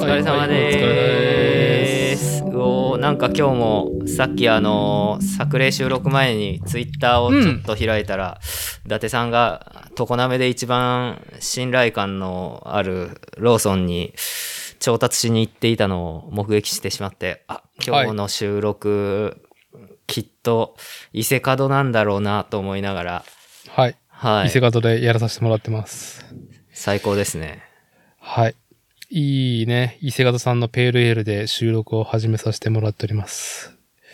疲れ様です。なんか今日もさっき作例収録前にツイッターをちょっと開いたら、伊達さんが常滑で一番信頼感のあるローソンに調達しに行っていたのを目撃してしまって、今日の収録、きっと伊勢門なんだろうなと思いながら、 はい。伊勢門でやらさせてもらってます。最高ですね。 はい。いいね。伊勢門さんのペールエールで収録を始めさせてもらっております。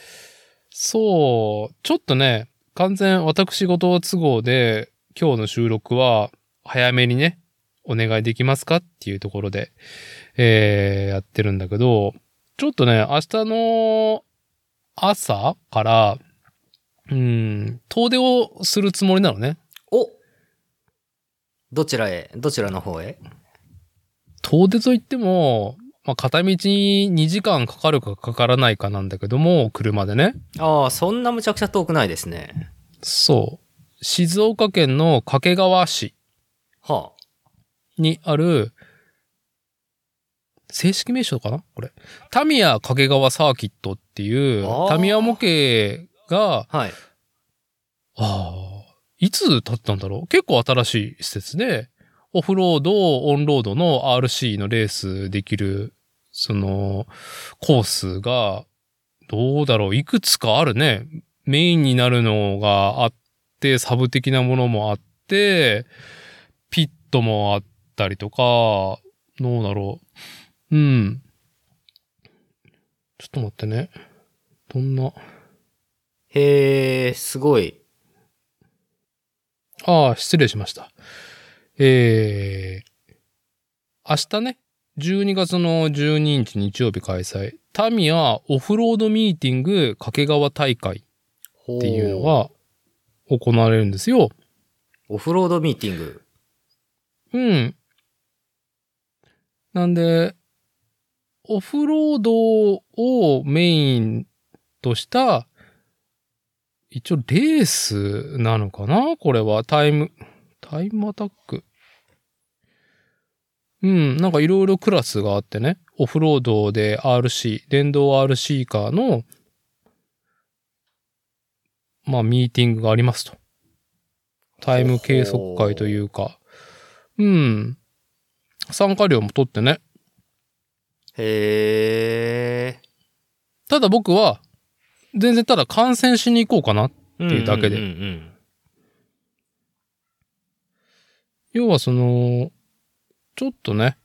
そう、ちょっとね、完全私事都合で今日の収録は早めにね、お願いできますかっていうところで、やってるんだけど、ちょっとね、明日の朝から、遠出をするつもりなのね。 どちらの方へ？ 遠出といっても、片道に2時間かかるかかからないかなんだけども、車でね。 そんなむちゃくちゃ遠くないですね。 そう。静岡県の掛川市にある、正式名称かなこれ。タミヤ掛川サーキットっていう、タミヤ模型が、いつ建ったんだろう？結構新しい施設で、オフロード、オンロードの RC のレースできる、コースが、どうだろう？いくつかあるね。メインになるのがあって、サブ的なものもあって、ピットもあったりとか、どうだろう？ちょっと待ってね。どんな。 すごい。 失礼しました。明日ね、12月の12日日曜日開催、タミヤオフロードミーティング掛川大会っていうのが行われるんですよ。 オフロードミーティング。 なんで、オフロードをメインとした、一応レースなのかな？これはタイムアタック。なんかいろいろクラスがあってね、オフロードで RC、電動 RC カーの、ミーティングがありますと。タイム計測会というか、参加料も取ってね。ただ僕は、全然ただ観戦しに行こうかなっていうだけで。要はちょっとね、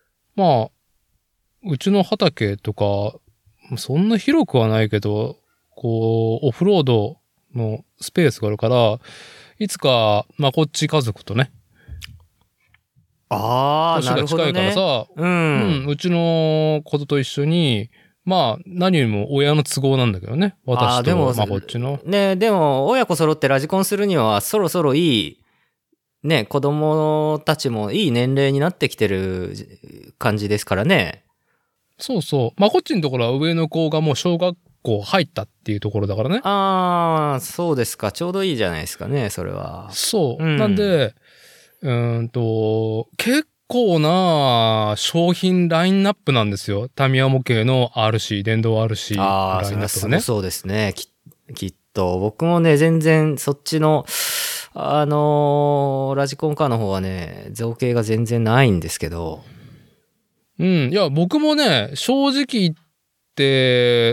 うちの畑とか、そんな広くはないけど、オフロードのスペースがあるから、いつか、こっち家族とね。 なるほどね。 年が近いからさ、うちの子と一緒に、何よりも親の都合なんだけどね。私と、こっちの。 ね、でも、親子揃ってラジコンするには、そろそろいい、ね、子供たちもいい年齢になってきてる感じですからね。 そうそう。こっちのところは上の子がもう小学校入ったっていうところだからね。 そうですか。ちょうどいいじゃないですかね、それは。 そう。なんで、結構な商品ラインナップなんですよ。タミヤ模型の RC、電動 RC のラインナップがね。 そうですね。きっと。僕もね、全然そっちの、ラジコンカーの方はね、造形が全然ないんですけど。 いや、僕もね、正直言って、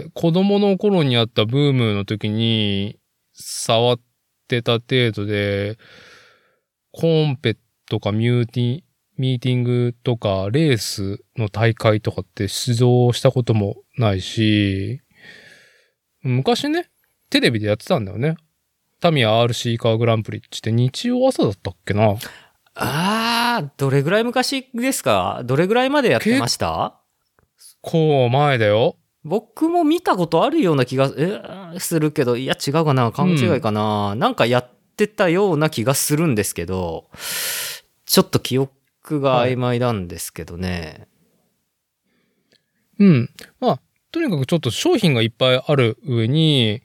子供の頃にあったブームの時に、触ってた程度で、コンペとかミーティングとか、レースの大会とかって出場したこともないし、昔ね、テレビでやってたんだよね。タミヤ RC カーグランプリって日曜朝だったっけな。 どれぐらい昔ですか？どれぐらいまでやってました？ こう前だよ。 僕も見たことあるような気がするけど、いや違うかな、勘違いかな、なんかやってたような気がするんですけど、ちょっと記憶が曖昧なんですけどね。 とにかくちょっと商品がいっぱいある上に、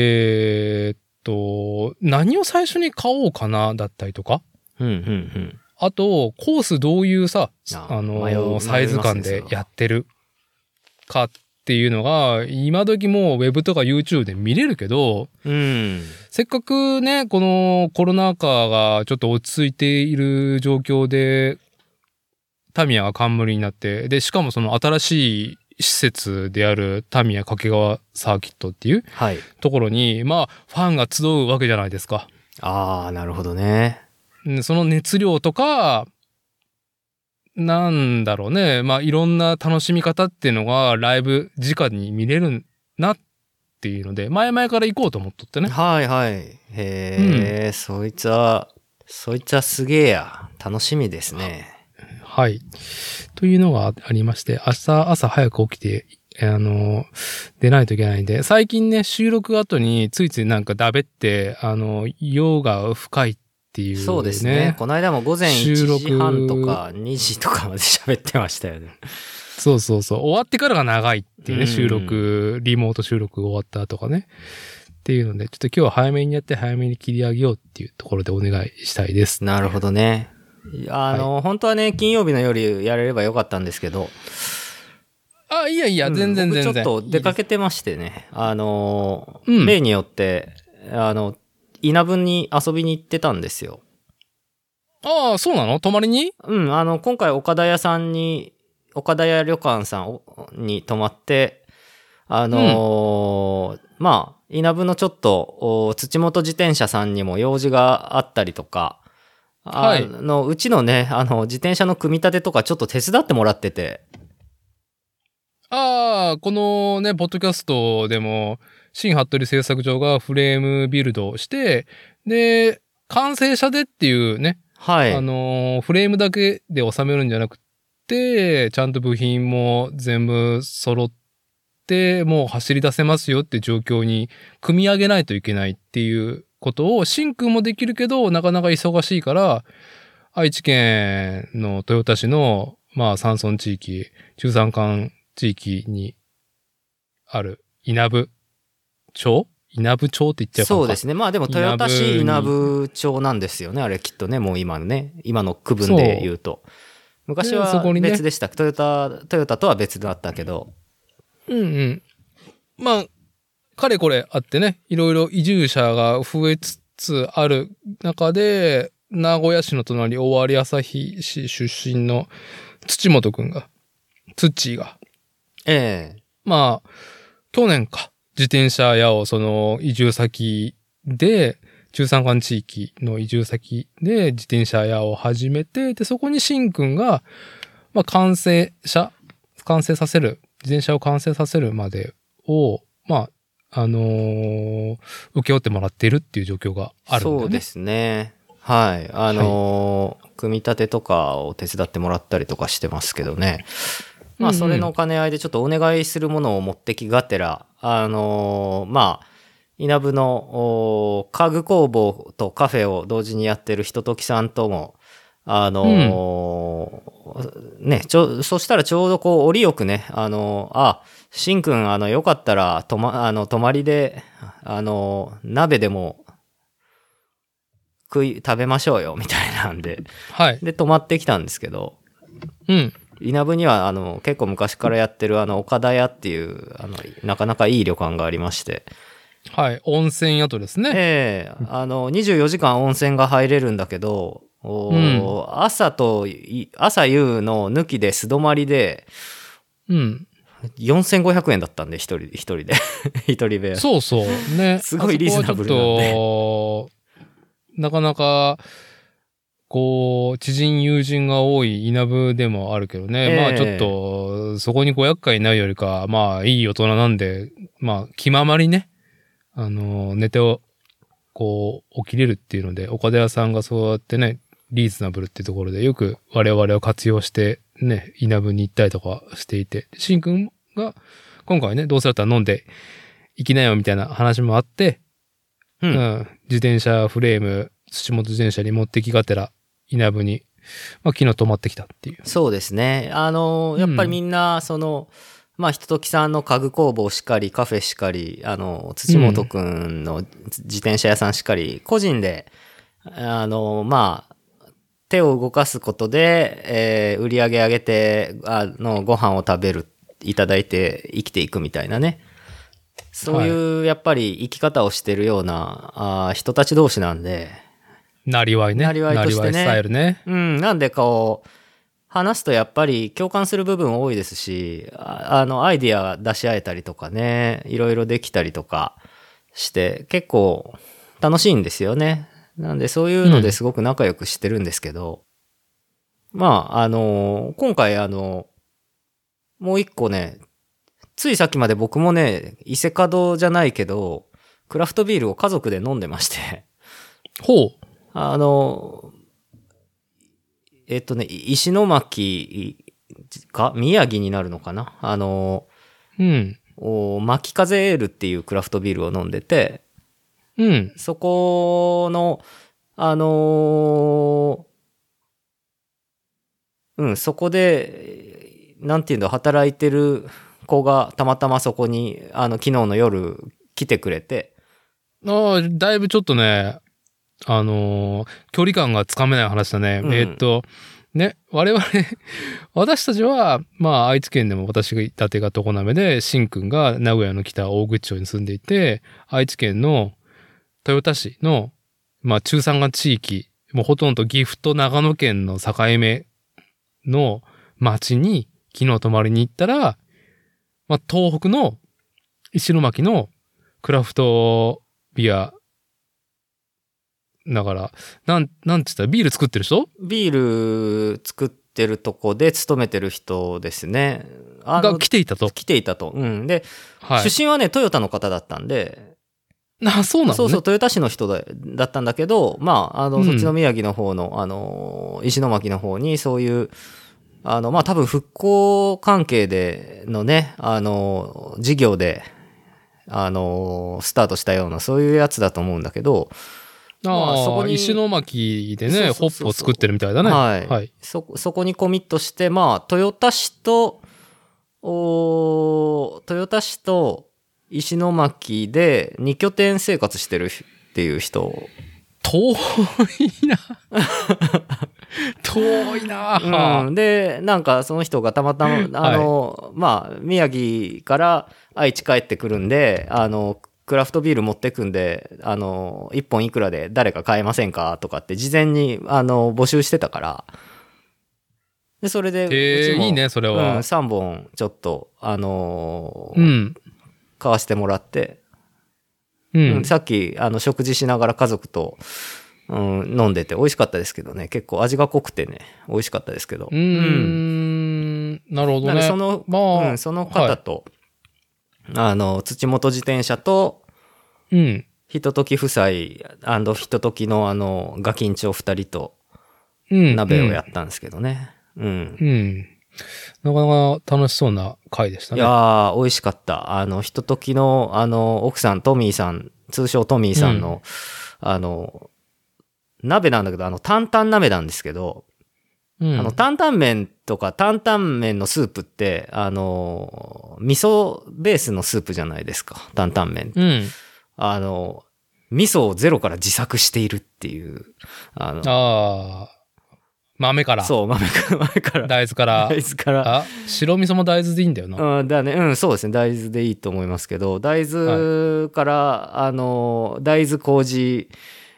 何を最初に買おうかなだったりとか。 あと、コースどういうさ、 迷サイズ感でやってるかっていうのが、今時もうウェブとか YouTube で見れるけど、 うん。 せっかくね、このコロナ禍がちょっと落ち着いている状況で、タミヤが冠になって、で、しかもその新しい施設であるタミヤ掛川サーキットっていうところに、まあ、ファンが集うわけじゃないですか。 ああ、なるほどね。 その熱量とか、なんだろうね。まあ、いろんな楽しみ方っていうのがライブ直に見れるなっていうので、前々から行こうと思っとってね。 はいはい。へえ、そいつはすげえや。楽しみですね。 はい。というのがありまして、明日朝早く起きて、出ないといけないんで、最近ね、収録後についついなんかだべって、用が深いっていうね。 そうですね。この間も午前1時半とか2時とかまで喋ってましたよね。 そうそうそう。終わってからが長いっていうね、収録、リモート収録終わったとかね。っていうので、ちょっと今日は早めにやって早めに切り上げようっていうところでお願いしたいです。 なるほどね。本当はね、金曜日の夜やれればよかったんですけど。 あ、いや、全然。 僕ちょっと出かけてましてね。例によって、稲分に遊びに行ってたんですよ。 ああ、そうなの？泊まりに？ うん、今回岡田屋旅館さんに泊まって、まあ、稲分のちょっと、土本自転車さんにも用事があったりとか、はい、うちのね、自転車の組み立てとかちょっと手伝ってもらってて。 ああ、このね、ポッドキャストでも、新服部製作所がフレームビルドをして、で、完成車でっていうね、 はい。 フレームだけで収めるんじゃなくて、ちゃんと部品も全部揃って、もう走り出せますよって状況に組み上げないといけないっていうことを、シンくんもできるけど、なかなか忙しいから、愛知県の豊田市の、まあ、山村地域、中山間地域にある稲部町って言っちゃうか。 そうですね。まあでも豊田市稲部町なんですよね。あれきっとね、もう今の区分で言うと。昔は別でした。トヨタとは別だったけど。 うんうん。まあ、かれこれあってね、いろいろ移住者が増えつつある中で、名古屋市の隣、尾張旭市出身の土本くんが、ツッチーが。まあ、去年か。自転車屋をその移住先で、中山間地域の移住先で自転車屋を始めて、で、そこにシンくんが、まあ、自転車を完成させるまでを、まあ、請け負ってもらっているっていう状況があるんだよね。 そうですね。はい。組み立てとかを手伝ってもらったりとかしてますけどね。まあ、それの兼ね合いでちょっとお願いするものを持ってきがてら、まあ、稲部の家具工房とカフェを同時にやってるひとときさんとも、ね、そしたらちょうどこう、折よくね、しんくん、よかったら、泊まりで、鍋でも、食べましょうよ、みたいなんで。 はい。 で、泊まってきたんですけど。 うん。 稲部には、結構昔からやってる、岡田屋っていう、なかなかいい旅館がありまして。 はい。温泉宿ですね。 24時間温泉が入れるんだけど、朝夕の抜きで素泊まりで、4500円だったんで、一人で。一人部屋。 そうそう。ね。 すごいリーズナブルなんで。 なかなか、こう、知人友人が多い稲部でもあるけどね。まあちょっと、そこにご厄介になるよりか、まあいい大人なんで、まあ気ままりね。寝てこう、起きれるっていうので、岡田屋さんがそうやってね、リーズナブルっていうところでよく我々を活用してね、稲部に行ったりとかしていて、しんくんが今回ね、どうせだったら飲んで行きなよみたいな話もあって、自転車フレーム、土本自転車に持ってきがてら、稲部に、まあ昨日泊まってきたっていう。 そうですね。やっぱりみんな、まあ、ひとときさんの家具工房しかり、カフェしかり、土本くんの自転車屋さんしかり、個人で、まあ、 手を動かすことで、売り上げ上げて、ご飯を食べる、いただいて生きていくみたいなね。そういうやっぱり生き方をしてるような人たち同士なんで。 なりわいね。 なりわいとしてね。 なりわいスタイルね。 なんで話すとやっぱり共感する部分多いですし、アイディア出し合えたりとかね、いろいろできたりとかして結構楽しいんですよね。なんでそういうのですごく仲良くしてるんですけど、まあ、今回もう一個ね、ついさっきまで僕もね、伊勢門じゃないけど、クラフトビールを家族で飲んでまして。 ほう。 石巻か宮城になるのかな巻き風エールっていうクラフトビールを飲んでて、そこの、そこで、なんていうんだ、働いてる子がたまたまそこに、昨日の夜来てくれて。 だいぶちょっとね、距離感がつかめない話だね。ね、私たちは、愛知県でも私が伊達が常滑で、しんくんが名古屋の北大口町に住んでいて、愛知県の豊田市の、中山間地域、もうほとんど岐阜と長野県の境目の町に昨日泊まりに行ったら、東北の石巻のクラフトビア、だから、なんて言ったらビール作ってる人？ ビール作ってるとこで勤めてる人ですね。 が来ていたと。 来ていたと。で、出身はね、トヨタの方だったんで。 そうなのね。 そう、トヨタ市の人だったんだけど、そっちの宮城の方の、石巻の方にそういう、多分復興関係でのね、事業で、スタートしたような、そういうやつだと思うんだけど、 そこに石巻でね、ホップを作ってるみたいだね。 はい。そこにコミットして、豊田市と石巻で2拠点生活してるっていう人。 遠いな。遠いな。 で、なんかその人がたまたま、宮城から愛知帰ってくるんで、クラフトビール持ってくんで、1本いくらで誰か買えませんかとかって事前に、募集してたから。で、それで、 うちもいいね、それは。 3本ちょっと、買わせてもらって、さっき、食事しながら家族と、飲んでて美味しかったですけどね。結構味が濃くてね、美味しかったですけど。 なるほどね。 その方と、土本自転車と、ひととき夫妻、ひとときのガキンチョ2人と、鍋をやったんですけどね。 なかなか楽しそうな回でしたね。 いやー、美味しかった。ひとときの、奥さん、トミーさん、通称トミーさんの、鍋なんだけど、担々鍋なんですけど、担々麺とか担々麺のスープって、味噌ベースのスープじゃないですか、担々麺。味噌をゼロから自作しているっていう。 豆から。 そう、豆から。 大豆から。 大豆から。 白味噌も大豆でいいんだよな。 だね。そうですね。大豆でいいと思いますけど、大豆から、大豆麹、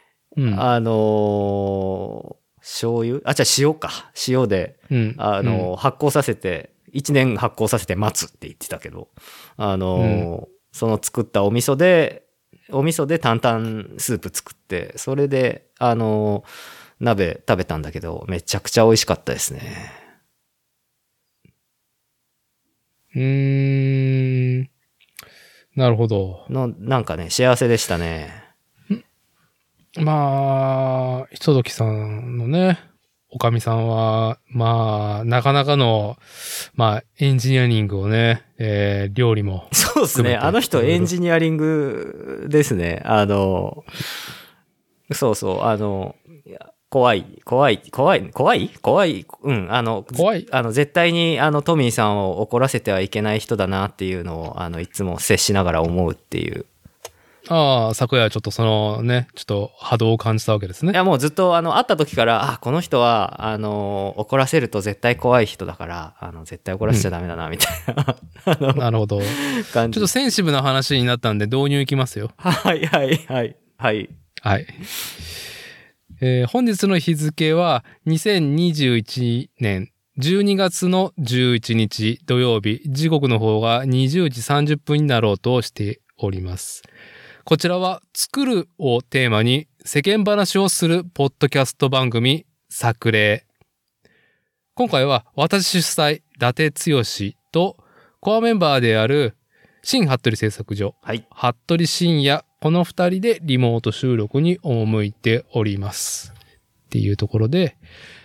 醤油塩か。塩で、発酵させて、1年発酵させて待つって言ってたけど、その作ったお味噌で担々スープ作って、それで、鍋食べたんだけど、めちゃくちゃ美味しかったですね。 なるほど。 なんかね、幸せでしたね。 ひとときさんのね、おかみさんは、なかなかの、エンジニアリングをね、料理も。 そうですね。あの人エンジニアリングですね。そうそう、怖い。 怖い。 絶対に、トミーさんを怒らせてはいけない人だなっていうのを、いつも接しながら思うっていう。 ああ、昨夜ちょっとそのね、ちょっと波動を感じたわけですね。 いやもうずっと会った時からこの人は怒らせると絶対怖い人だから絶対怒らせちゃダメだなみたいな、 なるほど。 感じ。 ちょっとセンシブな話になったんで導入いきますよ。 はいはいはいはいはい。本日の日付は2021年12月の11日土曜日、時刻の方が20時30分になろうとしております。こちらは作るをテーマに世間話をするポッドキャスト番組作例。今回は私主催伊達剛とコアメンバーである新服部製作所、 はい、 服部深夜、この2人でリモート収録に赴いております。っていうところで、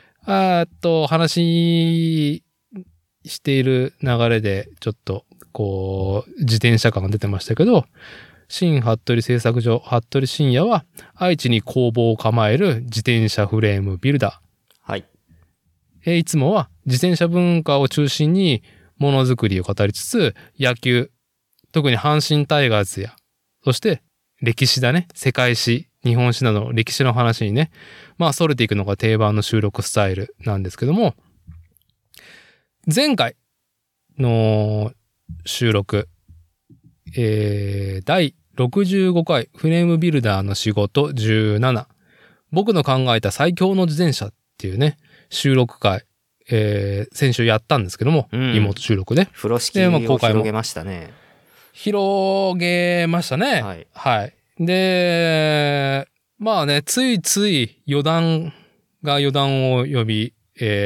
話している流れでちょっとこう自転車感が出てましたけど、新服部製作所、服部深夜は愛知に工房を構える自転車フレームビルダー。はい。 いつもは自転車文化を中心にものづくりを語りつつ、野球、特に阪神タイガースや、そして歴史だね、世界史、日本史など歴史の話にね、まあ、それていくのが定番の収録スタイルなんですけども、前回の収録、第65回フレームビルダーの仕事17、僕の考えた最強の自転車っていうね、収録会、先週やったんですけども、リモート収録ね。 風呂敷を広げましたね。 広げましたね。 はい。 はい。で、まあね、ついつい余談が余談を呼び、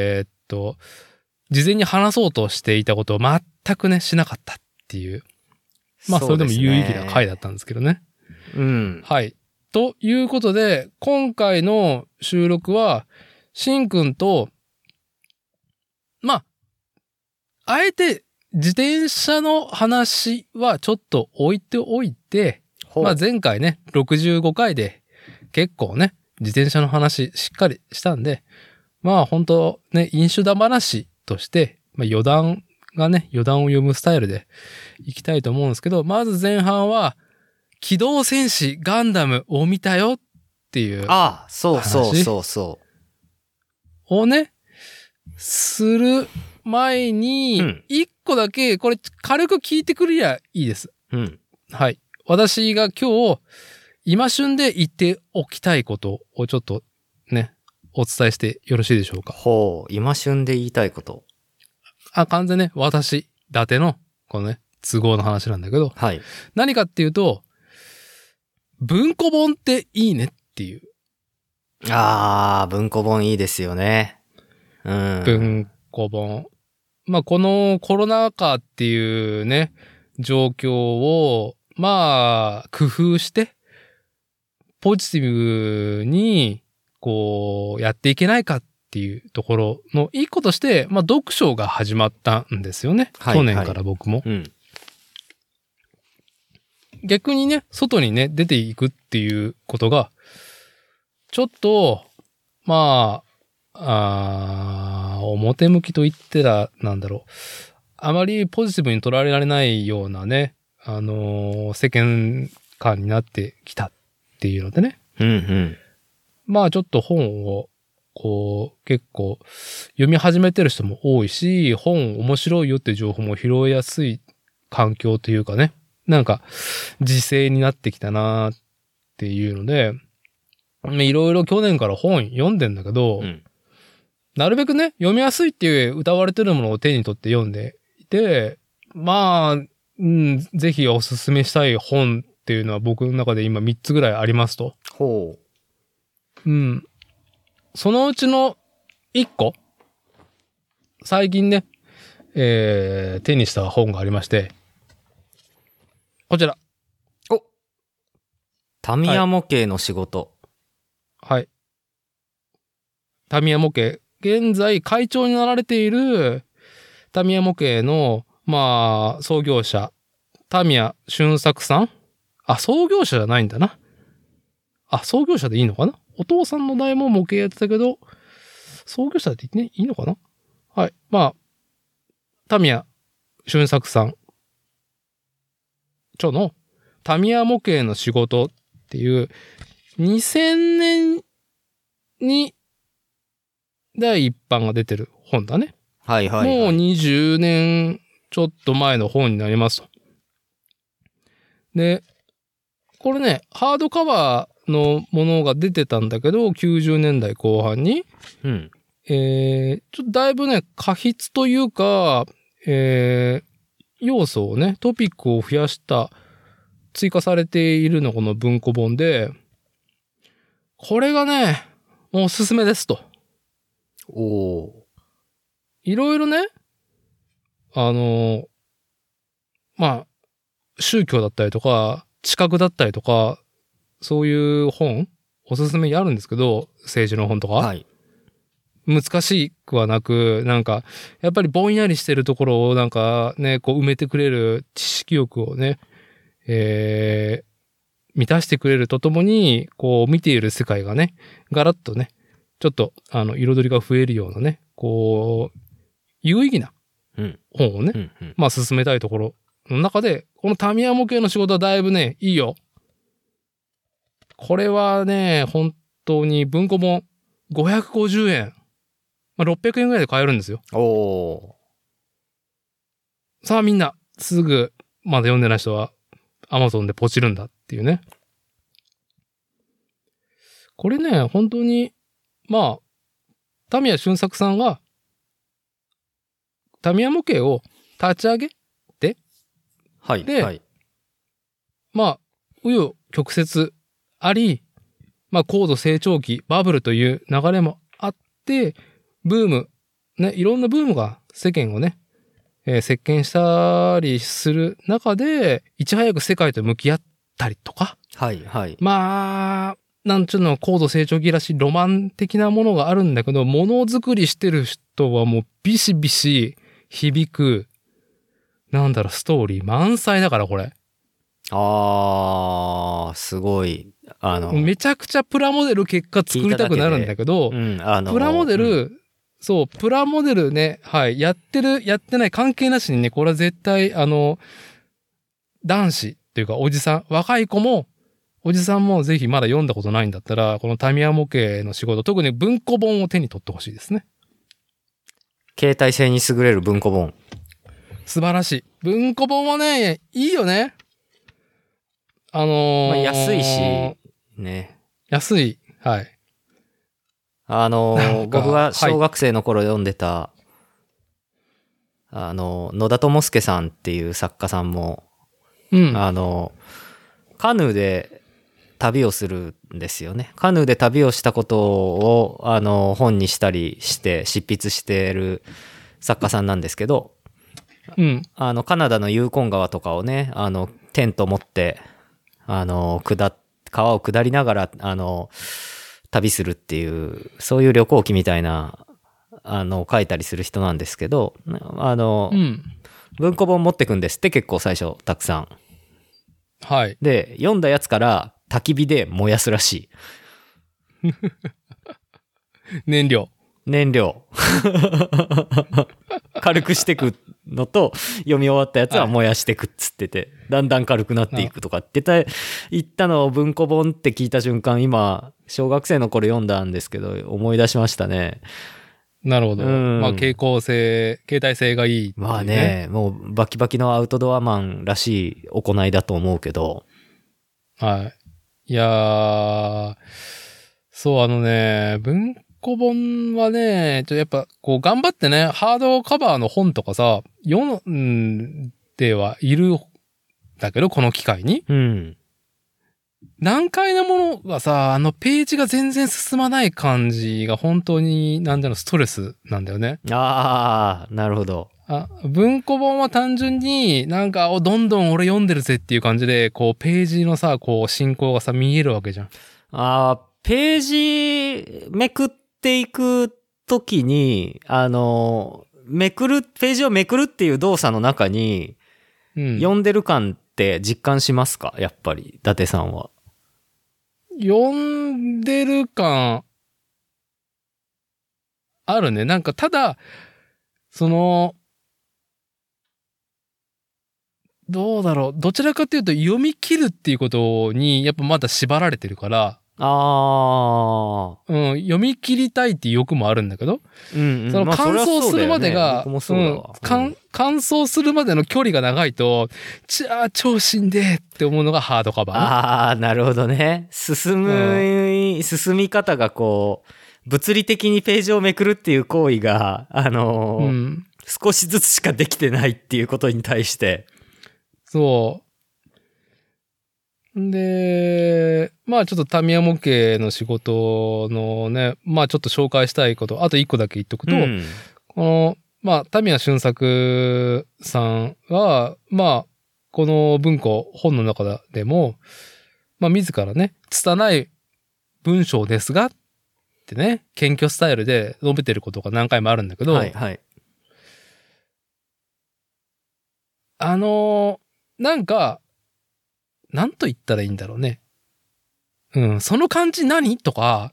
事前に話そうとしていたことを全くね、しなかったっていう。まあ、それでも有意義な回だったんですけどね。 うん。 はい。ということで、今回の収録は、しんくんと、まあ、あえて自転車の話はちょっと置いておいて、まあ前回ね、65回で結構ね、自転車の話しっかりしたんで、まあ本当ね、飲酒だ話として、まあ余談がね、余談を読むスタイルでいきたいと思うんですけど、まず前半は、機動戦士ガンダムを見たよっていう。 ああ、そうそうそうそう。 をね、する前に、一個だけ、これ軽く聞いてくれりゃいいです。 うん。 はい。私が今日、今旬で言っておきたいことをちょっとね、お伝えしてよろしいでしょうか。 ほう、今旬で言いたいこと。 完全ね、私、伊達の、このね、都合の話なんだけど、 はい。 何かっていうと、文庫本っていいねっていう。 ああ、文庫本いいですよね。うん。 文庫本。まあ、このコロナ禍っていうね、状況を、まあ、工夫して、ポジティブに、こう、やっていけないかっていうところの一個として、まあ、読書が始まったんですよね。 はい、 去年から僕も。 うん。 逆にね、外にね、出ていくっていうことが、ちょっと、まあ、表向きと言ってら、なんだろう。あまりポジティブに捉えられないようなね、世間観になってきたっていうのでね。 うんうん。 まあちょっと本を、こう、結構読み始めてる人も多いし、本面白いよって情報も拾いやすい環境というかね。なんか、時勢になってきたなっていうので、いろいろ去年から本読んでんだけど、なるべくね、読みやすいっていう歌われてるものを手に取って読んでいて、まあ、ぜひおすすめしたい本っていうのは僕の中で今3つぐらいありますと。 ほう。そのうちの1個、最近ね、手にした本がありまして、こちら。 タミヤ模型の仕事。 はい。タミヤ模型。現在会長になられているタミヤ模型の、まあ、創業者、タミヤ俊作さん？創業者じゃないんだな。創業者でいいのかな？お父さんの代も模型やってたけど、創業者って言ってね、いいのかな？はい。まあ、タミヤ俊作さん。のタミヤ模型の仕事っていう、2000年に第一版が出てる本だね。 はいはい、はい。 もう20年ちょっと前の本になりますと。で、これね、ハードカバーのものが出てたんだけど、90年代後半に。 うん。 ちょっとだいぶね、過筆というか、要素をね、トピックを増やした、追加されているのこの文庫本で、これがね、もうおすすめですと。 おー。 いろいろね、まあ、宗教だったりとか、知覚だったりとか、そういう本、おすすめにあるんですけど、政治の本とか。 はい。 難しくはなく、なんか、やっぱりぼんやりしてるところをなんかね、こう埋めてくれる知識欲をね、満たしてくれるとともに、こう見ている世界がね、ガラッとね、ちょっと、彩りが増えるようなね、こう、有意義な本をね、 うんうん。 まあ進めたいところの中で、このタミヤ模型の仕事はだいぶね、いいよ。これはね、本当に文庫本550円。まあ、600円ぐらいで買えるんですよ。 おー。 さあみんな、すぐ、まだ読んでない人は、Amazon でポチるんだっていうね。これね、本当に、まあ、タミヤ俊作さんが、タミヤ模型を立ち上げて、 はい。 ではい。 まあ、紆余曲折あり、まあ、高度成長期、バブルという流れもあって、ブーム、ね、いろんなブームが世間をね、席巻したりする中で、いち早く世界と向き合ったりとか、 はいはい。 まあ、なんちゅうの、高度成長期らしいロマン的なものがあるんだけど、ものづくりしてる人はもうビシビシ響く、なんだろう、ストーリー満載だからこれ。 あー、すごい。 めちゃくちゃプラモデル結果作りたくなるんだけど、 うん、 プラモデル、 うん、 そう、プラモデルね、はい、やってる、やってない関係なしにね、これは絶対、男子っていうかおじさん、若い子も、おじさんもぜひまだ読んだことないんだったら、このタミヤ模型の仕事、特に文庫本を手に取ってほしいですね。 携帯性に優れる文庫本。 素晴らしい。文庫本はね、いいよね。 まあ、安いし、ね。 安い。はい。 僕が小学生の頃読んでた、野田智介さんっていう作家さんも、 うん。 カヌーで旅をするんですよね。カヌーで旅をしたことを、本にしたりして執筆してる作家さんなんですけど、 うん。 カナダのユーコン川とかをね、テント持って、川を下りながら、旅するっていう、そういう旅行記みたいな、書いたりする人なんですけど、 うん。 文庫本持ってくんですって結構最初たくさん。 はい。 で、読んだやつから焚き火で燃やすらしい。 燃料。 軽くしてくのと、読み終わったやつは燃やしてくっつってて、だんだん軽くなっていくとかって言ったのを文庫本って聞いた瞬間、今、小学生の頃読んだんですけど、思い出しましたね。 なるほど。まあ、携帯性がいい、ね。 まあね、もうバキバキのアウトドアマンらしい行いだと思うけど。 はい。いやー、そう、文庫本はね、やっぱ、こう、頑張ってね、ハードカバーの本とかさ、読んではいるんだけど、この機会に。 うん。 難解なものがさ、ページが全然進まない感じが本当に、なんだろう、ストレスなんだよね。 ああ、なるほど。 文庫本は単純になんか、どんどん俺読んでるぜっていう感じで、こう、ページのさ、こう、進行がさ、見えるわけじゃん。 ページめくっていくときに、ページをめくるっていう動作の中に、読んでる感って実感しますか？やっぱり、伊達さんは。 読んでる感、あるね。なんか、ただ、 どうだろう。どちらかというと読み切るっていうことにやっぱまだ縛られてるから、 ああ。 読み切りたいっていう欲もあるんだけど、 うんうん。 そのまあ乾燥するまでが、 僕もそうだわ。 乾燥するまでの距離が長いと、超しんでーって思うのがハードカバーね。 ああ、なるほどね。進み方がこう、物理的にページをめくるっていう行為が、少しずつしかできてないっていうことに対して。 そう。で、まあちょっとタミヤ模型の仕事のね、まあちょっと紹介したいこと、あと一個だけ言っとくと、この、まあタミヤ俊作さんは、まあこの文庫、本の中でも、まあ自らね、拙い文章ですが、ってね、謙虚スタイルで述べてることが何回もあるんだけど、 はいはい。 なんか、なんと言ったらいいんだろうね。その漢字何とか、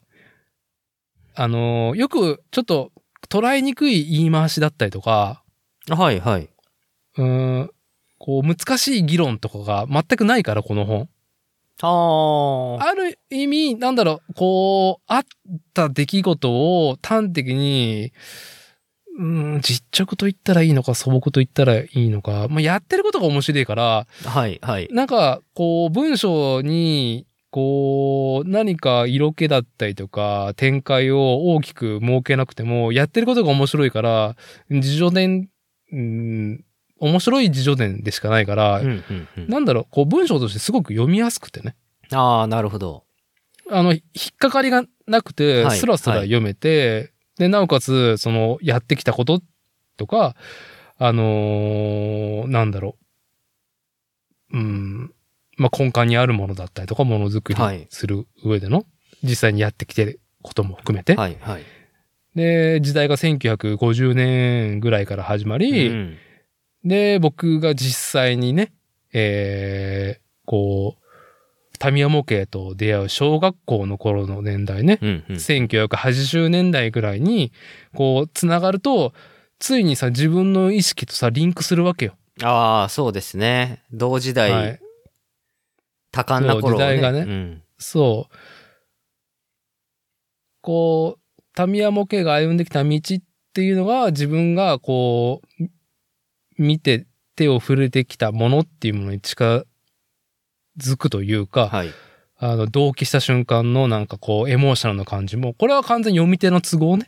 よくちょっと捉えにくい言い回しだったりとか、 はいはい。 こう難しい議論とかが全くないから、この本。ある意味、なんだろう、こう、あった出来事を端的に、実直と言ったらいいのか素朴と言ったらいいのか、まあ、やってることが面白いから、 はいはい。 なんか、こう、文章に、こう、何か色気だったりとか、展開を大きく設けなくても、やってることが面白いから、自叙伝、面白い自叙伝でしかないから、なんだろう、こう、文章としてすごく読みやすくてね。 ああ、なるほど。 引っかかりがなくて、スラスラ読めて、で、なおかつ、やってきたこととか、なんだろう。まあ、根幹にあるものだったりとか、ものづくりする上での、実際にやってきてることも含めて。 はいはい。 で、時代が1950年ぐらいから始まり、で、僕が実際にね、こう、タミヤ模型と出会う小学校の頃の年代ね、1980年代ぐらいに、こう、つながると、ついにさ、自分の意識とさ、リンクするわけよ。 ああ、そうですね。同時代、はい、多感な頃、ね、 時代がね、そう。こう、タミヤ模型が歩んできた道っていうのが、自分がこう、見て手を触れてきたものっていうものに近づくというか、 はい、 同期した瞬間のなんかこう、エモーショナルな感じも、これは完全に読み手の都合ね。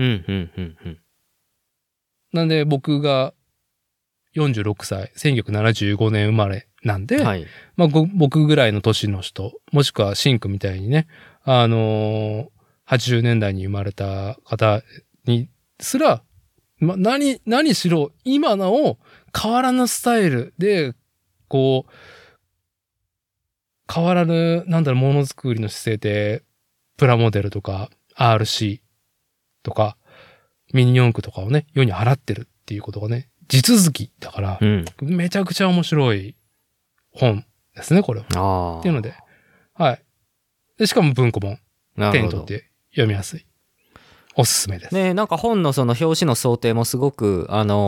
なんで僕が46歳、1975年生まれなんで、はい、まあ僕ぐらいの年の人、もしくはシンクみたいにね、80年代に生まれた方にすら、ま、何しろ今なお変わらぬスタイルで、こう、変わらぬ、なんだろう、ものづくりの姿勢で、プラモデルとか、RC とか、ミニ四駆とかをね、世に払ってるっていうことがね、地続きだから、めちゃくちゃ面白い本ですね、これは。っていうので、はい。で、しかも文庫本。手に取って読みやすい。おすすめです。 ね、なんか本のその表紙の想定もすごく、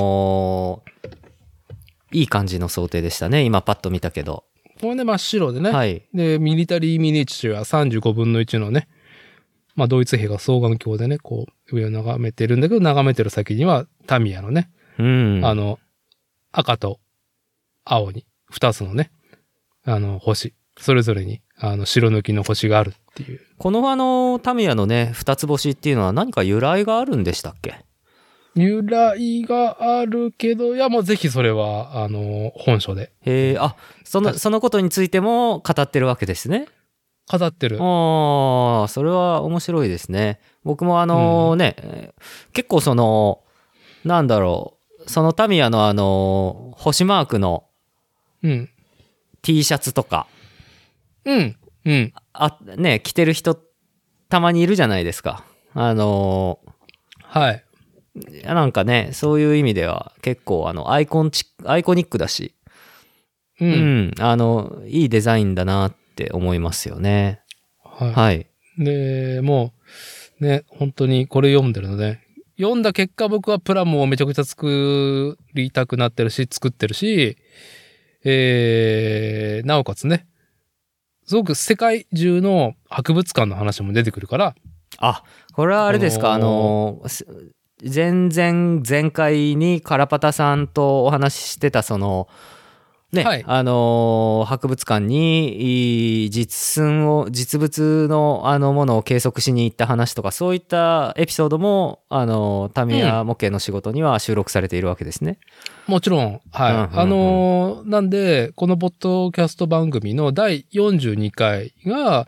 いい感じの想定でしたね。今パッと見たけど。 これね、真っ白でね。 はい。 で、ミリタリーミニチュア35分の1のね、まあ、ドイツ兵が双眼鏡でね、こう、上を眺めてるんだけど、眺めてる先にはタミヤのね、赤と青に2つのね、星、それぞれに、白抜きの星があるっていう。 このタミヤのね、2つ星っていうのは何か由来があるんでしたっけ？ 由来があるけど、いやもうぜひそれは、本書で。 そのことについても語ってるわけですね。 語ってる。 それは面白いですね。僕も結構なんだろう、そのタミヤの星マークの T シャツとか、着てる人たまにいるじゃないですか。 はい。 なんかね、そういう意味では結構アイコニックだし、いいデザインだなって思いますよね。 はい。はい。で、もう、ね、本当にこれ読んでるので、読んだ結果僕はプラモをめちゃくちゃ作りたくなってるし、作ってるし、 なおかつね、すごく世界中の博物館の話も出てくるから、 あ、これはあれですか、前回にカラパタさんとお話ししてたね、 はい博物館に実物のものを計測しに行った話とか、そういったエピソードもタミヤ模型の仕事には収録されているわけですね。 もちろん、はい。なんで、このポッドキャスト番組の第42回が、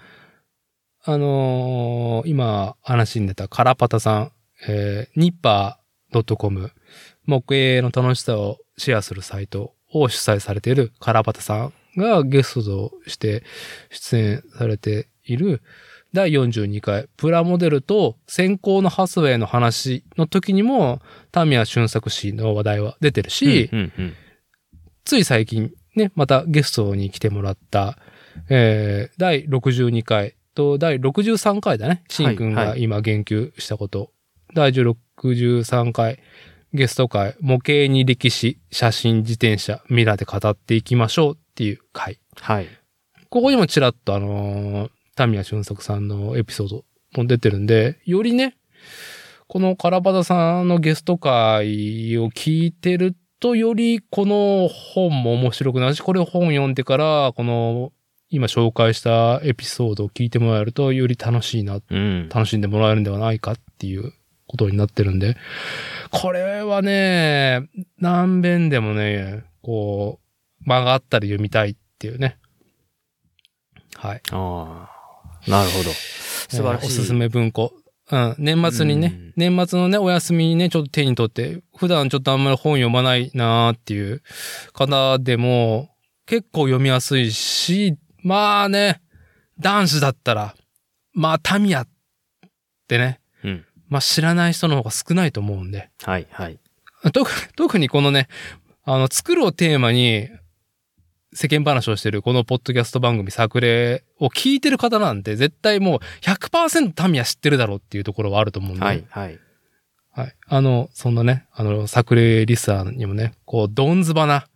今話に出たカラパタさん、ニッパー .com 模型の楽しさをシェアするサイトを主催されているカラパタさんがゲストとして出演されている第42回プラモデルと先行のハスウェイの話の時にもタミヤ俊作氏の話題は出てるし、つい最近ね、またゲストに来てもらった、第62回と第63回だね。シンくんが今言及したこと。第63回ゲスト会、模型に歴史、写真、自転車、ミラーで語っていきましょうっていう回。 はい。 ここにもちらっとタミヤ俊作さんのエピソードも出てるんで、よりね、このカラパタさんのゲスト会を聞いてると、よりこの本も面白くなるし、これを本読んでから、この今紹介したエピソードを聞いてもらえると、より楽しいな、楽しんでもらえるんではないかっていうことになってるんで、これはね、何遍でもね、こう、間があったら読みたいっていうね。はい。 ああ、なるほど。素晴らしい。 おすすめ文庫。年末にね、年末のね、お休みにね、ちょっと手に取って、普段ちょっとあんまり本読まないなーっていう方でも、結構読みやすいし、まあね、男子だったら、まあタミヤってね、まあ知らない人の方が少ないと思うんで。 はいはい。 特にこのね、作るをテーマに世間話をしてるこのポッドキャスト番組作例を聞いてる方なんて絶対もう 100% タミヤ知ってるだろうっていうところはあると思うんで。 はいはい。 はい。そんなね、作例リスナーにもね、こう、どんずばな、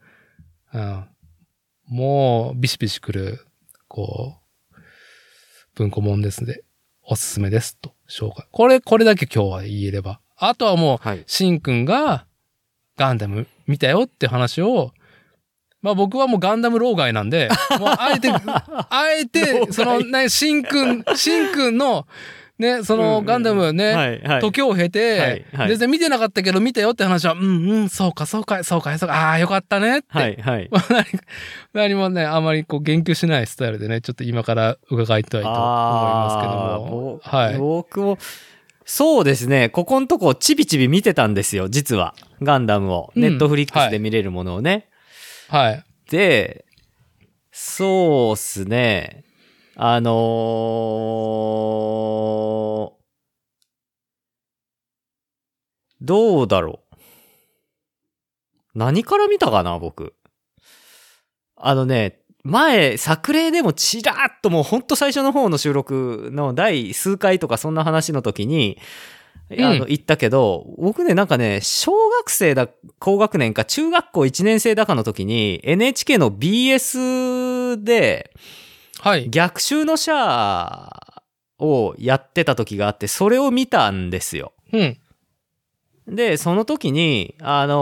もうビシビシくる、こう、文庫本ですので、おすすめですと紹介。これだけ今日は言えれば。あとはもう、シンくんがガンダム見たよって話を、まあ僕はもうガンダム老害なんで、もうあえて、そのね、シンくんの、ね、そのガンダムね、時を経て、全然見てなかったけど見たよって話は、そうか、ああ、よかったねって。 はいはい。 何もね、あまりこう言及しないスタイルでね、ちょっと今から伺いたいと思いますけども。はい。 僕も、そうですね、ここのとこちびちび見てたんですよ、実は。ガンダムを。ネットフリックスで見れるものをね。 はい。 で、そうっすね。どうだろう。何から見たかな、僕。前、作例でもちらっともうほんと最初の方の収録の第数回とかそんな話の時に、言ったけど、僕ね、なんかね、小学生だ、高学年か中学校1年生だかの時に NHK の BS で、 はい。 逆襲のシャアをやってた時があって、それを見たんですよ。で、その時に、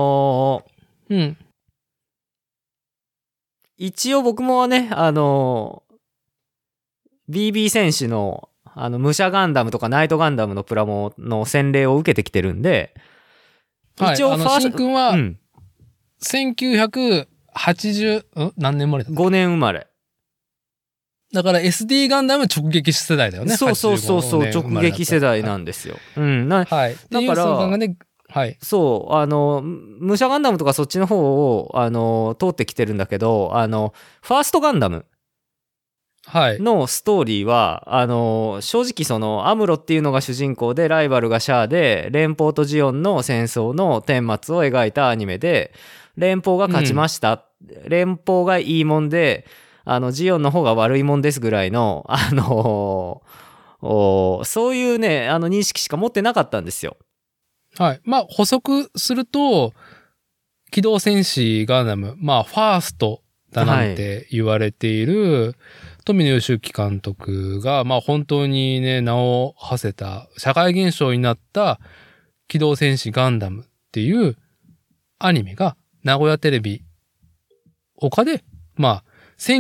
一応僕もね、BB 戦士の、武者ガンダムとかナイトガンダムのプラモの洗礼を受けてきてるんで、 一応シンくんは、1980、何年生まれだった ?5 年生まれ。 だから SD ガンダム直撃世代だよね。 そう、直撃世代なんですよ。 はい。 だから、 はい。 そう、武者ガンダムとかそっちの方を、通ってきてるんだけど、ファーストガンダムのストーリーは、正直その、アムロっていうのが主人公で、ライバルがシャアで、連邦とジオンの戦争の顛末を描いたアニメで、連邦が勝ちました。連邦がいいもんで、ジオンの方が悪いもんですぐらいの、そういうね、認識しか持ってなかったんですよ。 はい。まあ、補足すると、機動戦士ガンダム、まあ、ファーストだなんて言われている富野義行監督が、まあ本当にね、名を馳せた、社会現象になった機動戦士ガンダムっていうアニメが名古屋テレビ他で、まあ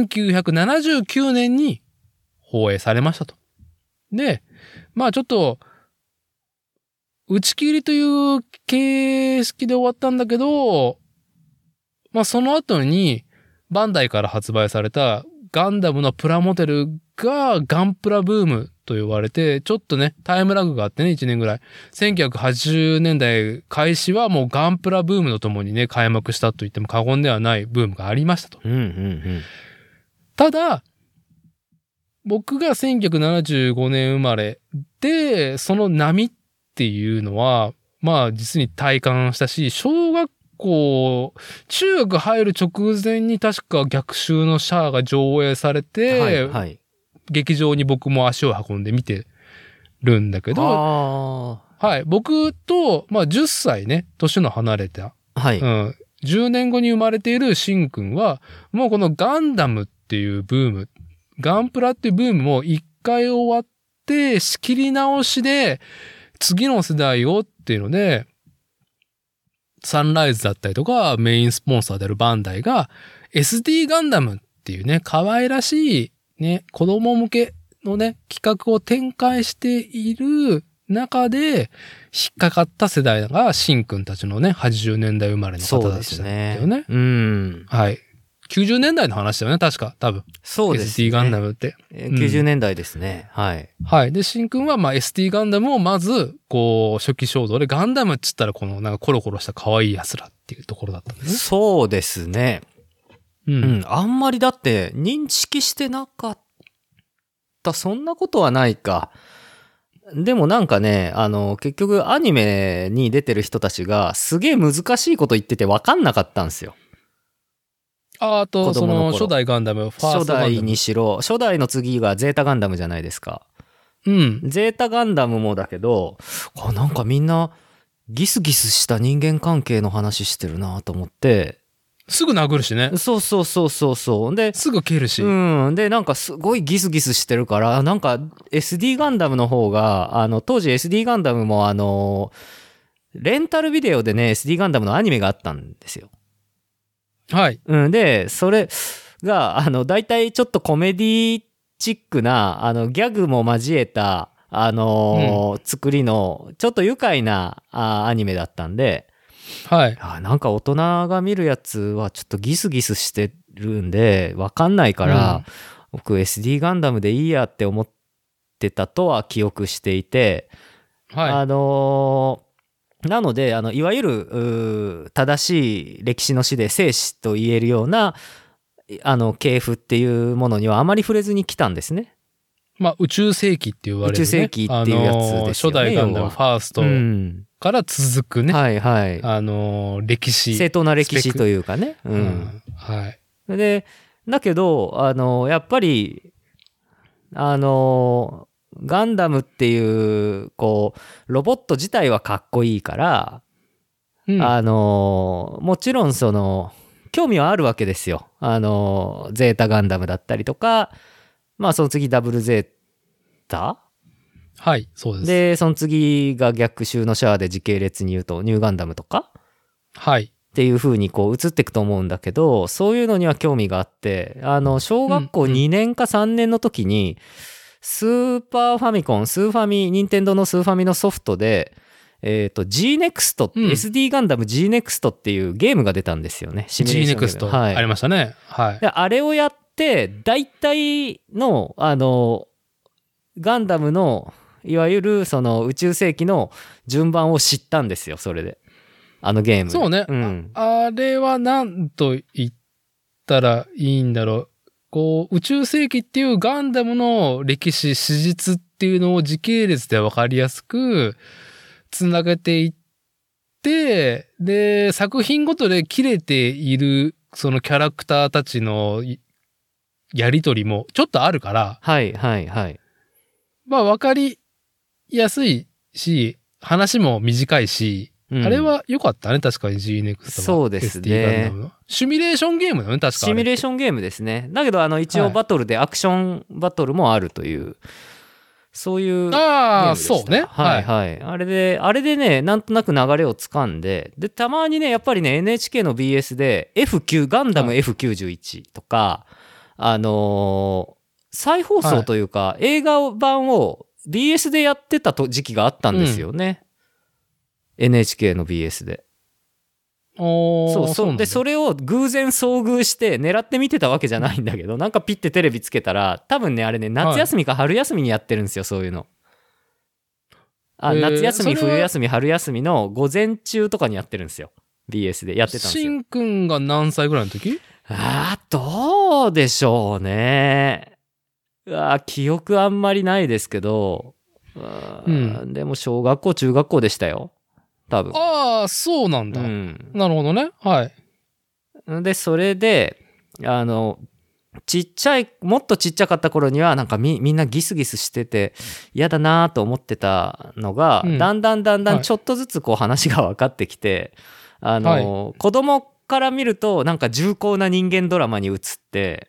1979年に放映されましたと。で、まあちょっと、打ち切りという形式で終わったんだけど、まあその後にバンダイから発売されたガンダムのプラモデルがガンプラブームと呼ばれて、ちょっとね、タイムラグがあってね、1年ぐらい。1980年代開始はもうガンプラブームとともにね、開幕したと言っても過言ではないブームがありましたと。ただ、僕が1975年生まれで、その波っていうのは、まあ実に体感したし、小学校、中学入る直前に確か逆襲のシャアが上映されて、劇場に僕も足を運んで見てるんだけど、はい、僕と、まあ10歳ね、年の離れた、10年後に生まれているシンくんは、もうこのガンダムっていうブーム、ガンプラっていうブームも一回終わって仕切り直しで次の世代をっていうので、サンライズだったりとかメインスポンサーであるバンダイが SD ガンダムっていうね、可愛らしいね、子供向けのね、企画を展開している中で引っかかった世代がシンくんたちのね、80年代生まれの方たちだったよね。はい。90年代の話だよね、確か、多分。 そうですね。 SD ガンダムって。 90年代ですね。はい。 はい。で、シンくんは、まあ、SD ガンダムをまず、こう、初期衝動で、ガンダムって言ったら、この、なんかコロコロした可愛い奴らっていうところだったんですね。 そうですね。あんまりだって、認識してなかった、そんなことはないか。でもなんかね、結局アニメに出てる人たちが、すげえ難しいこと言ってて分かんなかったんですよ。 あと、その、初代ガンダム、ファーストガンダム。 初代にしろ、初代の次がゼータガンダムじゃないですか。ゼータガンダムもだけど、なんかみんな、ギスギスした人間関係の話してるなと思って。 すぐ殴るしね。 そう。で、 すぐ蹴るし。 で、なんかすごいギスギスしてるから、なんか SD ガンダムの方が、当時 SD ガンダムもレンタルビデオでね、SD ガンダムのアニメがあったんですよ。 はい。 で、それが、大体ちょっとコメディチックな、ギャグも交えた、作りの、ちょっと愉快なアニメだったんで、 はい。 なんか大人が見るやつはちょっとギスギスしてるんで、わかんないから、僕 SD ガンダムでいいやって思ってたとは記憶していて、 はい。 なので、いわゆる、正しい歴史の史で正史と言えるような、系譜っていうものにはあまり触れずに来たんですね。 まあ、宇宙世紀って言われる、ね。 宇宙世紀っていうやつですよね。 初代ガンダムファーストから続くね。 はい。 歴史。 正当な歴史というかね。 はい。 で、だけど、やっぱり、ガンダムっていう、こう、ロボット自体はかっこいいから、もちろんその、興味はあるわけですよ。ゼータガンダムだったりとか、まあその次ダブルゼータ？ はい、そうです。 で、その次が逆襲のシャアで時系列に言うとニューガンダムとか？ はい。 っていう風にこう移っていくと思うんだけど、そういうのには興味があって、小学校2年か3年の時に、スーパーファミコン、スーファミ、任天堂のスーファミのソフトで、G-NEXT、SD ガンダム G-NEXT っていうゲームが出たんですよね。シミュレーションゲーム。 G-NEXT、はい、ありましたね。はい。 で、あれをやって、大体の、ガンダムの、いわゆるその宇宙世紀の順番を知ったんですよ、それで。ゲームで。 そうね。あれは何と言ったらいいんだろう。こう、宇宙世紀っていうガンダムの歴史、史実っていうのを時系列で分かりやすくつなげていって、で、作品ごとで切れているそのキャラクターたちのやりとりもちょっとあるから、 はい。 まあ分かりやすいし、話も短いし、 うん、 あれは良かったね、確かに GNEXT は。 そうですね。 SD ガンダムのシミュレーションゲームだよね、確かシミュレーションゲームですね。だけど、一応バトルでアクションバトルもあるという、そういうゲームでした。 そうね。 はいはい。あれでね、なんとなく流れをつかんで、で、たまにね、やっぱりね、NHK の BS で F9、ガンダム F91 とか、再放送というか、映画版を BS でやってた時期があったんですよね。NHK の BS で。そうで、それを偶然遭遇して狙って見てたわけじゃないんだけど、なんかピッてテレビつけたら、多分ね、あれね、夏休みか春休みにやってるんですよ、そういうの。夏休み、冬休み、春休みの午前中とかにやってるんですよ。BS でやってたんですよ。 しんくんが何歳ぐらいの時？ どうでしょうね。記憶あんまりないですけど、でも小学校、中学校でしたよ。多分。 そうなんだ。なるほどね。はい。 で、それで、もっとちっちゃかった頃には、なんかみんなギスギスしてて、嫌だなと思ってたのが、だんだんちょっとずつこう話が分かってきて、子供から見ると、なんか重厚な人間ドラマに移って、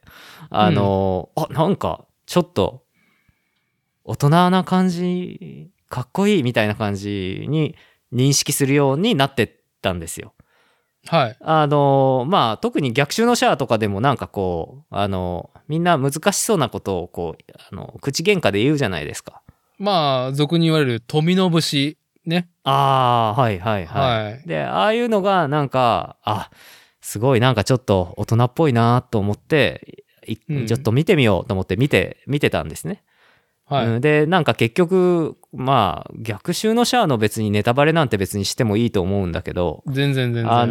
なんか、ちょっと、大人な感じ、かっこいいみたいな感じに、認識するようになってったんですよ。 はい。 特に逆襲のシャアとかでもなんかこう、みんな難しそうなことをこう、口喧嘩で言うじゃないですか。 俗に言われる富の節ね。 はいはいはい。で、ああいうのがなんか、すごいなんかちょっと大人っぽいなと思って、ちょっと見てみようと思って見てたんですね。で、なんか結局、逆襲のシャアの別にネタバレなんて別にしてもいいと思うんだけど、 全然。 ア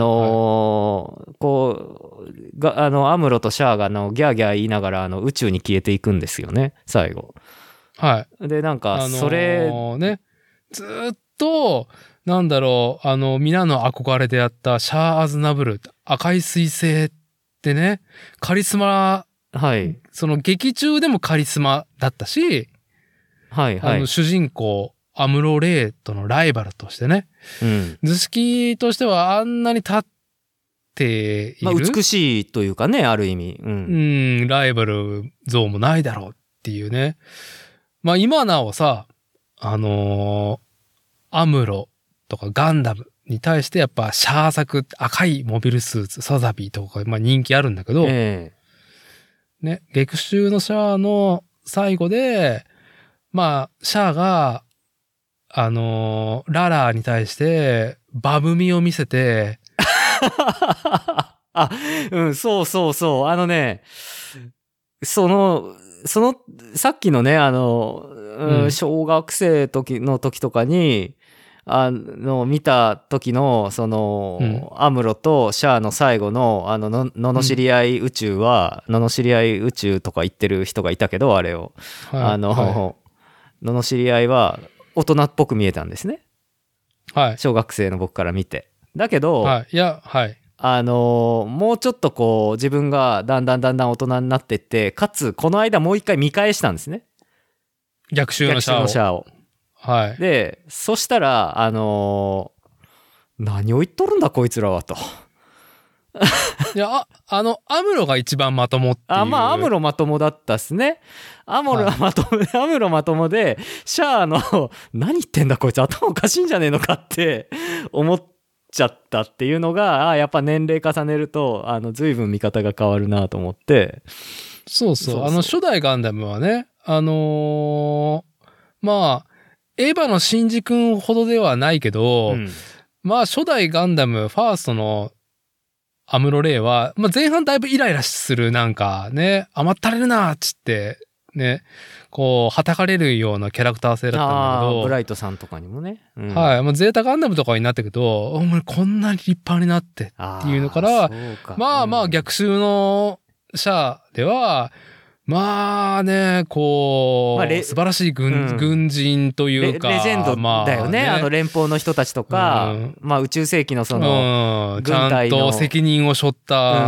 ムロとシャアがギャーギャー言いながら宇宙に消えていくんですよね、最後。 はい。 で、なんか、それ、 ね、ずっと、なんだろう、皆の憧れであったシャア・アズナブル、赤い彗星ってね、カリスマ、その劇中でもカリスマだったし、主人公、アムロ・レイとのライバルとしてね、図式としてはあんなに立っている。 美しいというかね、ある意味。 ライバル像もないだろうっていうね。今なおさ、アムロとかガンダムに対してやっぱシャア作赤いモビルスーツ、サザビーとか人気あるんだけど、ね、劇中のシャアの最後で、シャアが、ララに対して、バブみを見せて、 そう。さっきのね、小学生の時とかに、見た時の、アムロとシャアの最後の、罵り合い宇宙は、罵り合い宇宙とか言ってる人がいたけど、あれを。罵り合いは大人っぽく見えたんですね。小学生の僕から見て。だけど、もうちょっとこう、自分がだんだん大人になってって、かつ、この間もう一回見返したんですね。 逆襲のシャアを。 で、そしたら、何を言っとるんだこいつらはと。 いや、アムロが一番まともっていう。 アムロまともだったっすね。アムロまともで、シャアの、何言ってんだこいつ頭おかしいんじゃねえのかって思っちゃったっていうのが、やっぱ年齢重ねると、随分見方が変わるなと思って。 そう。初代ガンダムはね、エヴァのシンジ君ほどではないけど、初代ガンダム、ファーストのアムロレイは、前半だいぶイライラするなんかね、甘ったれるなーっつって、ね、こう、はたかれるようなキャラクター性だったんだけど。 ブライトさんとかにもね。 ゼータガンダムとかになってくと、お前こんなに立派になってっていうのから、逆襲のシャアでは、こう、素晴らしい軍人というか。 レジェンドだよね。連邦の人たちとか、宇宙世紀のその、 ちゃんと責任を背負った、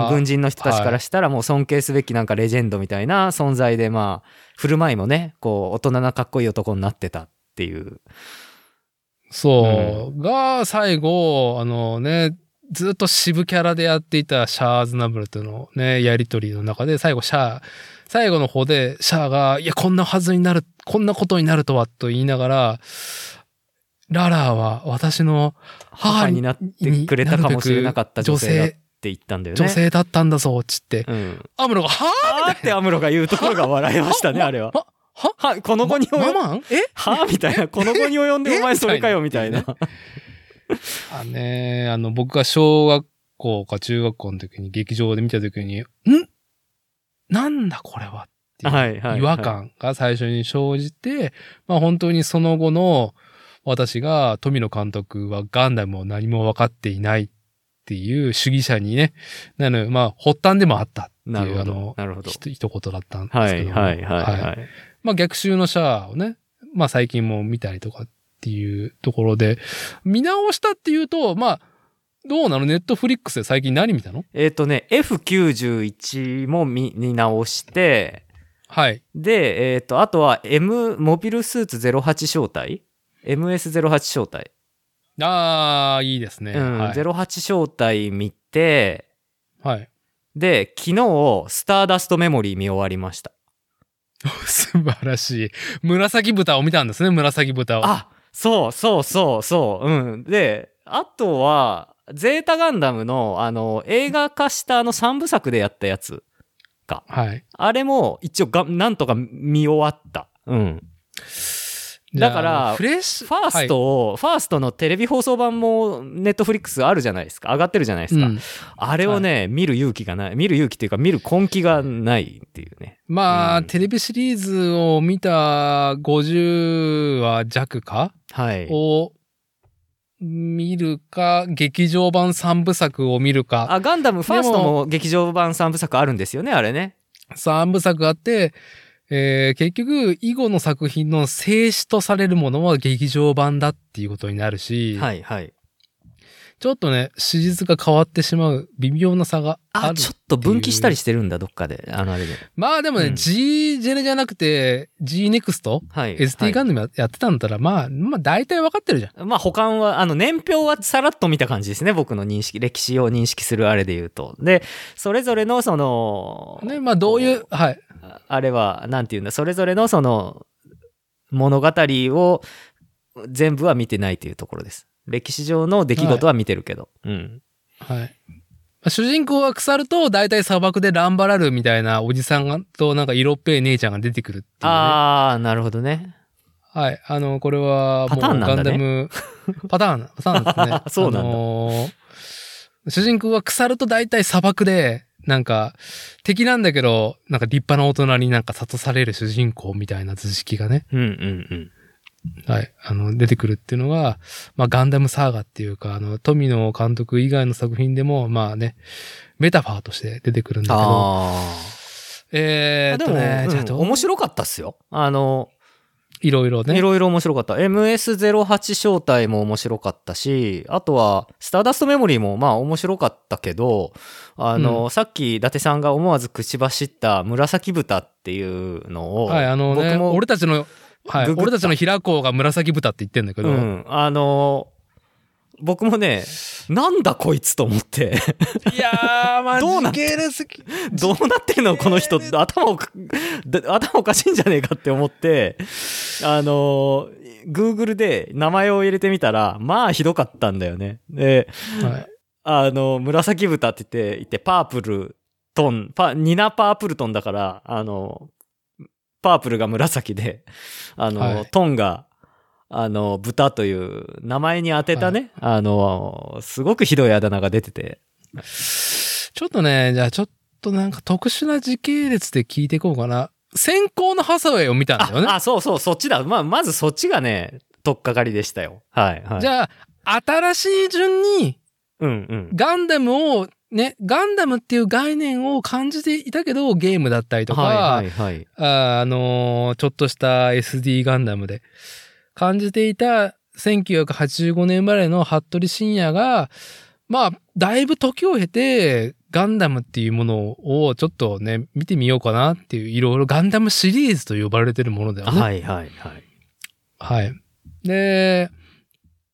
軍人の人たちからしたらもう尊敬すべきなんかレジェンドみたいな存在で、振る舞いもね、こう、大人なかっこいい男になってたっていう。 そう、が、最後、ずっと渋キャラでやっていたシャア・アズナブルとのね、やりとりの中で、最後の方でシャアが、いや、こんなことになるとは、と言いながら、ララーは私の母になってくれたかもしれなかった女性だって言ったんだよね。 女性だったんだぞ、つって。アムロが、 はぁってアムロが言うところが笑いましたね、あれは。はこの後にはみたいな。この後に及んでお前それかよ、みたいな。 僕が小学校か中学校の時に劇場で見た時に、なんだこれはっていう違和感が最初に生じて、まあ本当にその後の私が富野監督はガンダムを何も分かっていないっていう主義者にね、まあ発端でもあったっていう一言だったんですけども。まあ逆襲のシャアをね、まあ最近も見たりとかっていうところで、見直したっていうと、まあ、どうなの？ネットフリックスで最近何見たの ？F91 も見直して、 はい。 で、あとはモビルスーツ08招待 ?MS08 招待。 ああ、いいですね。 08招待見て、 はい。 で、昨日、スターダストメモリー見終わりました。 素晴らしい。紫豚を見たんですね、紫豚を。 あ、そう。で、あとは、ゼータガンダムの、映画化した3部作でやったやつか。 はい。 あれも、一応なんとか見終わった。だから、ファーストのテレビ放送版もネットフリックスあるじゃないですか。上がってるじゃないですか。あれをね、見る勇気がない。見る勇気っていうか、見る根気がないっていうね。 まあ、テレビシリーズを見た50話弱かを見るか、劇場版3部作を見るか。 ガンダムファーストも劇場版3部作あるんですよね、あれね。 3部作あって、結局、以後の作品の静止とされるものは劇場版だっていうことになるし、 はいはい。 ちょっとね、史実が変わってしまう微妙な差がある。 ちょっと分岐したりしてるんだ、どっかで。あれで。 まあでもね、G ジェネじゃなくて、G ネクスト、ST ガンダムやってたんだったら、まあ大体分かってるじゃん。 まあ保管は、年表はさらっと見た感じですね、僕の認識、歴史を認識するあれで言うと。で、それぞれのね、 まあどういう、はい。 あれは、なんていうんだ、それぞれの物語を全部は見てないというところです。歴史上の出来事は見てるけど。 はい。主人公が腐ると、大体砂漠でランバラルみたいなおじさんとなんか色っぺい姉ちゃんが出てくるっていう、ね。 ああ、なるほどね。 はい。これはもうガンダム、パターンですね。 そうなんだ。 主人公が腐ると大体砂漠で、なんか、敵なんだけど、なんか立派な大人になんか諭される主人公みたいな図式がね。はい。出てくるっていうのが、まあ、ガンダムサーガっていうか、富野監督以外の作品でも、まあね、メタファーとして出てくるんだけど。 でも、面白かったっすよ。 いろいろね。 いろいろ面白かった。MS08 招待も面白かったし、あとは、スターダストメモリーもまあ面白かったけど、さっき伊達さんが思わず口走った紫豚っていうのを、 はい、僕も俺たちの平子が紫豚って言ってんだけど、 僕もね、なんだこいつと思って。 いやー、マジどうなってんのこの人、頭おかしいんじゃねえかって思って、Google で名前を入れてみたら、まあひどかったんだよね。で、紫豚って言って、パープルトン、ニナパープルトンだから、パープルが紫で、トンが、豚という名前に当てたね、すごくひどいあだ名が出てて。 ちょっとね、じゃあちょっとなんか特殊な時系列で聞いていこうかな。先行のハサウェイを見たんだよね。 そう、そっちだ。まずそっちがね、取っかかりでしたよ。はい。 じゃあ、新しい順に、ガンダムを、ね、ガンダムっていう概念を感じていたけど、ゲームだったりとか、ちょっとした SD ガンダムで感じていた1985年生まれの服部慎也が、まあ、だいぶ時を経て、ガンダムっていうものをちょっとね、見てみようかなっていう、いろいろガンダムシリーズと呼ばれてるものだよね。 はい。 はい。で、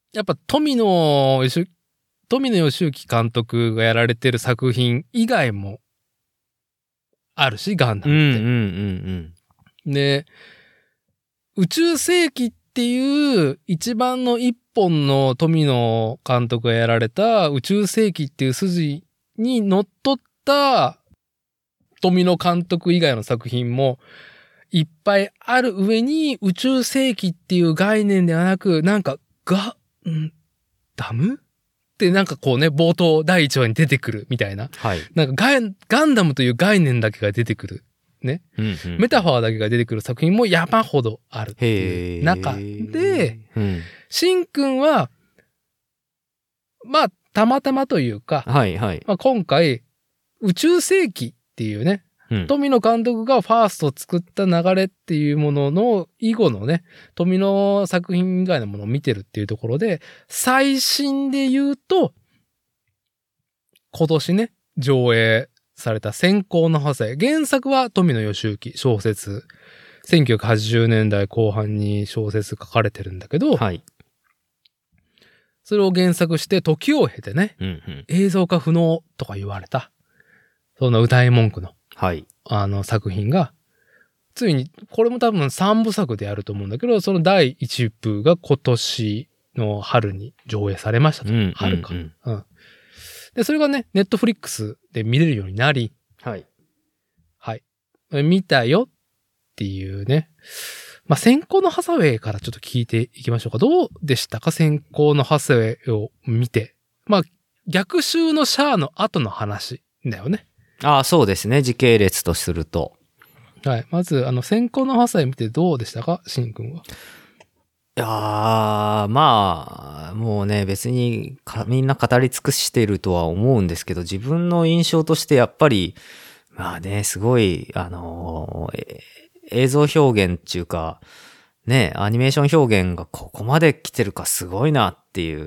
やっぱ富野義行監督がやられてる作品以外もあるし、ガンダムって。 うんうんうんうん。で、宇宙世紀っていう一番の一本の富野監督がやられた宇宙世紀っていう筋にのっとった富野監督以外の作品もいっぱいある上に宇宙世紀っていう概念ではなく、なんかダムってなんかこうね、冒頭第1話に出てくるみたいな。 はい。 なんかガンダムという概念だけが出てくる。ね。 うんうん、 メタファーだけが出てくる作品も山ほどあるっていう中で、シンくんは、まあ、たまたまというか、 はいはい。 まあ、今回、宇宙世紀っていうね、富野監督がファーストを作った流れっていうものの以後のね、富野作品以外のものを見てるっていうところで、最新で言うと、今年ね、上映された閃光の派生。原作は富野義行小説。1980年代後半に小説書かれてるんだけど、 はい。 それを原作して時を経てね、映像化不能とか言われた。その歌い文句の。 はい。 作品が、ついに、これも多分3部作でやると思うんだけど、その第1部が今年の春に上映されましたと。春か。で、それがね、ネットフリックスで見れるようになり、 はい。 はい。見たよっていうね。まあ、先行のハサウェイからちょっと聞いていきましょうか。どうでしたか？先行のハサウェイを見て。まあ、逆襲のシャアの後の話だよね。 ああ、そうですね。時系列とすると。 はい。まず、先行のハサウェイ見てどうでしたか？シン君は。 いやー、まあ、もうね、別にみんな語り尽くしているとは思うんですけど、自分の印象としてやっぱり、まあね、すごい、映像表現っていうか、ね、アニメーション表現がここまで来てるかすごいなっていう、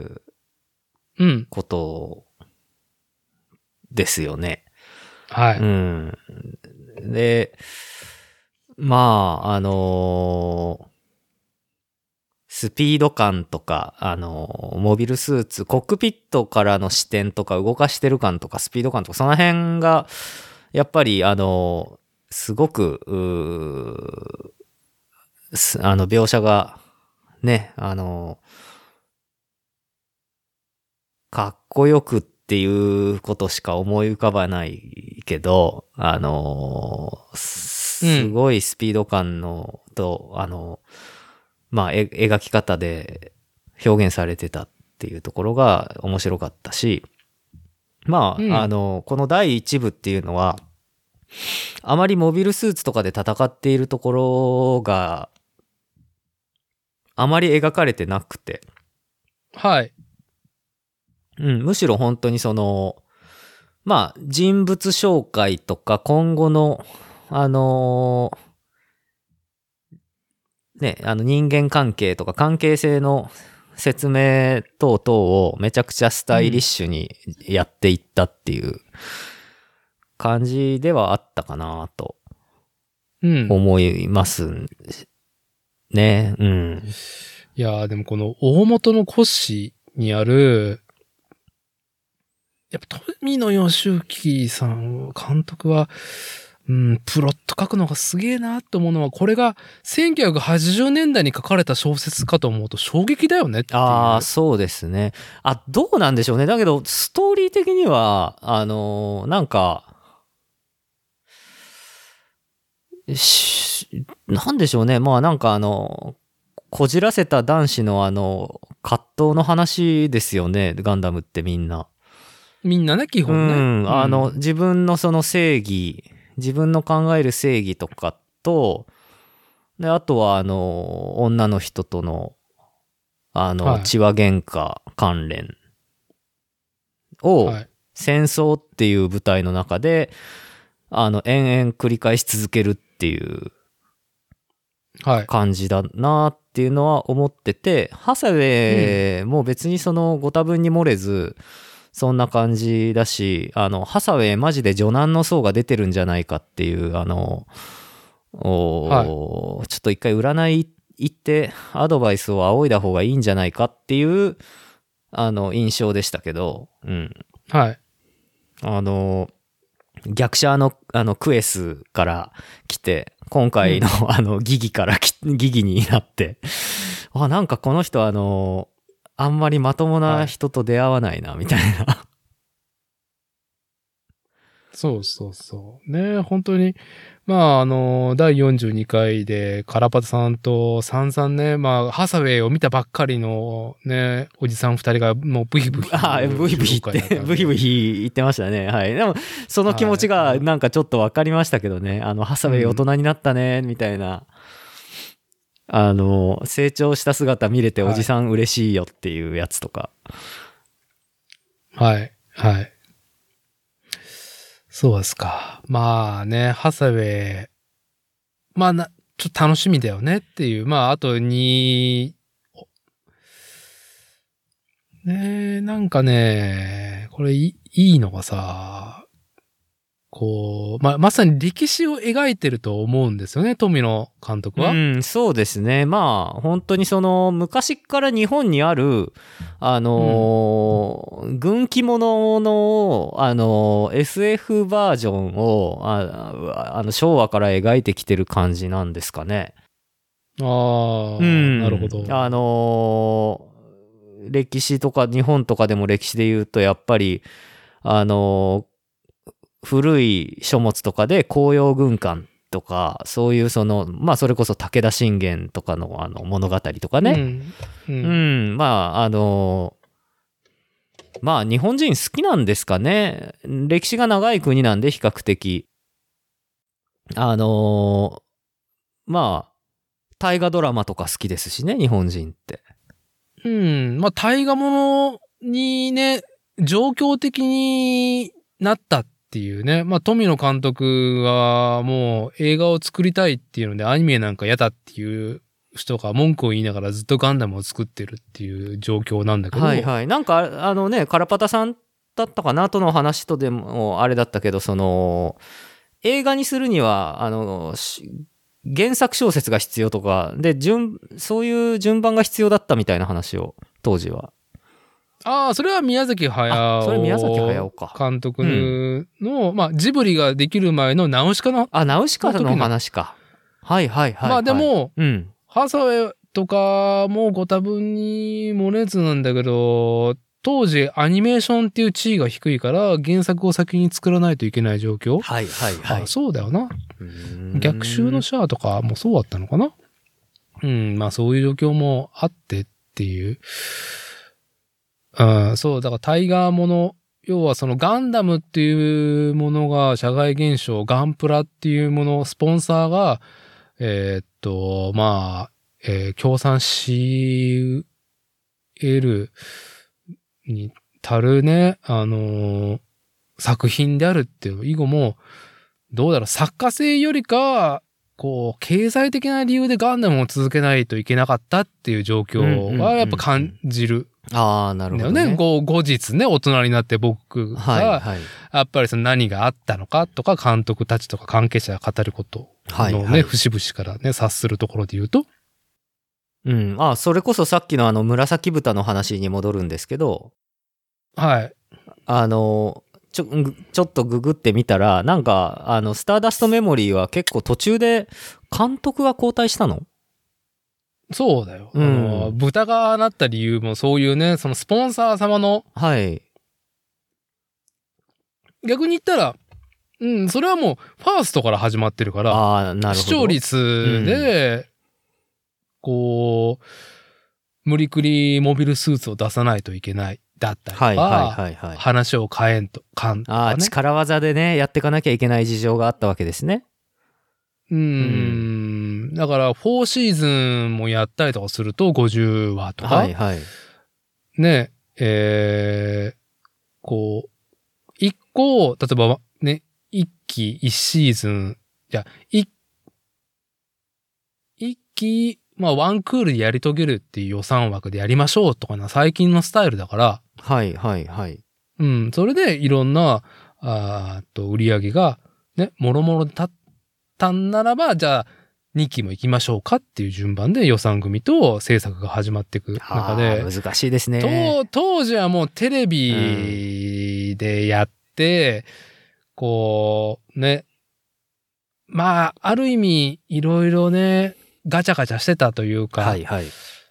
ことですよね。 はい。 で、まあ、スピード感とか、モビルスーツ、コックピットからの視点とか動かしてる感とかスピード感とか、その辺が、やっぱり、すごく、描写が、ね、かっこよくっていうことしか思い浮かばないけど、すごいスピード感のと、まあ、描き方で表現されてたっていうところが面白かったし、まあ、この第1部っていうのは、あまりモビルスーツとかで戦っているところが、あまり描かれてなくて。 はい。 むしろ本当にまあ、人物紹介とか今後の、ね、人間関係とか関係性の説明等々をめちゃくちゃスタイリッシュにやっていったっていう感じではあったかなと思いますね。 いやーでもこの大元の骨子にある、やっぱ富野義行さん監督は、プロット書くのがすげえなって思うのは、これが1980年代に書かれた小説かと思うと衝撃だよねっていう。 ああ、そうですね。どうなんでしょうね。だけど、ストーリー的には、なんか、なんでしょうね。まあなんかこじらせた男子の葛藤の話ですよね。ガンダムってみんな。 みんなね、基本ね。自分のその正義、自分の考える正義とかと、で、あとは女の人との、血話喧嘩関連を、戦争っていう舞台の中で、延々繰り返し続けるっていう感じだなっていうのは思ってて、ハサウェイも別にご多分に漏れず、そんな感じだし、ハサウェイマジで女難の層が出てるんじゃないかっていう、ちょっと一回占い行ってアドバイスを仰いだ方がいいんじゃないかっていう、印象でしたけど、うん。 はい。 逆者クエスから来て、今回のギギからギギになって、なんかこの人あんまりまともな人と出会わないな、みたいな。 そうそうそう。ね、本当に、まあ、第42回で、カラパタさんと散々ね、まあ、ハサウェイを見たばっかりのね、おじさん二人がもうブヒブヒ。 ブヒブヒって、ブヒブヒ言ってましたね。はい。でも、その気持ちがなんかちょっとわかりましたけどね。ハサウェイ大人になったね、みたいな。成長した姿見れておじさん嬉しいよっていうやつとか。 はい、はい。そうですか。まあね、ハサウェイ、まあちょっと楽しみだよねっていう。まあ、あとねなんかね、これいいのがさ、こう、まさに歴史を描いてると思うんですよね、富野監督は。 うん、そうですね。まあ、本当に昔から日本にある、軍記物の、SF バージョンを、昭和から描いてきてる感じなんですかね。 ああ、うん、なるほど。歴史とか、日本とかでも歴史で言うと、やっぱり、古い書物とかで紅葉軍艦とか、そういうまあそれこそ武田信玄とかの物語とかね。まあまあ日本人好きなんですかね。歴史が長い国なんで比較的。まあ、大河ドラマとか好きですしね、日本人って。 まあ大河ものにね、状況的になったっていうね。まあ、富野監督がもう映画を作りたいっていうのでアニメなんか嫌だっていう人が文句を言いながらずっとガンダムを作ってるっていう状況なんだけど。 はいはい。なんかカラパタさんだったかなとの話とでもあれだったけど、映画にするには、原作小説が必要とか、で、そういう順番が必要だったみたいな話を、当時は。 ああ、それは宮崎駿。 それ宮崎駿か。 監督の、まあ、ジブリができる前のナウシカの。 ナウシカの話か。はいはいはい。 まあでも、ハサウェイとかもご多分に漏れずなんだけど、当時アニメーションっていう地位が低いから原作を先に作らないといけない状況。 はいはいはい。 そうだよな。逆襲のシャアとかもそうだったのかな。まあそういう状況もあってっていう。そう、だからタイガーもの、要はそのガンダムっていうものが社外現象、ガンプラっていうもの、スポンサーが、まあ、協賛し得るに足るね、作品であるっていう以後も、どうだろう、作家性よりか、こう、経済的な理由でガンダムを続けないといけなかったっていう状況はやっぱ感じる。 なるほどね。 後日ね、大人になって僕が、やっぱり何があったのかとか、監督たちとか関係者が語ることのね、節々からね、察するところで言うと。 それこそさっきの紫豚の話に戻るんですけど。 はい。 ちょっとググってみたら、なんか、スターダストメモリーは結構途中で監督が交代したの？ そうだよ。豚がなった理由もそういうね、そのスポンサー様の。 はい。 逆に言ったら、それはもうファーストから始まってるから、 なるほど。 視聴率で、こう、無理くりモビルスーツを出さないといけない。だったりとか、話を変えんと、ね、 力技でね、やっていかなきゃいけない事情があったわけですね。 だから、4シーズンもやったりとかすると、50話とか。ね、こう、一個、例えばね、一シーズン、一期、まあ、ワンクールでやり遂げるっていう予算枠でやりましょうとかな、最近のスタイルだから。それでいろんな、売り上げが、ね、もろもろで立ったんならば、じゃあ、 2期も行きましょうかっていう順番で予算組と制作が始まっていく中で。 難しいですね。 当時はもうテレビでやって、こう、ね。まあ、ある意味、いろいろね、ガチャガチャしてたというか。 はいはい。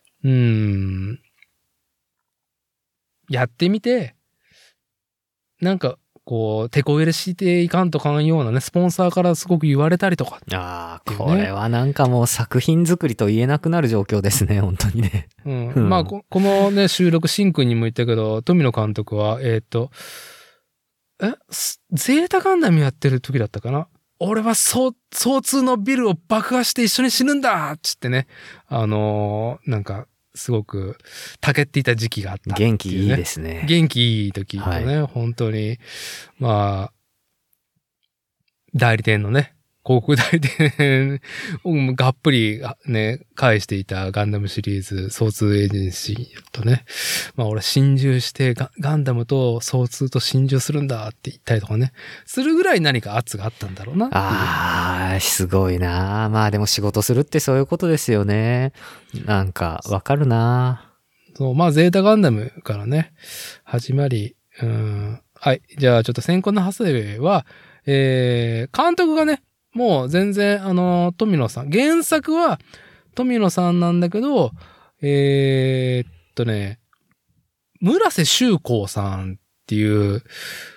やってみて、なんか、こう、手こ入れしていかんとかんようなね、スポンサーからすごく言われたりとか、ね。 これはなんかもう作品作りと言えなくなる状況ですね、本当にね。 まあこのね、収録、シンくんにも言ったけど、富野監督は、ゼータガンダムやってる時だったかな。俺は総通のビルを爆破して一緒に死ぬんだっつってね、なんか、すごく、たけっていた時期があった、ね。 元気いいですね。 元気いい時とね、はい、本当に、まあ、代理店のね、広告代理店をがっぷりね、返していたガンダムシリーズ、ソーツエージェンシーとね、まあ俺心中してガンダムとソーツと心中するんだって言ったりとかね、するぐらい何か圧があったんだろうな。 すごいな。まあでも仕事するってそういうことですよね。なんかわかるな。 そう、まあゼータガンダムからね、始まり、はい。じゃあちょっと先行のハサウェイは、監督がね、もう全然、富野さん。原作は富野さんなんだけど、村瀬修光さんっていう、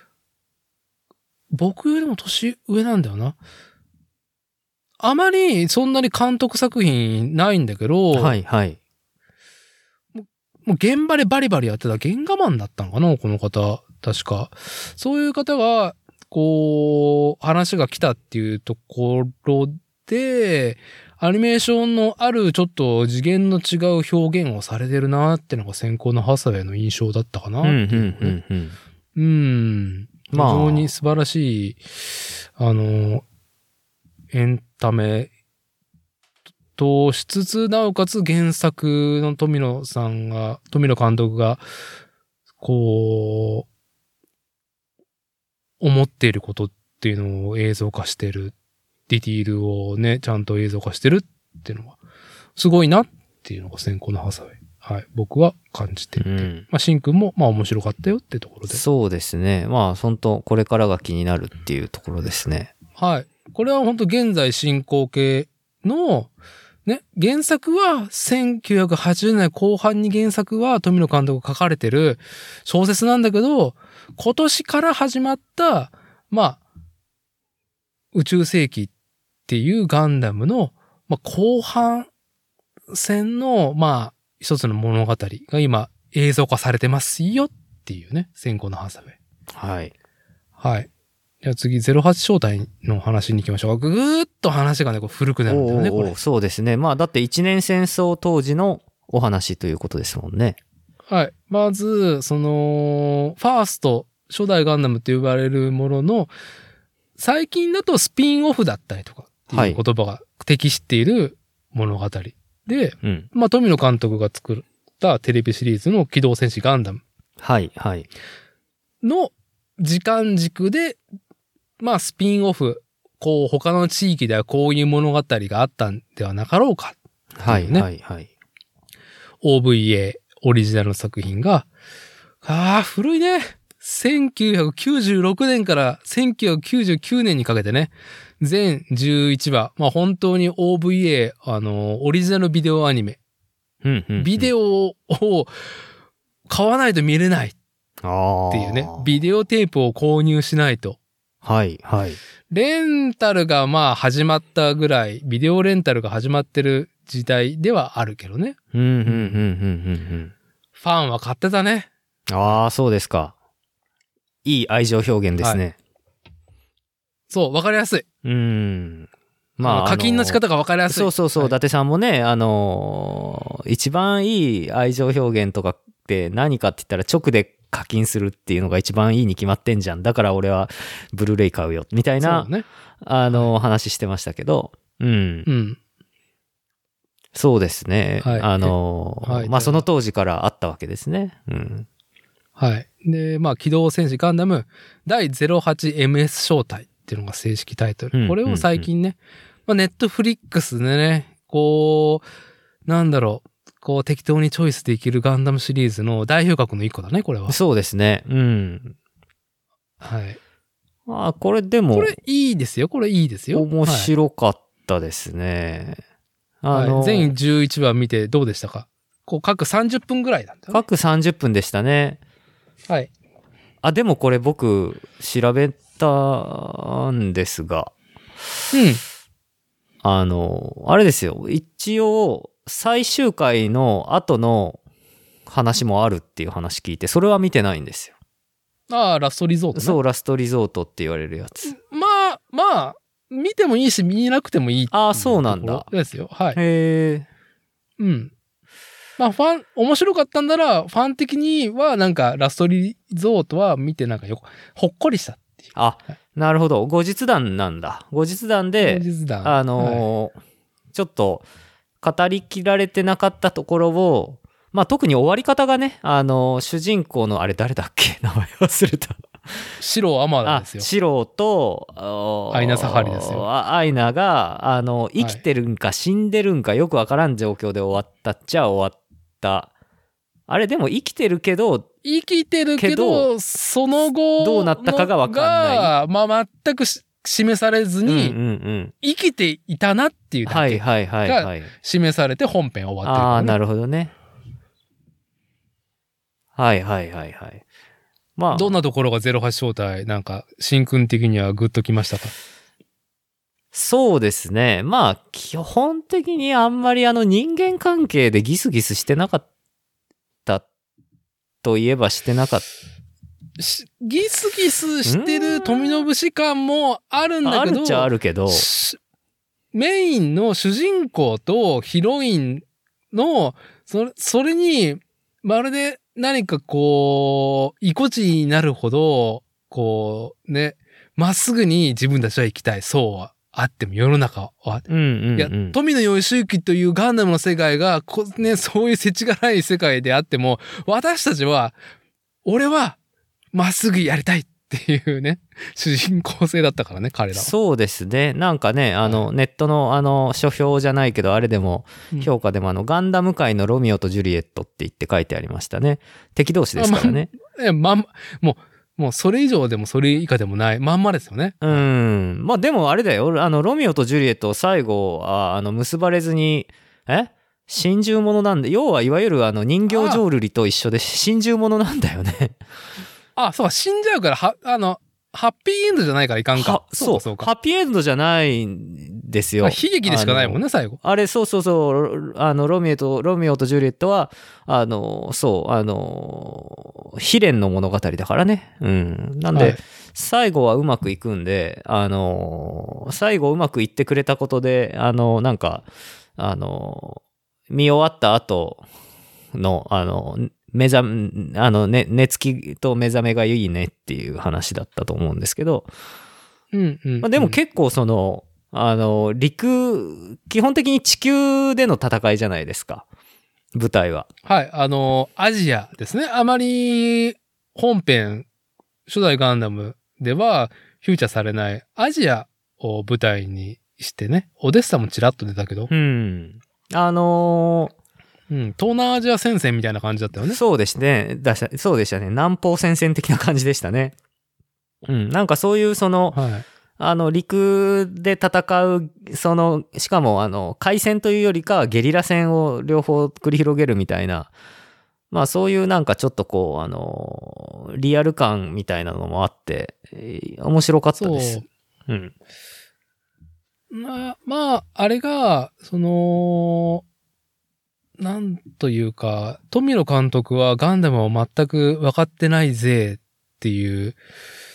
僕よりも年上なんだよな。あまりそんなに監督作品ないんだけど、 はいはい。 もう現場でバリバリやってた原画マンだったのかな、この方。確か。そういう方が、こう、話が来たっていうところで、アニメーションのあるちょっと次元の違う表現をされてるなってのが先行のハサウェイの印象だったかなっていうね。非常に素晴らしい、エンタメとしつつ、なおかつ原作の富野監督が、こう、思っていることっていうのを映像化してる。ディティールをね、ちゃんと映像化してるっていうのは、すごいなっていうのが先行のハサウェイ。はい。僕は感じていて。まあ、シンくんも、まあ面白かったよってところで。 そうですね。まあ、本当これからが気になるっていうところですね。 はい。これは本当現在進行形の、ね、原作は1980年代後半に原作は富野監督が書かれてる小説なんだけど、今年から始まった、まあ、宇宙世紀っていうガンダムの、まあ、後半戦の、まあ、一つの物語が今映像化されてますよっていうね、先行のハサウェイ。 はい。 はい。じゃあ次、08招待の話に行きましょう。ぐーっと話がね、こう古くなるんだよね、これ。 そうですね。まあ、だって一年戦争当時のお話ということですもんね。 はい。まず、ファースト、初代ガンダムって呼ばれるものの、最近だとスピンオフだったりとかっていう言葉が適している物語。で、まあ、富野監督が作ったテレビシリーズの機動戦士ガンダム。 はい、はい。 の時間軸で、まあ、スピンオフ、こう、他の地域ではこういう物語があったんではなかろうか、ね。 はい、はい、はい。 OVA、オリジナルの作品が、古いね。1996年から1999年にかけてね、全11話、まあ本当に OVA、オリジナルビデオアニメ。ビデオを買わないと見れないっていうね。ビデオテープを購入しないと。 はい、はい。 レンタルがまあ始まったぐらい、ビデオレンタルが始まってる時代ではあるけどね。ファンは買ってたね。 ああ、そうですか。いい愛情表現ですね。はい、 そう、わかりやすい。まあ、課金の仕方がわかりやすい。 そう、はい、伊達さんもね、一番いい愛情表現とかって何かって言ったら直で課金するっていうのが一番いいに決まってんじゃん。だから俺はブルーレイ買うよ。みたいな、ね、話してましたけど。そうですね。はい、まあその当時からあったわけですね。 はい。で、まあ、機動戦士ガンダム第 08MS 招待っていうのが正式タイトル。これを最近ね、 まあ、ネットフリックスでね、こう、なんだろう、こう適当にチョイスできるガンダムシリーズの代表格の一個だね、これは。 そうですね。うん。 はい。 これでも。 これいいですよ、これいいですよ。 面白かったですね。 はい、全11話見てどうでしたか？こう各30分ぐらいなんだよね。 各30分でしたね。 はい。 でもこれ僕調べたんですが。 うん。 あれですよ。一応、最終回の後の話もあるっていう話聞いて、それは見てないんですよ。 ラストリゾートね。 そう、ラストリゾートって言われるやつ。 まあ、見てもいいし、見なくてもいいっていうそうなんだ。 ですよ。はい。 へー。 うん。まあ、面白かったんなら、ファン的には、なんか、ラストリゾートは見て、なんかほっこりしたっていう。 はい、なるほど。後日談なんだ。後日談で、ちょっと、語りきられてなかったところを、まあ、特に終わり方がね、主人公の、あれ誰だっけ？名前忘れた。 シロアマダですよ。 シロと、 アイナ・サハリですよ。 アイナが、生きてるんか死んでるんかよくわからん状況で終わったっちゃ終わった。あれでも生きてるけど、その後どうなったかがわかんない。 まあ、全く示されずに、生きていたなっていうだけが示されて本編終わってるからね。 なるほどね。はい。まあ。 どんなところが08招待、なんか、新君的にはグッときましたか？ そうですね。まあ、基本的にあんまり人間関係でギスギスしてなかったといえばしてなかった。 ギスギスしてる富信士感もあるんだけど、 あるっちゃあるけど、 メインの主人公とヒロインの、それに、まるで何かこう、意固地になるほど、こう、ね、まっすぐに自分たちは生きたい。そうはあっても世の中は。いや、富野義行というガンダムの世界が、そういう世知辛い世界であっても、私たちは、俺は、まっすぐやりたいっていうね、主人公性だったからね、彼らは。 そうですね。なんかね、ネットの書評じゃないけど、あれでも、評価でもガンダム界のロミオとジュリエットって言って書いてありましたね。敵同士ですからね。 もうそれ以上でもそれ以下でもないまんまですよね。 まあでもあれだよ。ロミオとジュリエット最後、結ばれずに、心中者なんで、要はいわゆる人形浄瑠璃と一緒で心中者なんだよね。 そうか、死んじゃうから、ハッピーエンドじゃないからいかんか。 そうか。ハッピーエンドじゃないんですよ。 悲劇でしかないもんね、最後。 あれ、そう。ロミオとジュリエットは、悲恋の物語だからね。なんで、最後はうまくいくんで、最後うまくいってくれたことで、なんか、見終わった後の、寝つきと目覚めがいいねっていう話だったと思うんですけど、でも結構基本的に地球での戦いじゃないですか、舞台は。 はい、アジアですね。あまり本編、初代ガンダムではフューチャーされないアジアを舞台にしてね、オデッサもちらっと出たけど。東南アジア戦線みたいな感じだったよね。 そうでしたね。南方戦線的な感じでしたね。なんかそういう陸で戦う、しかも海戦というよりかゲリラ戦を両方繰り広げるみたいな、まあそういうなんかちょっとこう、リアル感みたいなのもあって、面白かったです。 まあ、あれが、なんというか、富野監督はガンダムを全く分かってないぜっていう、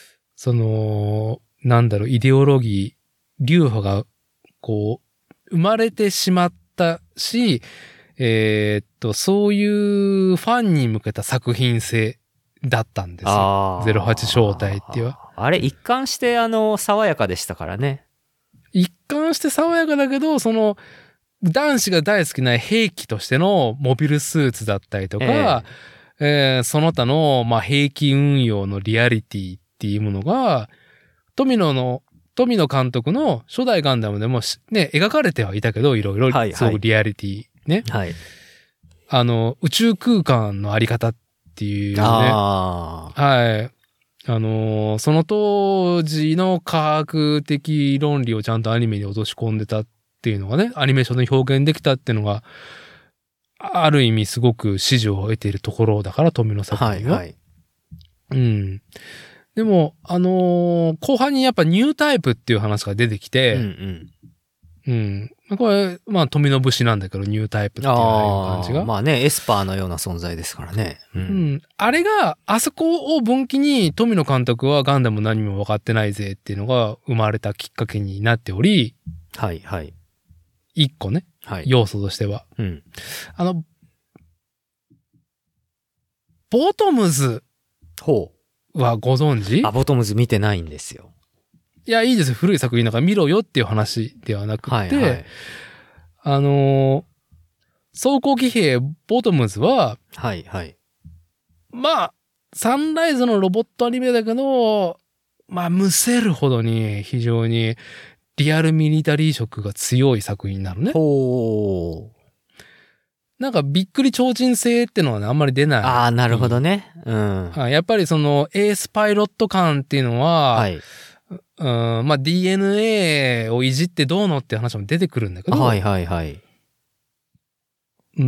イデオロギー、流派が、こう、生まれてしまったし、そういうファンに向けた作品性だったんですよ。08招待っていう。 あれ、一貫して爽やかでしたからね。 一貫して爽やかだけど、男子が大好きな兵器としてのモビルスーツだったりとか、その他の、兵器運用のリアリティっていうものが、富野富野監督の初代ガンダムでもね、描かれてはいたけど、いろいろ、 はいはいすごくリアリティね。 はい。 宇宙空間のあり方っていうね。 ああ。 はい。その当時の科学的論理をちゃんとアニメに落とし込んでたっていうのがね、アニメーションで表現できたっていうのが、ある意味すごく支持を得ているところだから、富野作品は。 はいはい。 うん。でも、後半にやっぱニュータイプっていう話が出てきて、うん。これ、まあ、富野節なんだけど、ニュータイプっていう感じが。 まあね、エスパーのような存在ですからね。 うん。あれが、あそこを分岐に、富野監督はガンダム何も分かってないぜっていうのが生まれたきっかけになっており、 はいはい。 一個ね、 はい、 要素としては。 うん。 ボトムズはご存知？ ボトムズ見てないんですよ。 いや、いいですよ。古い作品だから見ろよっていう話ではなくて、はいはい、装甲騎兵ボトムズは、 はいはい。 まあ、サンライズのロボットアニメだけど、まあ、むせるほどに非常にリアルミリタリー色が強い作品なのね。なんかびっくり超人性ってのはね、あんまり出ない。 ああ、なるほどね。うん。 やっぱりそのエースパイロット感っていうのは、はい。まあ DNA をいじってどうのって話も出てくるんだけど。 はいはいはい。 うん。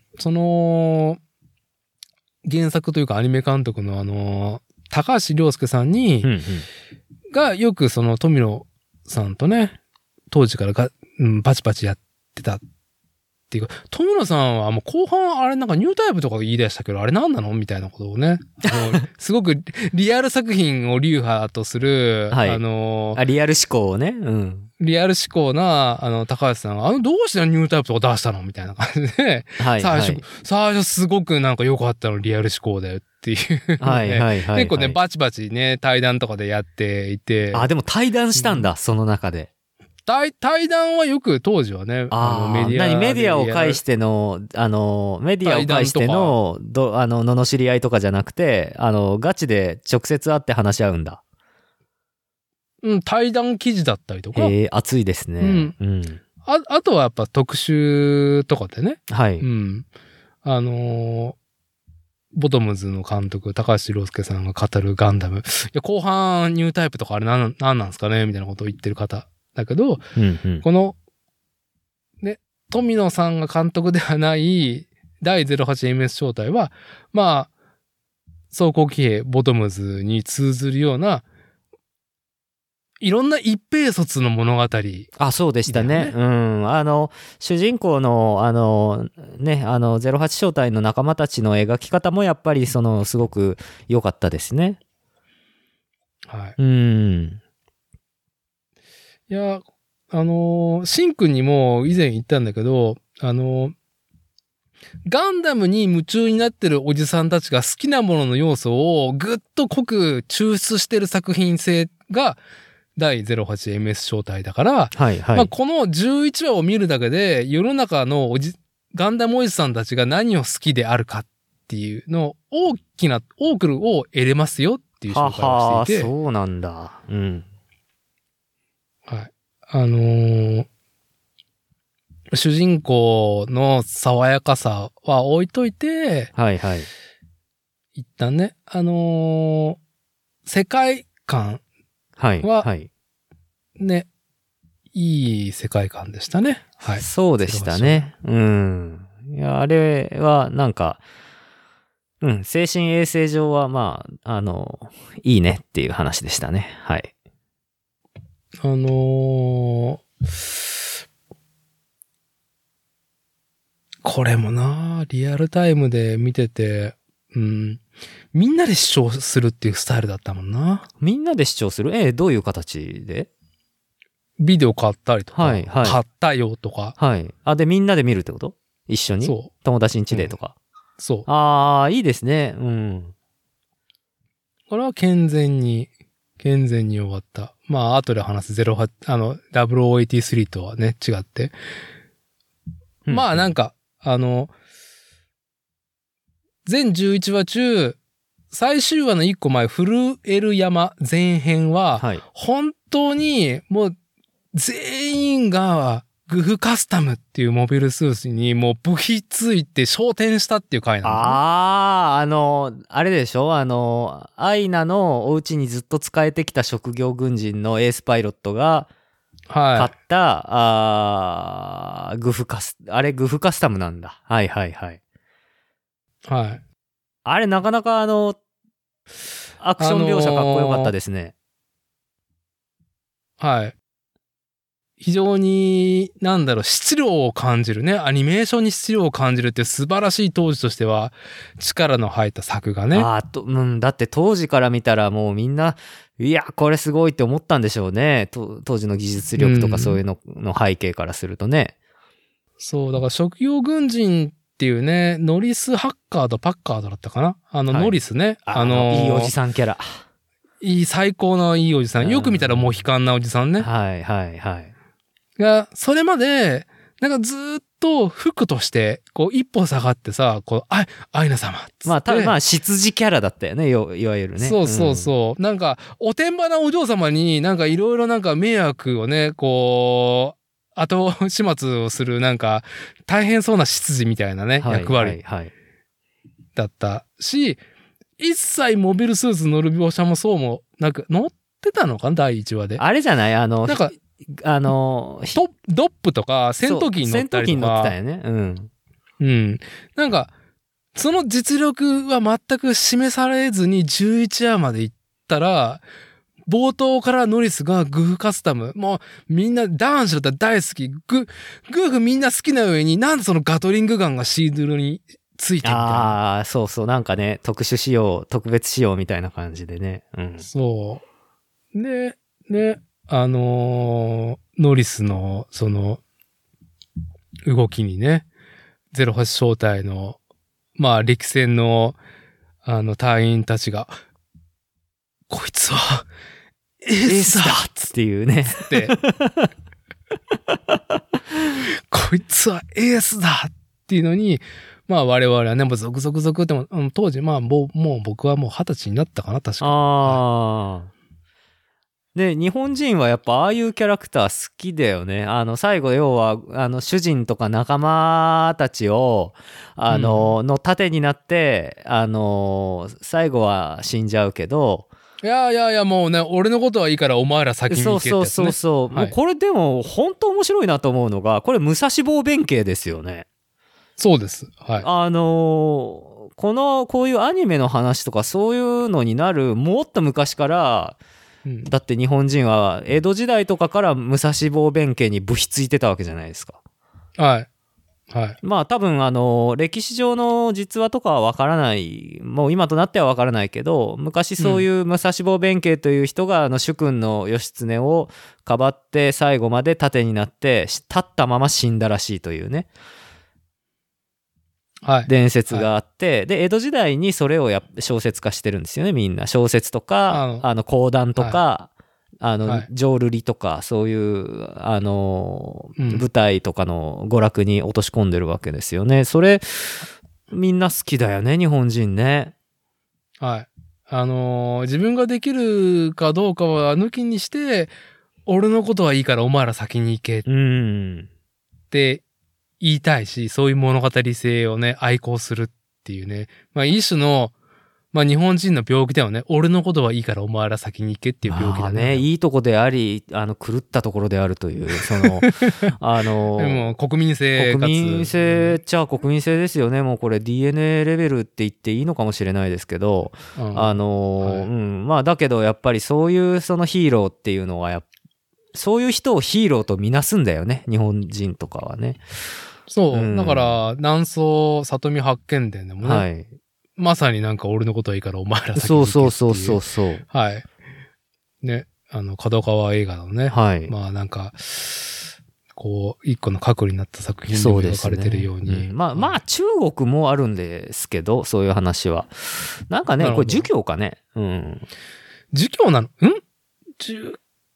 その、原作というかアニメ監督の高橋良介さんに、うんうん、がよくその富野さんとね、当時からパチパチやってたっていうか、富野さんはもう後半あれなんかニュータイプとか言い出したけど、あれ何なのみたいなことをね、すごくリアル作品を流派とする、 はい、リアル思考をね、うん。 リアル思考な、高橋さんが、どうしてニュータイプとか出したのみたいな感じで、はい、最初すごくなんか良かったの、リアル思考だよっていう、ね。はいはいはい、はい。結構ね、バチバチね、対談とかでやっていて。 でも対談したんだ、その中で。 対談はよく当時はね、 メディアを介しての、メディアを介しての、罵り合いとかじゃなくて、ガチで直接会って話し合うんだ。 うん、対談記事だったりとか。 熱いですね。 うん。あとはやっぱ特集とかでね。 はい。 うん。ボトムズの監督、高橋良介さんが語るガンダム。いや、後半ニュータイプとかあれなんなんですかねみたいなことを言ってる方。だけど、 うんうん、 この、ね、富野さんが監督ではない第 08MS 招待は、まあ、装甲騎兵ボトムズに通ずるような、いろんな一兵卒の物語、 そうでしたね。うん。主人公の、08招待の仲間たちの描き方もやっぱり、すごく良かったですね。 はい。 うん。 いや、シンくんにも以前言ったんだけど、ガンダムに夢中になってるおじさんたちが好きなものの要素をぐっと濃く抽出してる作品性が第 08MS 招待だから、 はいはい。 まあ、この11話を見るだけで世の中のガンダムおじさんたちが何を好きであるかっていうの多くを得れますよっていう紹介をしていて。 そうなんだ。うん。 はい。主人公の爽やかさは置いといて、 はいはい。 一旦ね、世界観は、はい、ね、いい世界観でしたね。はい。 そうでしたね。うん。いや、あれはなんか、うん、精神衛生上はまあ、いいねっていう話でしたね。はい。 これもな、リアルタイムで見てて、うん、みんなで視聴するっていうスタイルだったもんな。 みんなで視聴する？どういう形で？ ビデオ買ったりとか、 はいはい、 買ったよとか。 はい。で、みんなで見るってこと？一緒に？そう。友達ん家でとか。 そう。 いいですね。うん。 これは健全に終わった。まあ、後で話す0083とはね、違って。うん、まあ、なんか、全11話中、最終話の1個前、震える山前編は、はい、本当にもう全員がグフカスタムっていうモビルスーツにもう部品ついて昇天したっていう回なんだ、ね。 あれでしょアイナのお家にずっと使えてきた職業軍人のエースパイロットが買った、グフカスタムなんだ。はいはいはい。 はい。 あれなかなかアクション描写かっこよかったですね。 はい。非常に、質量を感じるね。アニメーションに質量を感じるって素晴らしい当時としては力の入った作画ね。 だって当時から見たらもうみんな、いや、これすごいって思ったんでしょうね。当時の技術力とかそういうのの背景からするとね。 そう、だから職業軍人っていうね、ノリス・ハッカード、パッカードだったかな、はい、ノリスね。 いいおじさんキャラ。 最高のいいおじさん。よく見たらもう悲観なおじさんね。 はいはいはい。 が、それまで、ずっと服として、一歩下がってさ、アイナ様っつって。 多分執事キャラだったよね、いわゆるね。 そうそうそう。おてんばなお嬢様にいろいろ迷惑をね、後始末をする大変そうな執事みたいなね、役割だったし、一切モビルスーツ乗る描写もそうも乗ってたのかな、第1話で。 あれじゃないドップとか戦闘機に乗ったりとか。戦闘機に乗ってたよね。 うん。 その実力は全く示されずに11話まで行ったら、冒頭からノリスがグフカスタム。もうみんな男子だったら大好き。グフみんな好きな上にそのガトリングガンがシードルについてみたいな。 そうそう。特殊仕様、特別仕様みたいな感じでね。うん。 そう。で、ノリスの、動きにね、08小隊の、陸戦の、隊員たちが、こいつは、エースだっていうね。 ってこいつはエースだっていうのに、我々はね、もうゾクゾクゾクっても、当時、もう僕はもう20歳になったかな、確かに。 で、日本人はやっぱああいうキャラクター好きだよね。最後要は、主人とか仲間たちを、の盾になって、最後は死んじゃうけど、 いや、もうね、俺のことはいいからお前ら先に行けってやつね。 そう。はい、もうこれでも、本当面白いなと思うのが、これ武蔵坊弁慶ですよね。 そうです。はい。 こういうアニメの話とかそういうのになる、もっと昔から、だって日本人は江戸時代とかから武蔵坊弁慶に部費ついてたわけじゃないですか。 はい。はい。 多分歴史上の実話とかはわからない、もう今となってはわからないけど、昔そういう武蔵坊弁慶という人が主君の義経をかばって最後まで盾になって立ったまま死んだらしいというね。 はい、 伝説があって、で江戸時代にそれを小説化してるんですよね、みんな。小説とか講談とか、浄瑠璃とかそういう舞台とかの娯楽に落とし込んでるわけですよね。それみんな好きだよね、日本人ね。 はい。自分ができるかどうかは抜きにして、俺のことはいいからお前ら先に行けって言いたいし、そういう物語性をね、愛好するっていうね。一種の、日本人の病気だよね。俺のことはいいからお前ら先に行けっていう病気だね。 いいとこであり、狂ったところであるという、でも国民性っちゃ国民性ですよね。もうこれ DNA レベルって言っていいのかもしれないですけど、だけどやっぱりそういうそのヒーローっていうのはそういう人をヒーローとみなすんだよね、日本人とかはね。 そう。だから、南宋里見八犬伝でもね。はい。まさに俺のことはいいからお前ら先に行けっていう。 そう。 はい。ね。角川映画のね。 はい。 一個の核になった作品でも描かれてるように。 中国もあるんですけど、そういう話は。これ儒教かね。 儒教なの？儒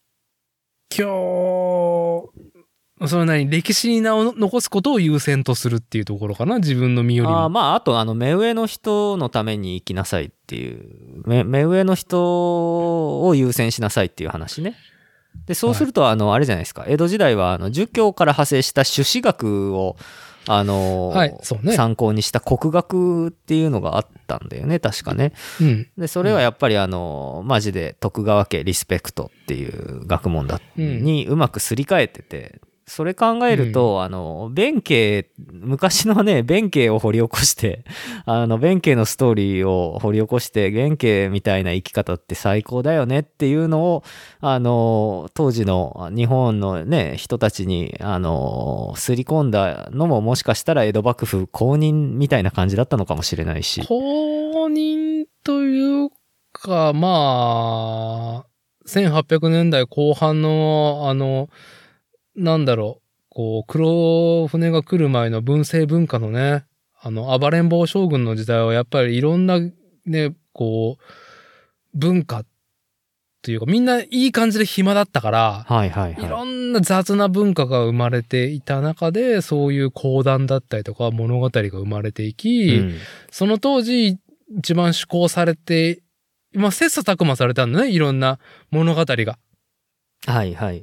教、それ歴史に名を残すことを優先とするっていうところかな、自分の身よりも。 あと目上の人のために生きなさいっていう、目上の人を優先しなさいっていう話ね。 で、そうすると、あれじゃないですか。江戸時代は、儒教から派生した朱子学を、 はい、そうね。 参考にした国学っていうのがあったんだよね、確かね。 うん。 で、それはやっぱりマジで徳川家リスペクトっていう学問にうまくすり替えてて、それ考えると、弁慶、昔のね、弁慶を掘り起こして、弁慶のストーリーを掘り起こして、弁慶みたいな生き方って最高だよねっていうのを、当時の日本のね、人たちに、すり込んだのももしかしたら江戸幕府公認みたいな感じだったのかもしれないし。 公認というか、まあ、1800年代後半の、なんだろう、こう、黒船が来る前の文政文化のね、暴れん坊将軍の時代はやっぱりいろんなね、こう、文化というか、みんないい感じで暇だったから、 はいはいはい。 いろんな雑な文化が生まれていた中で、そういう講談だったりとか物語が生まれていき、その当時一番施行されて、まあ、切磋琢磨されたんだね、いろんな物語が。 はいはい。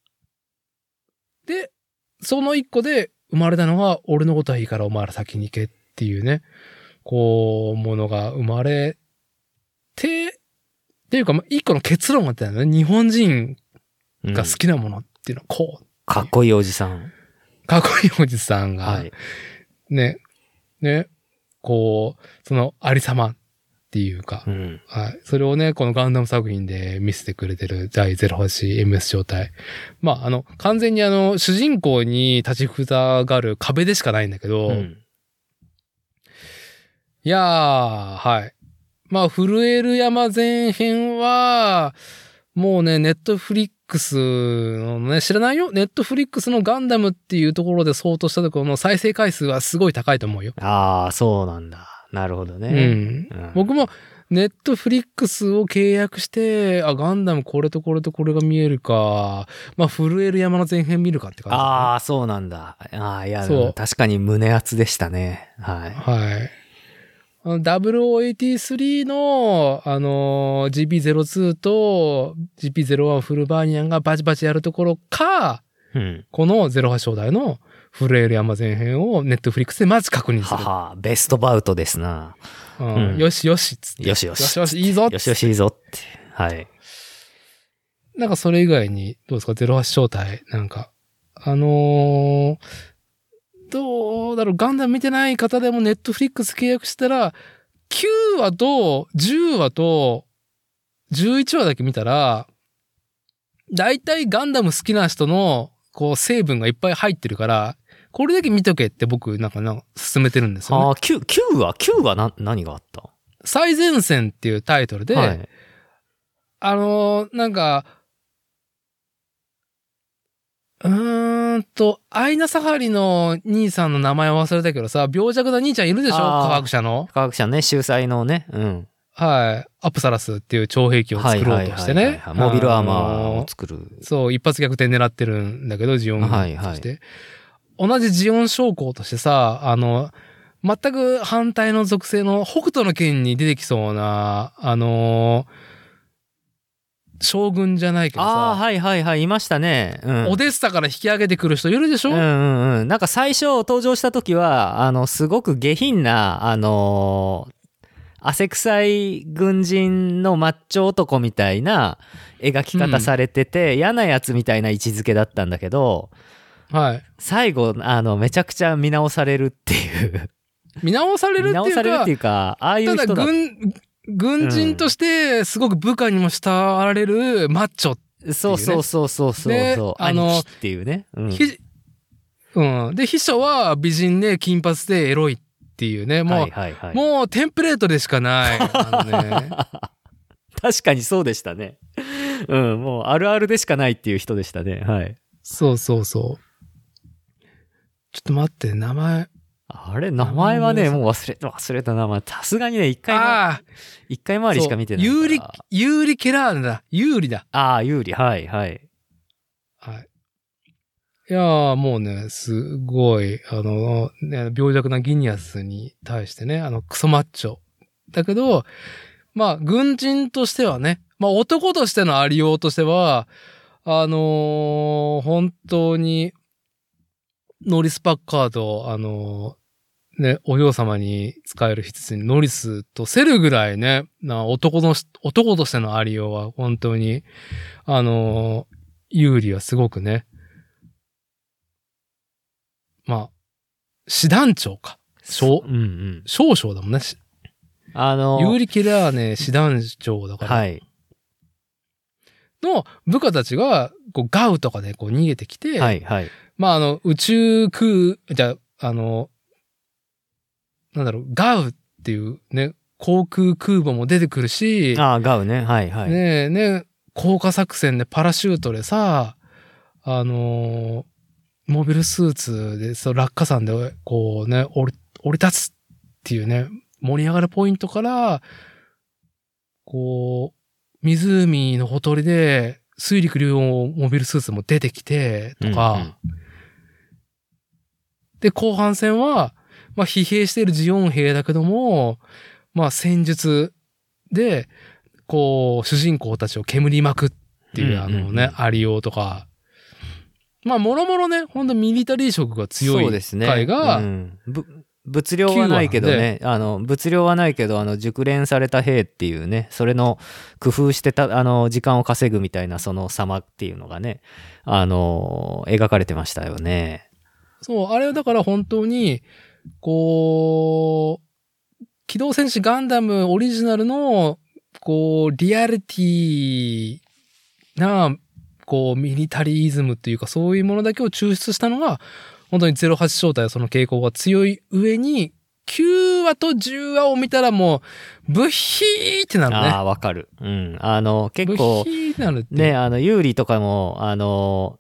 で、その一個で生まれたのが、俺のことはいいからお前ら先に行けっていうね、こう、ものが生まれて、っていうか、一個の結論があったよね。日本人が好きなものっていうのはこう。 かっこいいおじさん。 かっこいいおじさんが、 はい、 ね、こう、そのありさまっていうか、はい。それをね、このガンダム作品で見せてくれてる第 08MS 状態。まあ、完全に主人公に立ちふさがる壁でしかないんだけど、いやー、はい。まあ、震える山前編は、もうね、ネットフリックスのね、知らないよ？ネットフリックスのガンダムっていうところで相当したところの再生回数はすごい高いと思うよ。 ああ、そうなんだ。なるほどね。 僕もネットフリックスを契約して、ガンダムこれとこれとこれが見えるか、まあ、震える山の前編見るかって感じ、ね。 ああ、そうなんだ。いや、確かに胸熱でしたね。はい。 はい。0083の、GP02 と GP01 フルバーニアンがバチバチやるところか、この08正代の震える山前編をネットフリックスでまず確認する。 ベストバウトですな。 よしよしっつって。 よしよし。 よしよし、いいぞっつって。 よしよし、いいぞって。はい。 なんかそれ以外に、どうですか ?08 正体。なんか、どうだろう、ガンダム見てない方でもネットフリックス契約したら、9話と10話と11話だけ見たら、だいたいガンダム好きな人の、こう、成分がいっぱい入ってるから、これだけ見とけって僕、なんか勧めてるんですよね。 9話何があった？ 最前線っていうタイトルで、はい、なんか、アイナ・サハリの兄さんの名前を忘れたけどさ、病弱な兄ちゃんいるでしょ？科学者の。 科学者ね、秀才のね。 はい。アプサラスっていう超兵器を作ろうとしてね。 モビルアーマーを作る。 そう、一発逆転狙ってるんだけど、ジオン軍として。同じジオン将校としてさ、全く反対の属性の北斗の剣に出てきそうな、将軍じゃないけどさ。 いましたね。 オデッサから引き上げてくる人いるでしょ？ なんか最初登場した時は、すごく下品な、汗臭い軍人のマッチョ男みたいな描き方されてて、嫌なやつみたいな位置づけだったんだけど、 はい。 最後、めちゃくちゃ見直されるっていう。 見直されるっていうか、 ああいう人だ。 ただ軍人としてすごく部下にも慕われるマッチョっていう、ね。 そう。兄貴っていうね。 で、秘書は美人で金髪でエロいっていうね。もうテンプレートでしかない。 確かにそうでしたね。もうあるあるでしかないっていう人でしたね。はい。 そう。ちょっと待って、名前はね、もう忘れた名前。さすがにね、一回回りしか見てないから。 ユーリ・ケラーだ。ユーリだ。 ユーリ、はい。 いやー、もうね、すごい、病弱なギニアスに対してね、クソマッチョ。だけど、まあ、軍人としてはね、まあ、男としてのありようとしては、 本当に、ノリス・パッカード、ね、お嬢様に使える羊にノリスと競るぐらいね、男としてのありようは本当に、有利はすごくね、まあ、師団長か。 うん少々だもんね。有利キラーね、師団長だから。 はい。 の部下たちが、こう、ガウとかでこう逃げてきて、 はいはい。 まあ、宇宙空、なんだろう、ガウっていうね、航空空母も出てくるし、 ガウね。はいはい。 ね、降下作戦でパラシュートでさ、モビルスーツで、落下山で、こうね、降り立つっていうね、盛り上がるポイントから、こう、湖のほとりで、水陸両用モビルスーツも出てきて、とか、 うんうん、 で、後半戦は、まあ、疲弊しているジオン兵だけども、まあ、戦術で、こう、主人公たちを煙りまくっていうありようとか、まあ、もろもろね、ほんとミリタリー色が強い回が、 物量はないけどね、物量はないけど、熟練された兵っていうね、それの工夫してた、時間を稼ぐみたいなその様っていうのがね、描かれてましたよね。 そう、あれはだから本当に、こう、機動戦士ガンダムオリジナルの、こう、リアリティな、こう、ミリタリーイズムっていうか、そういうものだけを抽出したのが、本当に08正体はその傾向が強い上に、9話と10話を見たらもう、ブヒーってなるね。 ああ、わかる。うん。結構、 ブヒーってなるってね、有利とかも、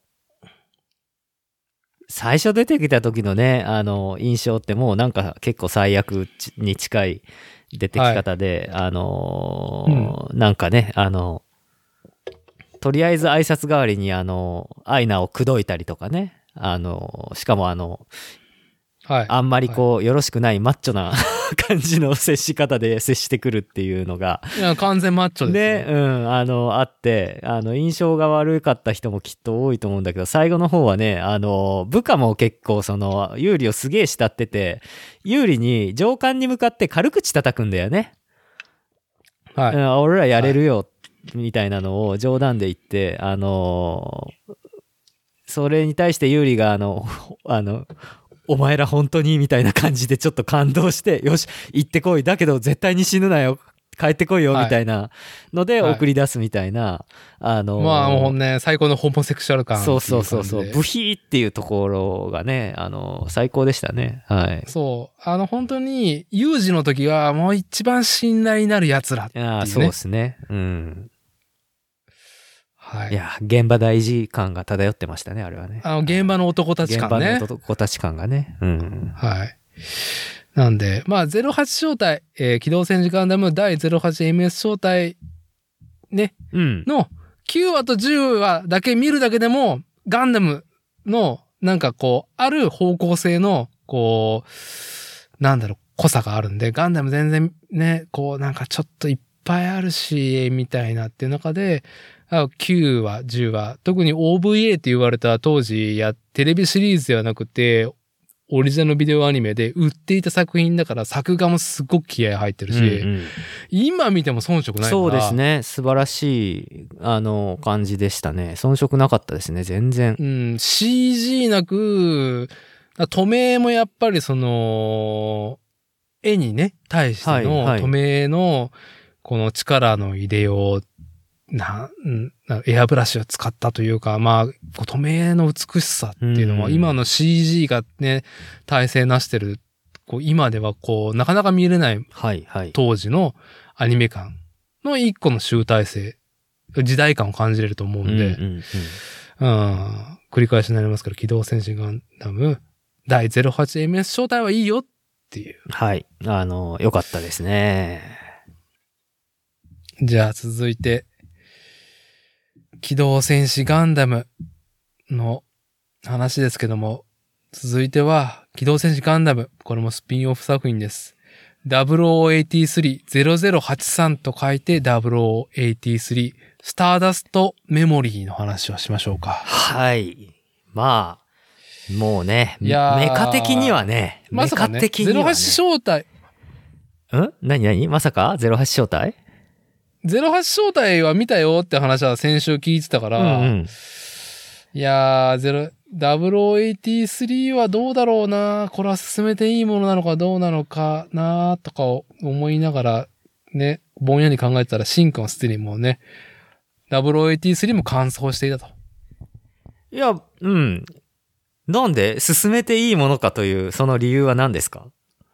最初出てきた時のね、印象ってもうなんか結構最悪に近い出てき方で、なんかね、とりあえず挨拶代わりにアイナを口説いたりとかね、しかもはい、 あんまりこう、よろしくないマッチョな感じの接し方で接してくるっていうのが。 いや、完全マッチョですね。 あって、印象が悪かった人もきっと多いと思うんだけど、最後の方はね、部下も結構有利をすげえ慕ってて、有利に上官に向かって軽口叩くんだよね。 はい。 俺らやれるよ、みたいなのを冗談で言って、それに対して有利がお前ら本当にみたいな感じでちょっと感動して、よし、行ってこい。だけど絶対に死ぬなよ。帰ってこいよ。みたいなので送り出すみたいな。 まあもうね、最高のホモセクシャル感。 そう。ブヒーっていうところがね、最高でしたね。はい。 そう。本当に、有事の時はもう一番信頼になる奴らっていうね。 そうですね。うん。 はい。 いや、現場大事感が漂ってましたね、あれはね。 現場の男たち感ね。 現場の男たち感がね。うん。 はい。なんで、まあ、08正体、機動戦士ガンダム第 08MS 正体、ね、の9話と10話だけ見るだけでも、ガンダムの、なんかこう、ある方向性の、こう、なんだろう、濃さがあるんで、ガンダム全然ね、こう、なんかちょっといっぱいあるし、みたいなっていう中で、9話、10話、特に OVA って言われた当時テレビシリーズではなくて、オリジナルビデオアニメで売っていた作品だから作画もすごく気合入ってるし、今見ても遜色ないから。 そうですね。素晴らしい、感じでしたね。遜色なかったですね、全然。 CG なく、止めもやっぱり絵にね、対しての止めの、この力の入れよう、エアブラシを使ったというか、まあ、止めの美しさっていうのは、今の CG がね、体制なしてる、こう今ではこう、なかなか見れない当時のアニメ感の一個の集大成、時代感を感じれると思うんで、繰り返しになりますけど、機動戦士ガンダム第 08MS 正体はいいよっていう。 はい。良かったですね。 じゃあ続いて、機動戦士ガンダムの話ですけども、続いては、機動戦士ガンダム。これもスピンオフ作品です。 0083、0083と書いて0083、スターダストメモリーの話をしましょうか。 はい。まあ、もうね、メいやーカ的にはね、 まさかね、 メカ的にはね。 08招待。 何まさか ?08 招待 08招待は見たよって話は先週聞いてたから、いやー、0083はどうだろうな、これは進めていいものなのかどうなのかなとか思いながらね、ぼんやり考えてたらシンクはすでにもうね、0083も完走していたと。 いや、なんで進めていいものかという、その理由は何ですか？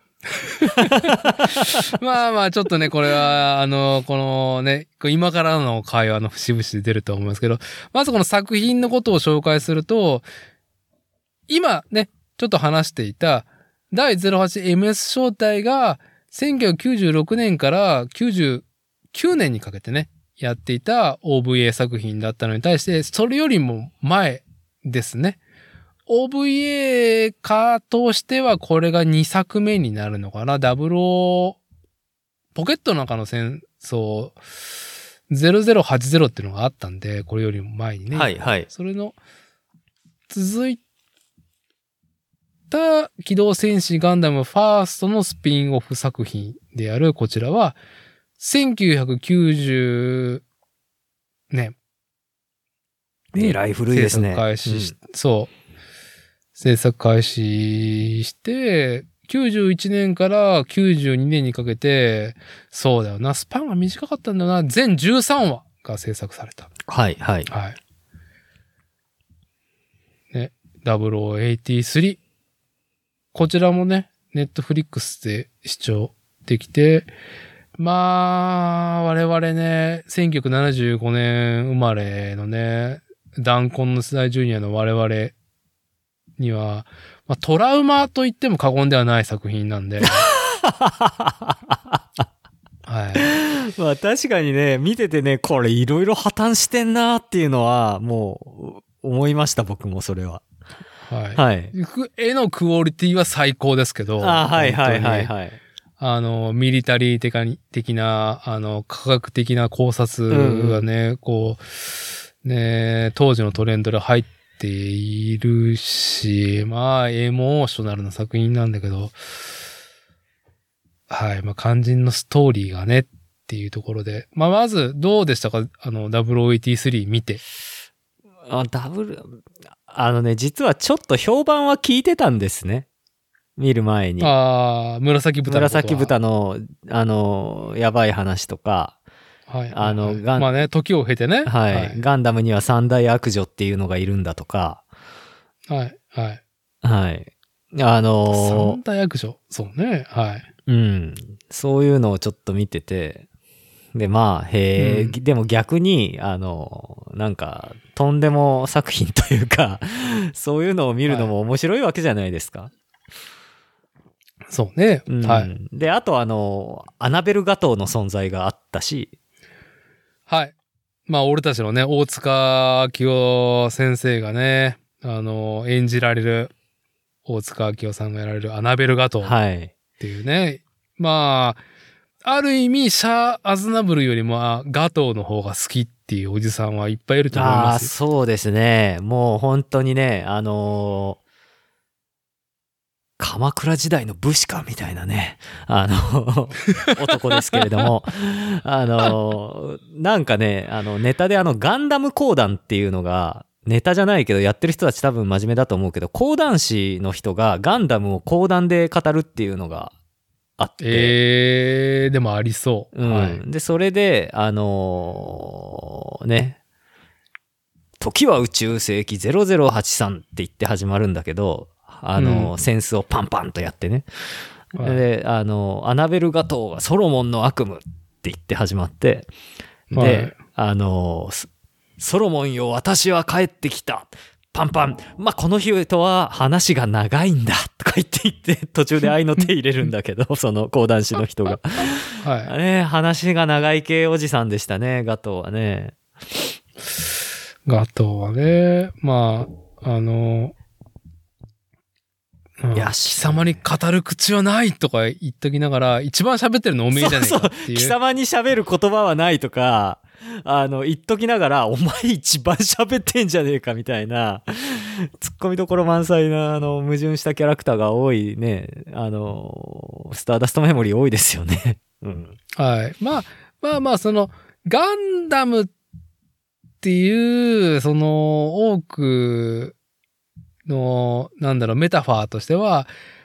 まあまあ、ちょっとね、これは、このね、今からの会話の節々で出ると思いますけど、まずこの作品のことを紹介すると、今ね、ちょっと話していた、第 08MS 招待が、1996年から99年にかけてね、やっていた OVA 作品だったのに対して、それよりも前ですね。OVA 化としてはこれが2作目になるのかな。00ポケットの中の戦争0080っていうのがあったんで、これよりも前にね。 はいはい。 それの続いた機動戦士ガンダムファーストのスピンオフ作品であるこちらは1990年。 えらい古いですね。 制作開始し、そう。制作開始して、91年から92年にかけて、そうだよな、スパンが短かったんだよな、全13話が制作された。 はいはい。 はい。ね、0083。こちらもね、ネットフリックスで視聴できて、まあ、我々ね、1975年生まれのね、弾痕の世代ジュニアの我々には、まあ、トラウマと言っても過言ではない作品なんで。はい。 まあ確かにね、見ててね、これいろいろ破綻してんなっていうのは、もう、思いました、僕もそれは。 はい。 はい。 絵のクオリティは最高ですけど。 はいはいはいはい。 ミリタリー的な、科学的な考察がね、こう、ね、当時のトレンドで入っているし、まあ、エモーショナルな作品なんだけど、はい、まあ、肝心のストーリーがね、っていうところで。まあ、まず、どうでしたか0083見て。 実はちょっと評判は聞いてたんですね。見る前に。 紫豚の、やばい話とか。 はい。まあね、時を経てね。 はい。はい、ガンダムには三大悪女っていうのがいるんだとか。 はい。はい。 はい。 三大悪女そうね。はい。 うん。そういうのをちょっと見てて。で、まあ、でも逆に、なんか、とんでも作品というか、そういうのを見るのも面白いわけじゃないですか。はい、 そうね。はい。 で、あとアナベルガトーの存在があったし。 はい。まあ、俺たちのね、大塚明夫先生がね、演じられる、大塚明夫さんがやられるアナベルガトーっていうね。はい、まあ、ある意味、シャア・アズナブルよりもガトーの方が好きっていうおじさんはいっぱいいると思います。 そうですね。もう本当にね、鎌倉時代の武士かみたいなね、男ですけれども、なんかね、ネタでガンダム講談っていうのが、ネタじゃないけど、やってる人たち多分真面目だと思うけど、講談師の人がガンダムを講談で語るっていうのがあって。 でもありそう。 はい。で、それで、ね、時は宇宙世紀0083って言って始まるんだけど、センスをパンパンとやってね。はい、で、アナベルガトーがソロモンの悪夢って言って始まって、で、はい、ソロモンよ、私は帰ってきた。パンパン。まあ、この日とは話が長いんだ。とか言って途中で愛の手入れるんだけど、その講談師の人が。はい。ね、話が長い系おじさんでしたね、ガトーはね。 ガトーはね、まあ、 いや、貴様に語る口はないとか言っときながら、一番喋ってるのおめえじゃねえかっていう。 そうそう、貴様に喋る言葉はないとか、言っときながら、お前一番喋ってんじゃねえかみたいな、ツッコミどころ満載な、矛盾したキャラクターが多いね、スターダストメモリー多いですよね。うん。 はい。まあ、その、ガンダムっていう、その、多くの、メタファーとしては、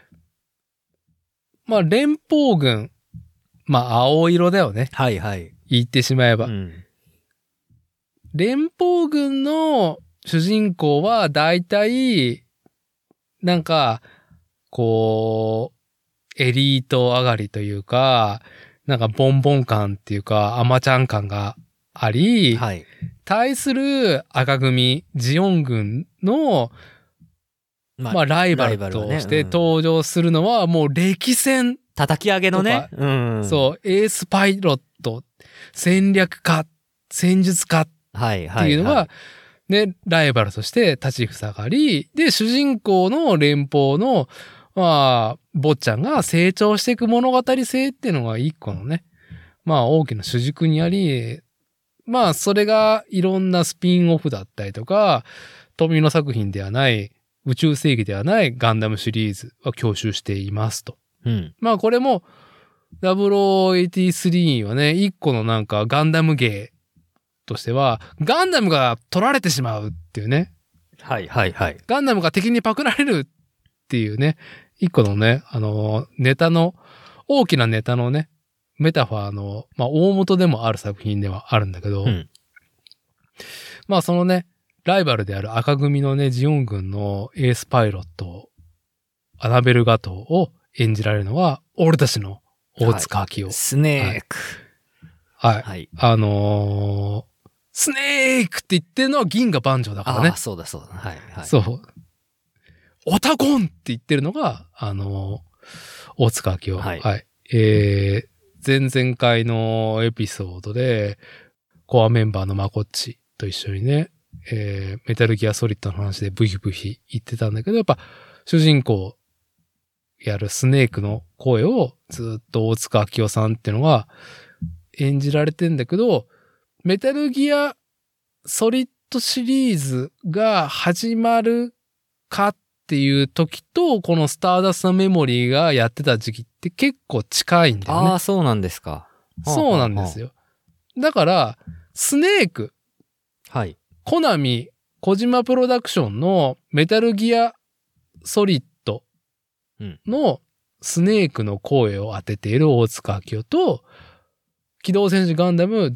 まあ、連邦軍、まあ、青色だよね。 はいはい。 言ってしまえば。 うん、 連邦軍の主人公は大体、なんか、こう、エリート上がりというか、なんかボンボン感っていうか、アマちゃん感があり、 はい。 対する赤組、ジオン軍の、まあ、ライバルとして登場するのは、もう歴戦。 叩き上げのね。 うん。そう、エースパイロット、戦略家、戦術家っていうのが、ね、ライバルとして立ちふさがり、で、主人公の連邦の、まあ、坊ちゃんが成長していく物語性っていうのが一個のね、まあ大きな主軸にあり、まあそれがいろんなスピンオフだったりとか、富野作品ではない、宇宙世紀ではないガンダムシリーズは踏襲していますと。 うん。 まあこれも、0083はね、一個のなんかガンダム芸としては、ガンダムが取られてしまうっていうね。 はいはいはい。 ガンダムが敵にパクられるっていうね、一個のね、ネタの、大きなネタのね、メタファーの、まあ、大元でもある作品ではあるんだけど、まあ、そのね、ライバルである赤組のね、ジオン軍のエースパイロット、アナベルガトーを演じられるのは、俺たちの大塚明夫。 スネーク。 はい。スネークって言ってるのは銀河万丈だからね。 あ、そうだそうだ。はいはい。 そう。オタゴンって言ってるのが、大塚明夫。はい。前々回のエピソードで、コアメンバーのマコッチと一緒にね、メタルギアソリッドの話でブヒブヒ言ってたんだけど、やっぱ、主人公やるスネークの声をずっと大塚明夫さんっていうのが演じられてんだけど、メタルギアソリッドシリーズが始まるかっていう時と、このスターダストメモリーがやってた時期って結構近いんだよね。 ああ、そうなんですか。 そうなんですよ。だから、スネーク。 はい。 コナミ、小島プロダクションのメタルギアソリッドのスネークの声を当てている大塚明夫と、機動戦士ガンダム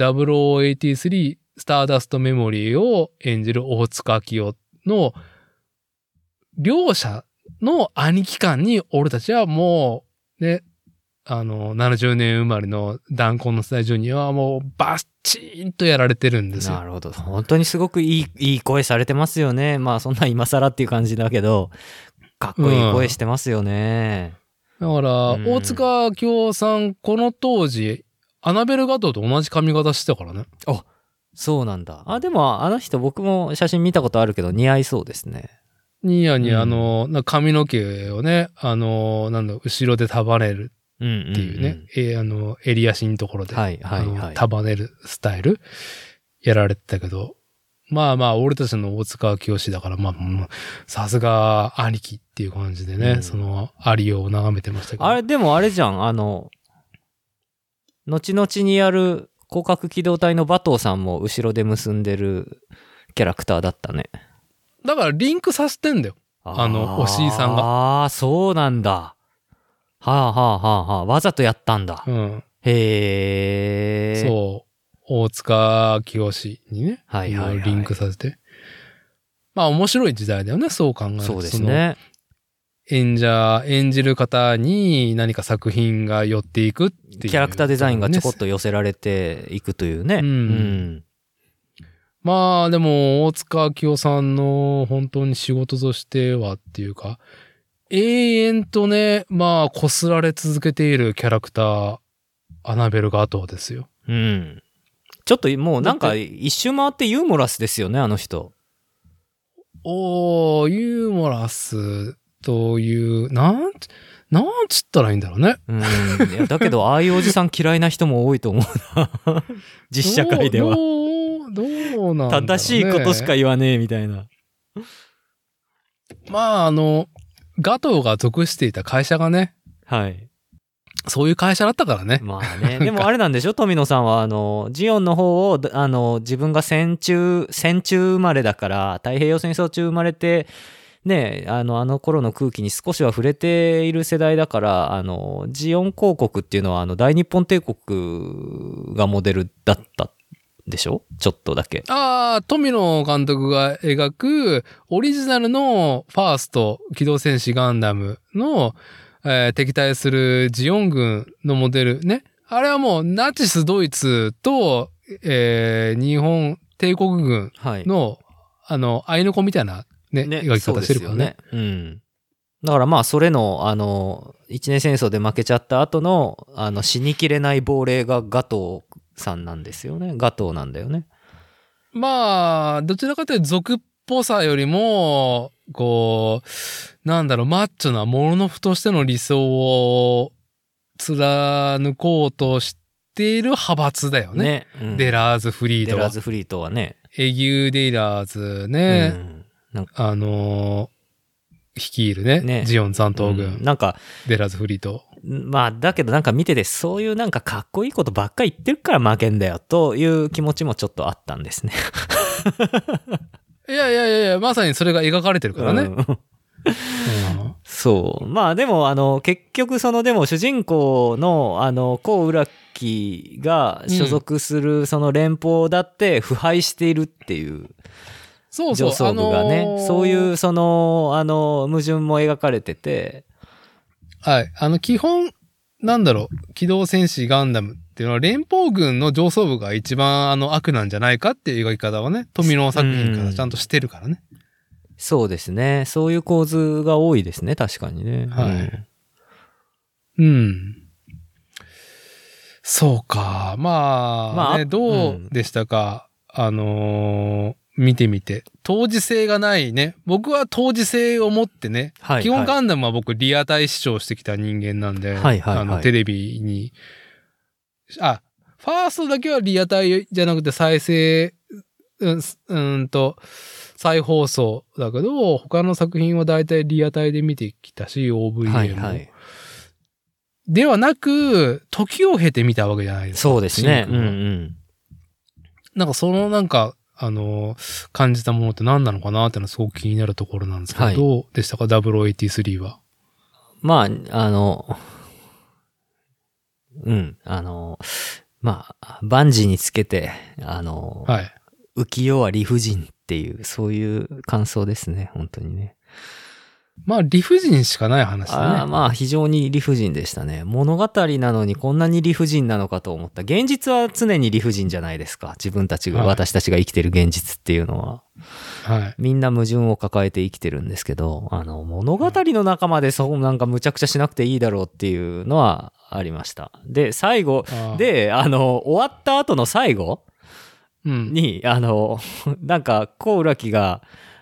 0083スターダストメモリーを演じる大塚明夫の両者の兄貴間に俺たちはもうね、70年生まれの弾痕の世代ジュニアはもうバッチーンとやられてるんですよ。 なるほど。本当にすごくいい声されてますよね。まあそんな今更っていう感じだけど、かっこいい声してますよね。 だから、大塚明夫さん、この当時、アナベルガトーと同じ髪型してたからね。 あ、そうなんだ。あ、でもあの人僕も写真見たことあるけど似合いそうですね。 ニヤニヤ、髪の毛をね、後ろで束ねるっていうね、襟足のところで、束ねるスタイル、やられてたけど、まあまあ、俺たちの大塚明夫氏だから、まあ、さすが兄貴っていう感じでね、その、ありを眺めてましたけど。 あれ、でもあれじゃん、後々にやる広角機動隊の馬頭さんも後ろで結んでるキャラクターだったね。 だからリンクさせてんだよ。押井さんが。 ああ、そうなんだ。はあはあはあはあ。わざとやったんだ。 うん。 へえ。 そう。大塚清にね。 はいはい、はい。 リンクさせて。まあ面白い時代だよね、そう考えると。 そうですね。 演じる方に何か作品が寄っていくっていう、ね。 キャラクターデザインがちょこっと寄せられていくというね。 まあでも大塚明夫さんの本当に仕事としてはっていうか、永遠とね、まあ擦られ続けているキャラクター、アナベルガトーですよ。 うん。ちょっともうなんか一周回ってユーモラスですよね、あの人。 ユーモラスという、なんつったらいいんだろうね。 いやだけど、ああいうおじさん嫌いな人も多いと思うな。実社会では。 どうなんだろうね。 正しいことしか言わねえみたいな。 まあ、ガトーが属していた会社がね、 はい。 そういう会社だったからね。 まあね。でもあれなんでしょ富野さんは、ジオンの方を、自分が戦中生まれだから、太平洋戦争中生まれて、ね、あの頃の空気に少しは触れている世代だから、ジオン公国っていうのは、大日本帝国がモデルだったでしょちょっとだけ。 富野監督が描く、オリジナルのファースト機動戦士ガンダムの、敵対するジオン軍のモデルね。あれはもうナチスドイツと、日本帝国軍の、合いの子みたいなね、描き方してるからね。 うん。だからまあ、それの、一年戦争で負けちゃった後の、死にきれない亡霊がガトーさんなんですよね。ガトーなんだよね。 まあ、どちらかというと俗っぽさよりも、こう、マッチョなモロノフとしての理想を貫こうとしている派閥だよね。デラーズフリートは。 デラーズフリートはね。 エギュー・デイラーズね。率いるね。ジオン残党軍。デラーズフリート。 まあ、だけど見てて、そういうかっこいいことばっかり言ってるから負けんだよ、という気持ちもちょっとあったんですね。 いや、まさにそれが描かれてるからね。 そう。まあでも、結局でも主人公の、コウ・ウラキが所属するその連邦だって腐敗しているっていう。 そう。 上層部がね。そういう、矛盾も描かれてて。 はい。基本、機動戦士ガンダムっていうのは連邦軍の上層部が一番悪なんじゃないかっていう描き方はね、富野作品からちゃんとしてるからね。 そうですね。そういう構図が多いですね。確かにね。 はい。そうか。まあ、ね、どうでしたか。見てみて。当時性がないね。僕は当時性を持ってね。基本ガンダムは僕リアタイ視聴してきた人間なんで。テレビに。ファーストだけはリアタイじゃなくて再生、再放送だけど、他の作品は大体リアタイで見てきたし、OVA も。ではなく、時を経て見たわけじゃないですか。 そうですね。 感じたものって何なのかなってのはすごく気になるところなんですけど、どうでしたか ?0083 は。 まあ、万事につけて、浮世は理不尽っていう、そういう感想ですね、本当にね。 まあ、理不尽しかない話だね。 まあ、非常に理不尽でしたね。物語なのにこんなに理不尽なのかと思った。現実は常に理不尽じゃないですか。自分たちが、私たちが生きてる現実っていうのは。みんな矛盾を抱えて生きてるんですけど、物語の中までむちゃくちゃしなくていいだろうっていうのはありました。で、最後、終わった後の最後に、コウ・ウラキが、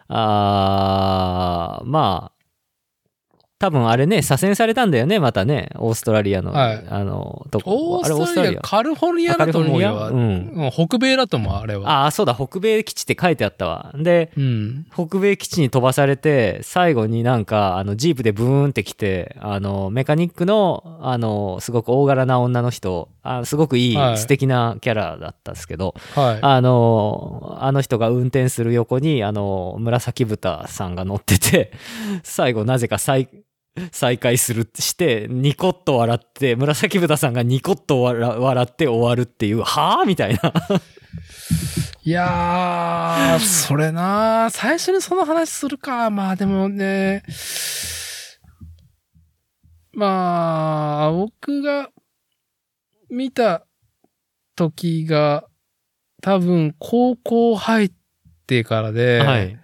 多分あれね、左遷されたんだよね、またね。オーストラリアの、 とこ。オーストラリア、カリフォルニアだと思うよ。北米だと思う、あれは。 そうだ、北米基地って書いてあったわ。で、北米基地に飛ばされて、最後にジープでブーンって来て、メカニックの、すごく大柄な女の人、すごくいい、素敵なキャラだったんですけど、あの人が運転する横に、紫豚さんが乗ってて、最後なぜか再会してニコッと笑って紫豚さんがニコッと笑って終わるっていうはぁみたいないやーそれな最初にその話するか。まあでもねまあ僕が見た時が多分高校入ってからで、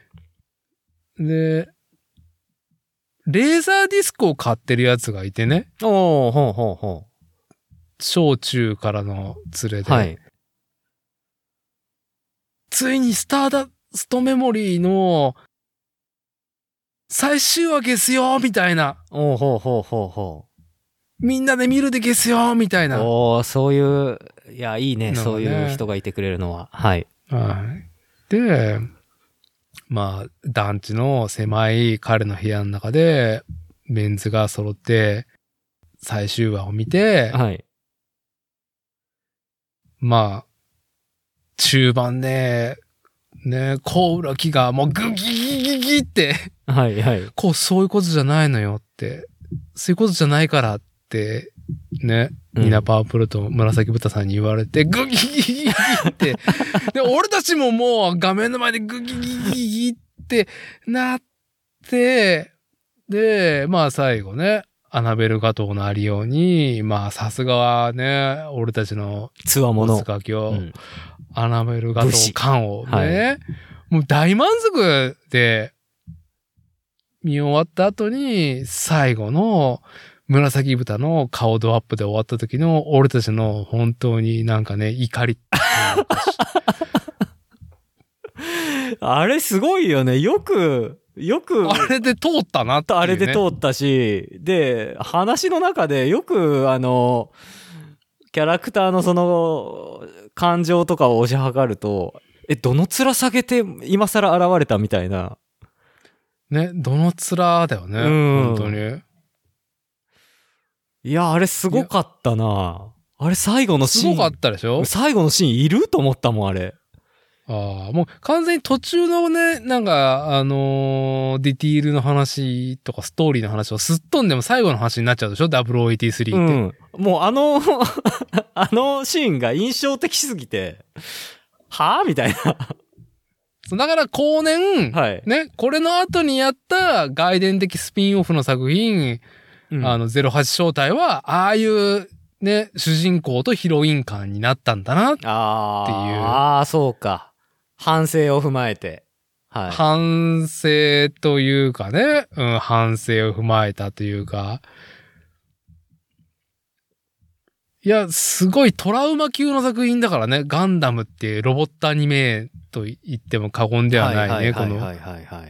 でレーザーディスクを買ってるやつがいてね。小中からの連れで。ついにスターダストメモリーの最終話ゲスよみたいな。 おうほうほうほうほみんなで見るでゲスよみたいな。 おー、そういう、いや、いいね。 なんかねそういう人がいてくれるのは。はい。 はい。で、まあ、団地の狭い彼の部屋の中で、メンズが揃って、最終話を見て、 はい。 まあ、中盤ね、コウラキがもうグギギギギって、 はい、はい。 そういうことじゃないのよって、そういうことじゃないからって、ね、ニナ・パープルと紫豚さんに言われて、グギギギギって、で、俺たちももう画面の前でグギギギギってなって、で、まあ最後ね、アナベルガトーのありように、まあさすがはね、俺たちのつわもの。 書きを、 うんアナベルガトー感をね、 はもう大満足で見終わった後に、最後の紫豚の顔ドアップで終わった時の俺たちの本当になんかね、怒り。 あれすごいよね。よく、 あれで通ったなっていう、ね。 あれで通ったし、で、話の中でよく、キャラクターのその、感情とかを推し量ると、どの面下げて今更現れたみたいな。 ね、どの面だよね。本当に。 いや、あれすごかったな。あれ最後のシーン。 すごかったでしょ？ 最後のシーンいると思ったもん、あれ。 ああ、もう完全に途中のね、なんか、ディティールの話とかストーリーの話をすっ飛んでも最後の話になっちゃうでしょ？ 0083 って。 うん。もうあのシーンが印象的すぎて、はぁみたいな。 だから後年、 はい。 ね、これの後にやった外伝的スピンオフの作品、08正体は、ああいうね、主人公とヒロイン感になったんだなっていう。 ああ、そうか。反省を踏まえて。はい。 反省というかね、反省を踏まえたというか、いや、すごいトラウマ級の作品だからね。ガンダムっていうロボットアニメと言っても過言ではないね、この。 はいはいはい。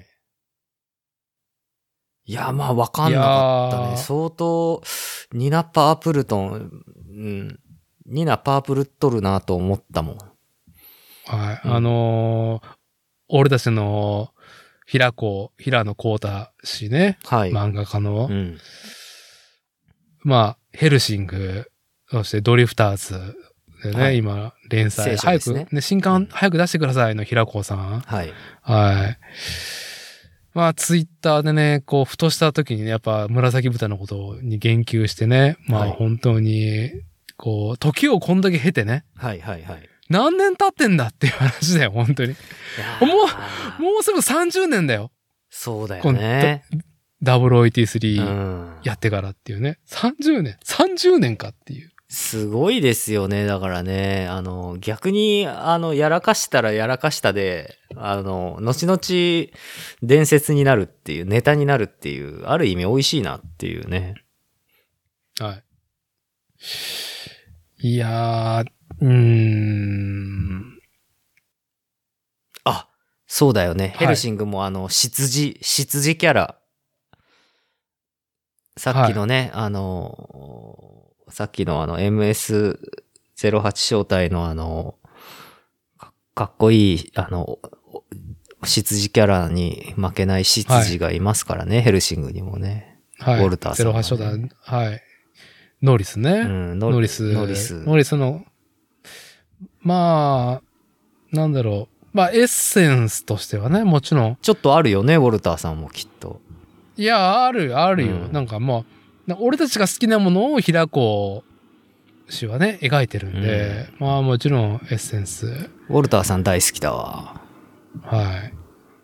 いや、まあわかんなかったね。相当、ニナ・パープルトン、ニナ・パープルとるなと思ったもん。 はい。俺たちの平野幸太氏ね。 はい。 漫画家の。まあ、ヘルシング、そしてドリフターズでね、はい、今、連載、早く、ね、新刊、早く出してくださいの平子さん。 はい。 はい。まあ、ツイッターでね、こう、ふとした時にね、やっぱ、紫豚のことに言及してね、まあ、はい、本当に、こう、時をこんだけ経てね。 はいはいはい。 何年経ってんだっていう話だよ、本当に。もうすぐ30年だよ。 そうだよね。 0083やってからっていうね。30年かっていう。 すごいですよね。だからね、逆に、やらかしたらやらかしたで、後々伝説になるっていう、ネタになるっていう、ある意味美味しいなっていうね。 はい。いやー、 あ、そうだよね。ヘルシングも執事キャラ。さっきのね、はい、さっきのMS08 正体のかっこいい、執事キャラに負けない執事がいますからね、はい、ヘルシングにもね。 はい。 ウォルターさん、ね。 08正体、はい。ノリスね。 うん、 ノリスの、まあ、なんだろう。まあ、エッセンスとしてはね、もちろん。 ちょっとあるよね、ウォルターさんもきっと。 いや、あるよ。なんかもう、俺たちが好きなものを平子氏はね、描いてるんで、まあもちろんエッセンス。 ウォルターさん大好きだわ。 はい。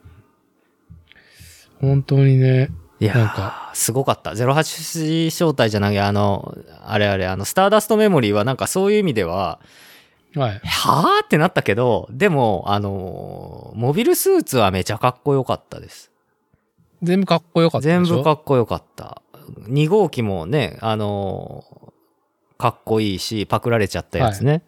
本当にね、 いやー、すごかった。08正体じゃなきゃ、あれ、スターダストメモリーはなんかそういう意味では、 はい。 はぁってなったけど、でも、モビルスーツはめちゃかっこよかったです。 全部かっこよかったでしょ？ 全部かっこよかった。2号機もね、かっこいいし、パクられちゃったやつね。はい、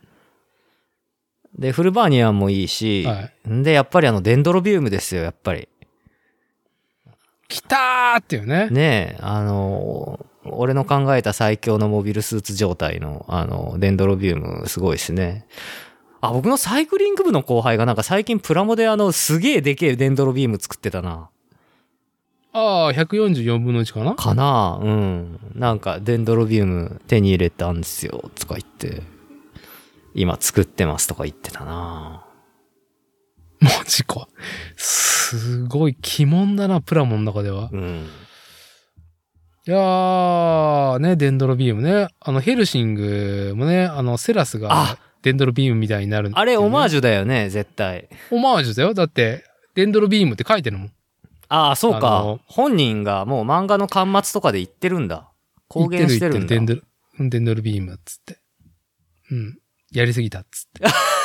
で、フルバーニアンもいいし、はい、で、やっぱりデンドロビウムですよ、やっぱり。 来たーっていうね。 ねえ、俺の考えた最強のモビルスーツ状態の、デンドロビウム、すごいですね。あ、僕のサイクリング部の後輩がなんか最近プラモですげえでけえデンドロビーム作ってたな。 ああ、144分の1かなかなうん。なんかデンドロビウム手に入れたんですよ、とか言って、今作ってますとか言ってたな。 マジか。すごい鬼門だな、プラモの中では。 うん。 いやー、ね、デンドロビームね。ヘルシングもね、セラスがデンドロビームみたいになる、ね。 あれ、オマージュだよね、絶対。 オマージュだよ。だって、デンドロビームって書いてるもん。 ああ、そうか。本人がもう漫画の巻末とかで言ってるんだ。公言してるんだ。 デンドロビームっつって。うん。やりすぎたっつって。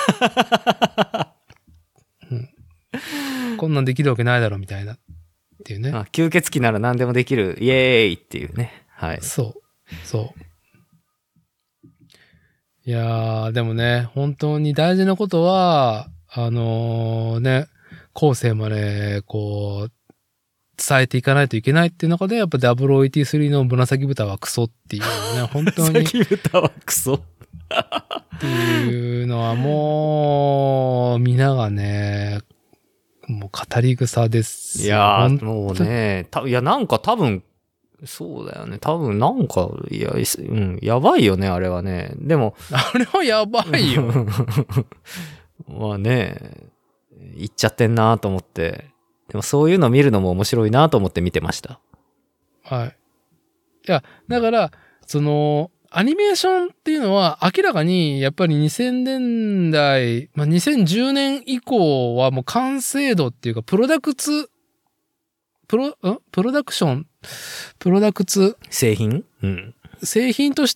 うん、こんなんできるわけないだろ、みたいな。っていうね。 吸血鬼なら何でもできる。イエーイっていうね。はい。 そう。いやー、でもね、本当に大事なことは、ね、後世まで、こう、伝えていかないといけないっていう中で、やっぱ0083の紫豚はクソっていうね、本当に。 紫豚はクソっていうのはもう、皆がね、もう語り草ですよ。 いやー、もうね、いや、なんか多分、そうだよね。多分なんか、いや、うん、やばいよね、あれはね。でも。 あれはやばいよ。 まあね、言っちゃってんなと思って。でもそういうの見るのも面白いなと思って見てました。 はい。いや、だから、アニメーションっていうのは明らかにやっぱり2000年代、まあ、2010年以降はもう完成度っていうかプロダクツ製品うん。 製品として、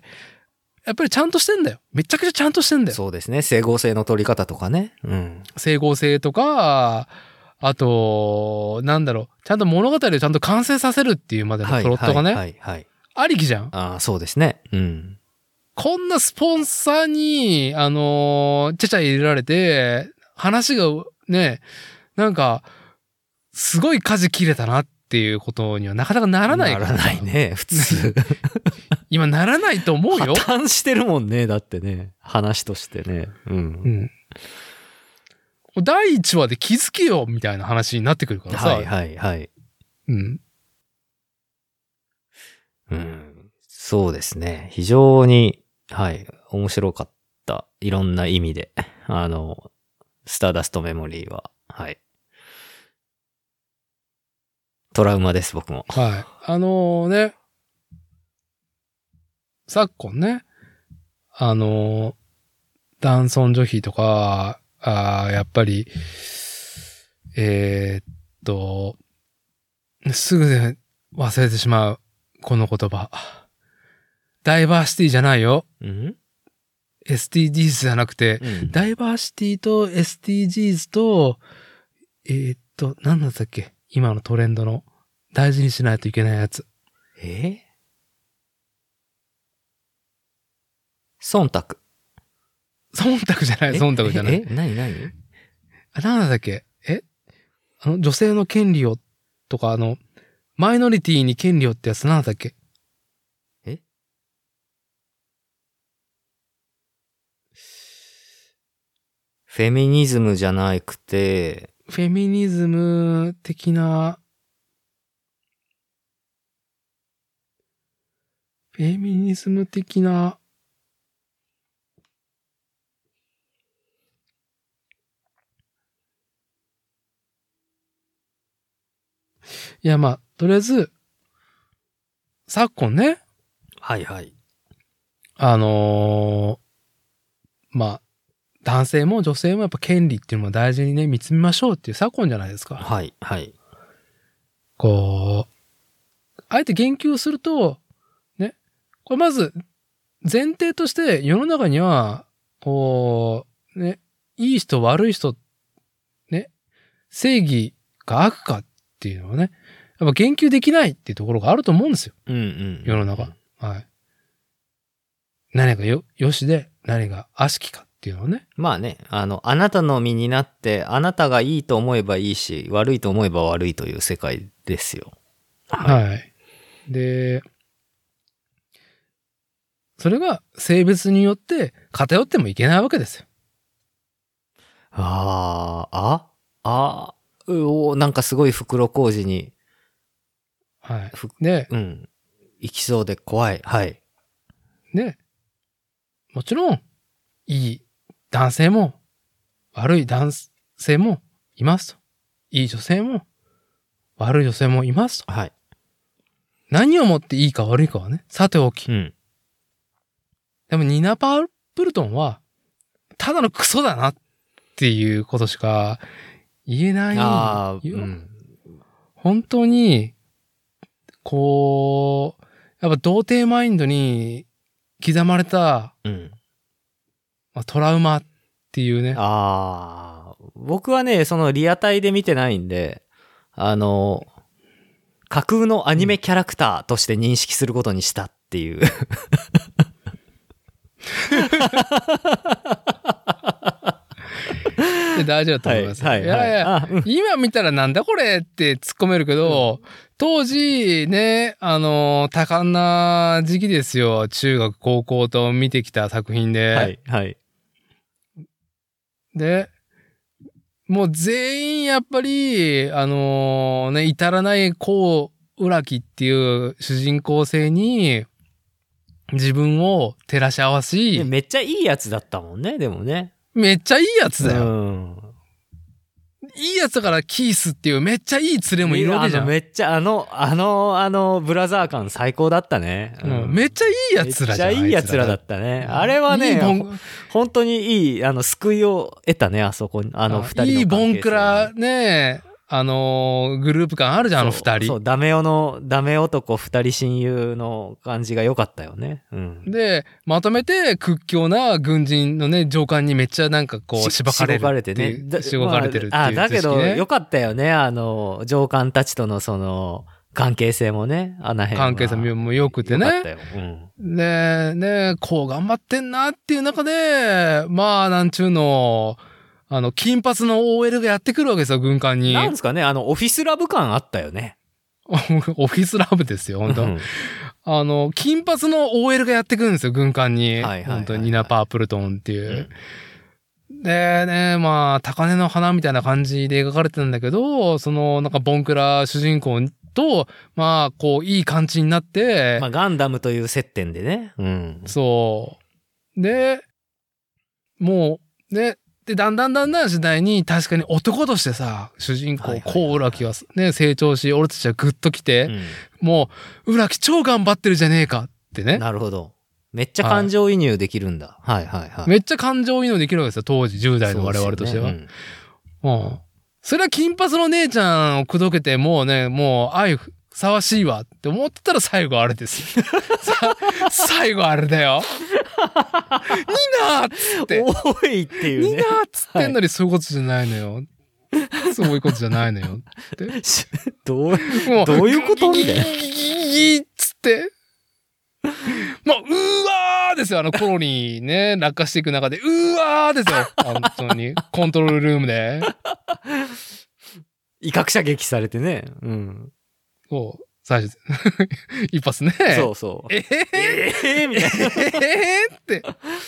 やっぱりちゃんとしてんだよ。めちゃくちゃちゃんとしてんだよ。 そうですね。整合性の取り方とかね。うん。 整合性とか、あと、なんだろう。ちゃんと物語をちゃんと完成させるっていうまでのプロットがね。 はい。 ありきじゃん。 ああ、そうですね。うん。 こんなスポンサーに、ちゃちゃ入れられて、話がね、なんか、すごい舵切れたなっていうことにはなかなかならないから。 ならないね、普通。 今ならないと思うよ。 破綻してるもんね、だってね。話としてね。うん。 第1話で気づけよみたいな話になってくるからさ。 はい。 うん。 うん。そうですね。非常に、はい、面白かった。いろんな意味で。スターダストメモリーは。はい。トラウマです、僕も。 はい。ね。昨今ね。男尊女卑とか、やっぱり、すぐで忘れてしまう、この言葉。ダイバーシティじゃないよ。SDGs じゃなくて、ダイバーシティと SDGs と、何だったっけ今のトレンドの大事にしないといけないやつ。 忖度。 忖度じゃない、忖度じゃない。 何何だったっけ女性の権利をとか、マイノリティに権利をってやつ何だったっけフェミニズムじゃなくて、 フェミニズム的な、いや、まあ、とりあえず、昨今ね。 はい。 まあ、男性も女性もやっぱ権利っていうのも大事にね、見つめましょうっていう昨今じゃないですか。 はい。 こう、あえて言及すると、ね、これまず、前提として世の中には、こう、ね、いい人悪い人、ね、正義か悪かっていうのはね、やっぱ言及できないっていうところがあると思うんですよ。世の中。はい。何がよしで、何が悪しきかっっていうのはね。 まあね、あなたの身になって、あなたがいいと思えばいいし、悪いと思えば悪いという世界ですよ。 はい。で、それが性別によって偏ってもいけないわけですよ。 なんかすごい袋小路に、 はい。で、 行きそうで怖い。はい。 で、もちろん、いい男性も、悪い男性もいますと。いい女性も、悪い女性もいますと。 はい。 何をもっていいか悪いかはね、さておき。でもニナ・パープルトンは、ただのクソだなっていうことしか言えない。本当に、こう、やっぱ童貞マインドに刻まれた、トラウマっていうね。 僕はね、そのリアタイで見てないんで、架空のアニメキャラクターとして認識することにしたっていう。 大丈夫だと思います。いや、今見たらなんだこれって突っ込めるけど、当時ね、多感な時期ですよ。中学、高校と見てきた作品で。で、もう全員やっぱり、至らないこう、浦木っていう主人公性に、自分を照らし合わし、 めっちゃいいやつだったもんね、でもね。 めっちゃいいやつだよ。いいやつだからキースっていうめっちゃいい連れもいるわけじゃん。 めっちゃブラザー感最高だったね。 めっちゃいいやつらじゃん。 めっちゃいいやつらだったね。あれはね、本当にいい、救いを得たね、あそこに、二人の関係性。 いいボンクラね、グループ感あるじゃん、二人。 そう、ダメ男二人親友の感じが良かったよね。 で、まとめて屈強な軍人のね、上官にめっちゃなんかこう、しごかれてね。しごかれてるっていう、 だけど、良かったよね、上官たちとのその、関係性もね、 関係性も良くてね。ね、こう頑張ってんなっていう中で、まあ、なんちゅうの、金髪の OL がやってくるわけですよ、軍艦に。 なんですかね、オフィスラブ感あったよね。 オフィスラブですよ、本当金髪の OL がやってくるんですよ、軍艦に。本当にニナ・パープルトンっていう。でね、まあ、高嶺の花みたいな感じで描かれてたんだけど、その、なんかボンクラ主人公と、まあ、こう、いい感じになって。 まあ、ガンダムという接点でね。 そう。で、もう、ね、で、だんだん次第に確かに男としてさ、主人公、こう浦木はね、成長し、俺たちはグッと来て、もう、浦木超頑張ってるじゃねえかってね。 なるほど。めっちゃ感情移入できるんだ。 めっちゃ感情移入できるわけですよ、当時10代の我々としては。それは金髪の姉ちゃんを口説けて、もうね、もう愛ふさわしいわって思ってたら最後あれですよ。最後あれだよ。ニナーっつって。 多いっていうね。 ニナーっつってんのにそういうことじゃないのよ。そういうことじゃないのよって。 どういうことみたいな。 ギーっつって。もう、うわーですよ。コロニーね、落下していく中で、うわーですよ。本当に。コントロールルームで。 威嚇射撃されてね。 そう。最初、一発ね。 そうそう。みたいな。 って。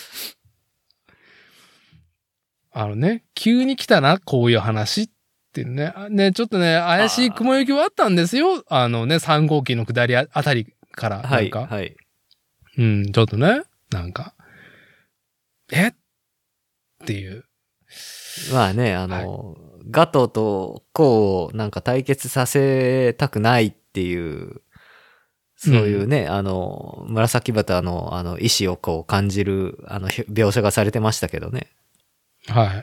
急に来たな、こういう話ってね。ね、ちょっとね、怪しい雲行きはあったんですよ。3号機の下りあたりから、なんか。ちょっとね、なんか、っていう。 まあね、ガトとコウをなんか対決させたくないっていう、そういうね、紫旗の意志をこう感じる、描写がされてましたけどね。 はい。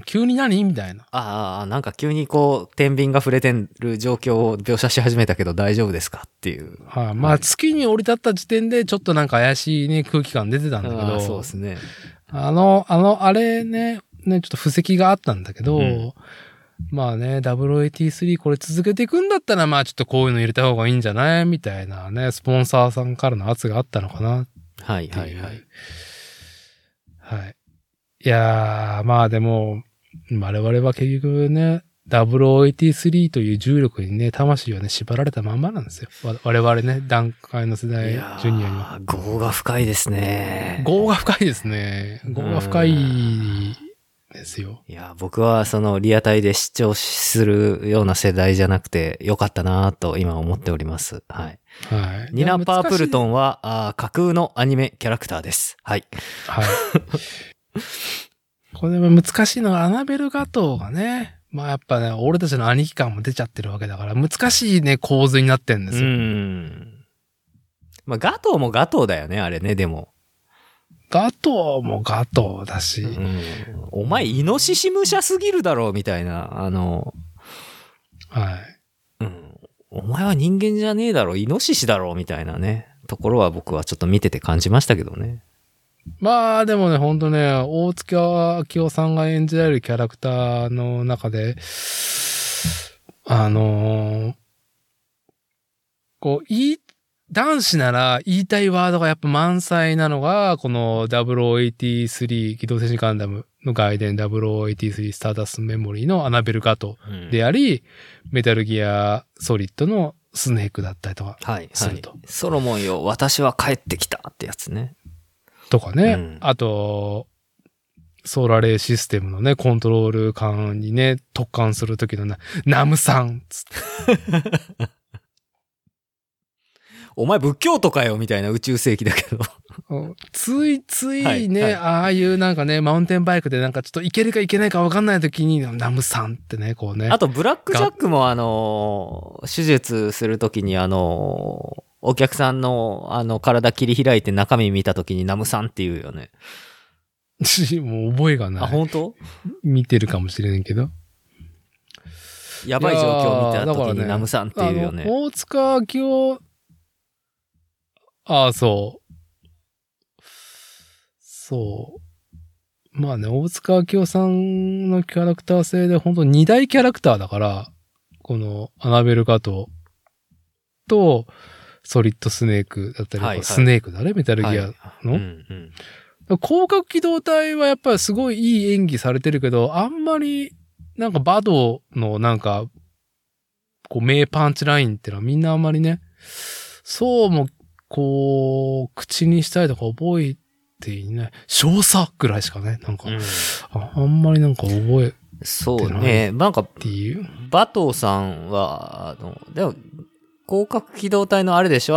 急に何みたいな。 なんか急にこう、天秤が触れてる状況を描写し始めたけど大丈夫ですかっていう。 まあ、月に降り立った時点でちょっとなんか怪しいね、空気感出てたんだけど。 そうですね。 あれね、ちょっと布石があったんだけど、まあね、WAT3 これ続けていくんだったら、まあちょっとこういうの入れた方がいいんじゃないみたいなね、スポンサーさんからの圧があったのかな。 はい。 いやー、まあでも、我々は結局ね、0083という重力にね、魂はね、縛られたまんまなんですよ。我々ね、段階の世代、ジュニアには。 業が深いですね。 業が深いですね。業が深いですよ。 いや、僕はそのリアタイで視聴するような世代じゃなくてよかったなと今思っております。はい。 はい。 ニナ・パープルトンは架空のアニメキャラクターです。はい。 はい。これは難しいのはアナベル・ガトーがね、まあやっぱね、俺たちの兄貴感も出ちゃってるわけだから、難しいね、構図になってんですよ。 まあガトーもガトーだよね、あれね、でも。 ガトーもガトーだし。 お前、イノシシ武者すぎるだろ、みたいな、 はい。 お前は人間じゃねえだろ、イノシシだろ、みたいなね、ところは僕はちょっと見てて感じましたけどね。 まあでもね、ほんとね、大月明夫さんが演じられるキャラクターの中で、こう、男子なら言いたいワードがやっぱ満載なのが、この0083機動戦士ガンダムの外伝0083スターダストメモリーのアナベル・ガトであり、メタルギアソリッドのスネークだったりとかすると。 はいはい、ソロモンよ、私は帰ってきたってやつね。 とかね。あと、ソーラレーシステムのね、コントロール管にね、特貫するときのナムさんつって。 お前仏教徒かよみたいな宇宙世紀だけど。 ついついね、ああいうなんかね、マウンテンバイクでなんかちょっといけるかいけないか分かんないときに、ナムさんってね、こうね。 あと、ブラックジャックも手術するときにお客さんの体切り開いて中身見たときにナムさんって言うよね。 もう覚えがない。 あ、本当？ 見てるかもしれんけど。 やばい状況を見たときにナムさんって言うよね。 大塚明夫、そう。そう。まあね、大塚明夫さんのキャラクター性で本当に2大キャラクターだから、このアナベル・ガトとソリッド・スネークだったり、スネークだね、メタルギアの。広角機動隊はやっぱりすごいいい演技されてるけど、あんまりなんかバドのなんか、こう名パンチラインってのはみんなあんまりね、そうもこう、口にしたりとか覚えていない。少佐ぐらいしかね、なんか、あんまりなんか覚えてない。 そうね、なんか、 っていう。 バトーさんは、でも、広角機動隊のあれでしょ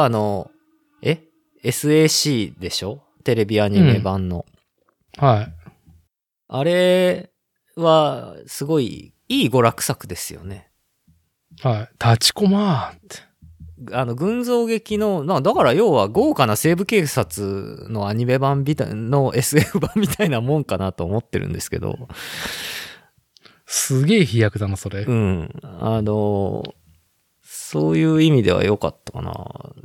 SAC でしょテレビアニメ版の。 はい。 あれは、すごい、いい娯楽作ですよね。 はい。立ちこまーって。 群像劇の、だから要は豪華な西部警察のアニメ版の SF 版みたいなもんかなと思ってるんですけど。 すげえ飛躍だな、それ。 そういう意味では良かったかな。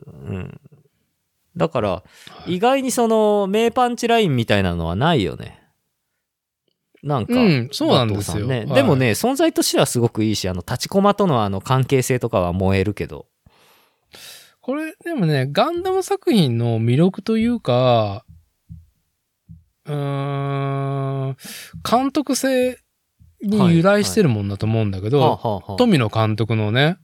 だから、意外にその、名パンチラインみたいなのはないよね。なんか、 そうなんですよ。 ね。でもね、存在としてはすごくいいし、立ちコマとの関係性とかは燃えるけど。 これ、でもね、ガンダム作品の魅力というか、監督性に由来してるもんだと思うんだけど、富野監督のね、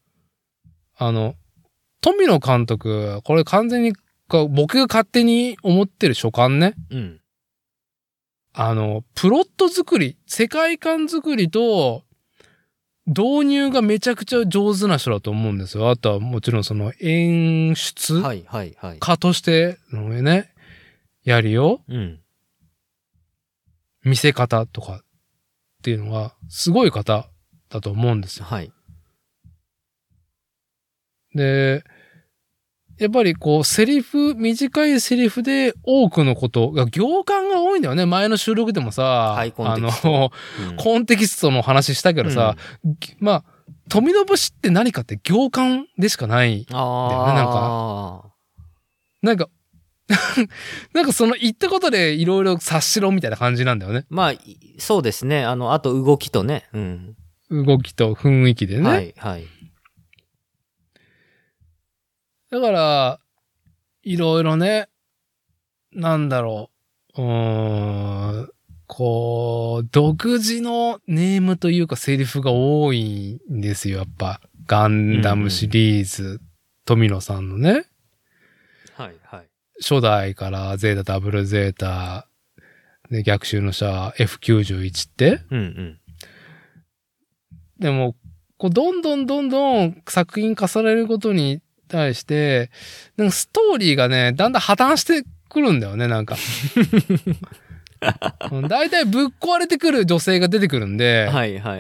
富野監督、これ完全に僕が勝手に思ってる所感ね。プロット作り、世界観作りと、導入がめちゃくちゃ上手な人だと思うんですよ。あとはもちろんその演出家としてのね、やりよ、見せ方とかっていうのがすごい方だと思うんですよ。 はい。 で、やっぱりこう短いセリフで多くのことが行間が多いんだよね。前の収録でもさ、コンテキストの話したけどさ、まあ、富の節って何かって行間でしかないんだよね。なんかその言ったことでいろいろ察しろみたいな感じなんだよね。 まあ、そうですね。あと動きとね。 動きと雰囲気でね。 はい、はい。 だから、いろいろね、なんだろう。 こう、独自のネームというかセリフが多いんですよ、やっぱ。ガンダムシリーズ、富野さんのね。 はいはい。 初代からゼータ、ダブルゼータ、で逆襲の者 F91 って。 うんうん。 でも、こうどんどん作品化されることに対して、なんかストーリーがね、だんだん破綻してくるんだよね、なんか。だいたいぶっ壊れてくる女性が出てくるんで。 はいはい。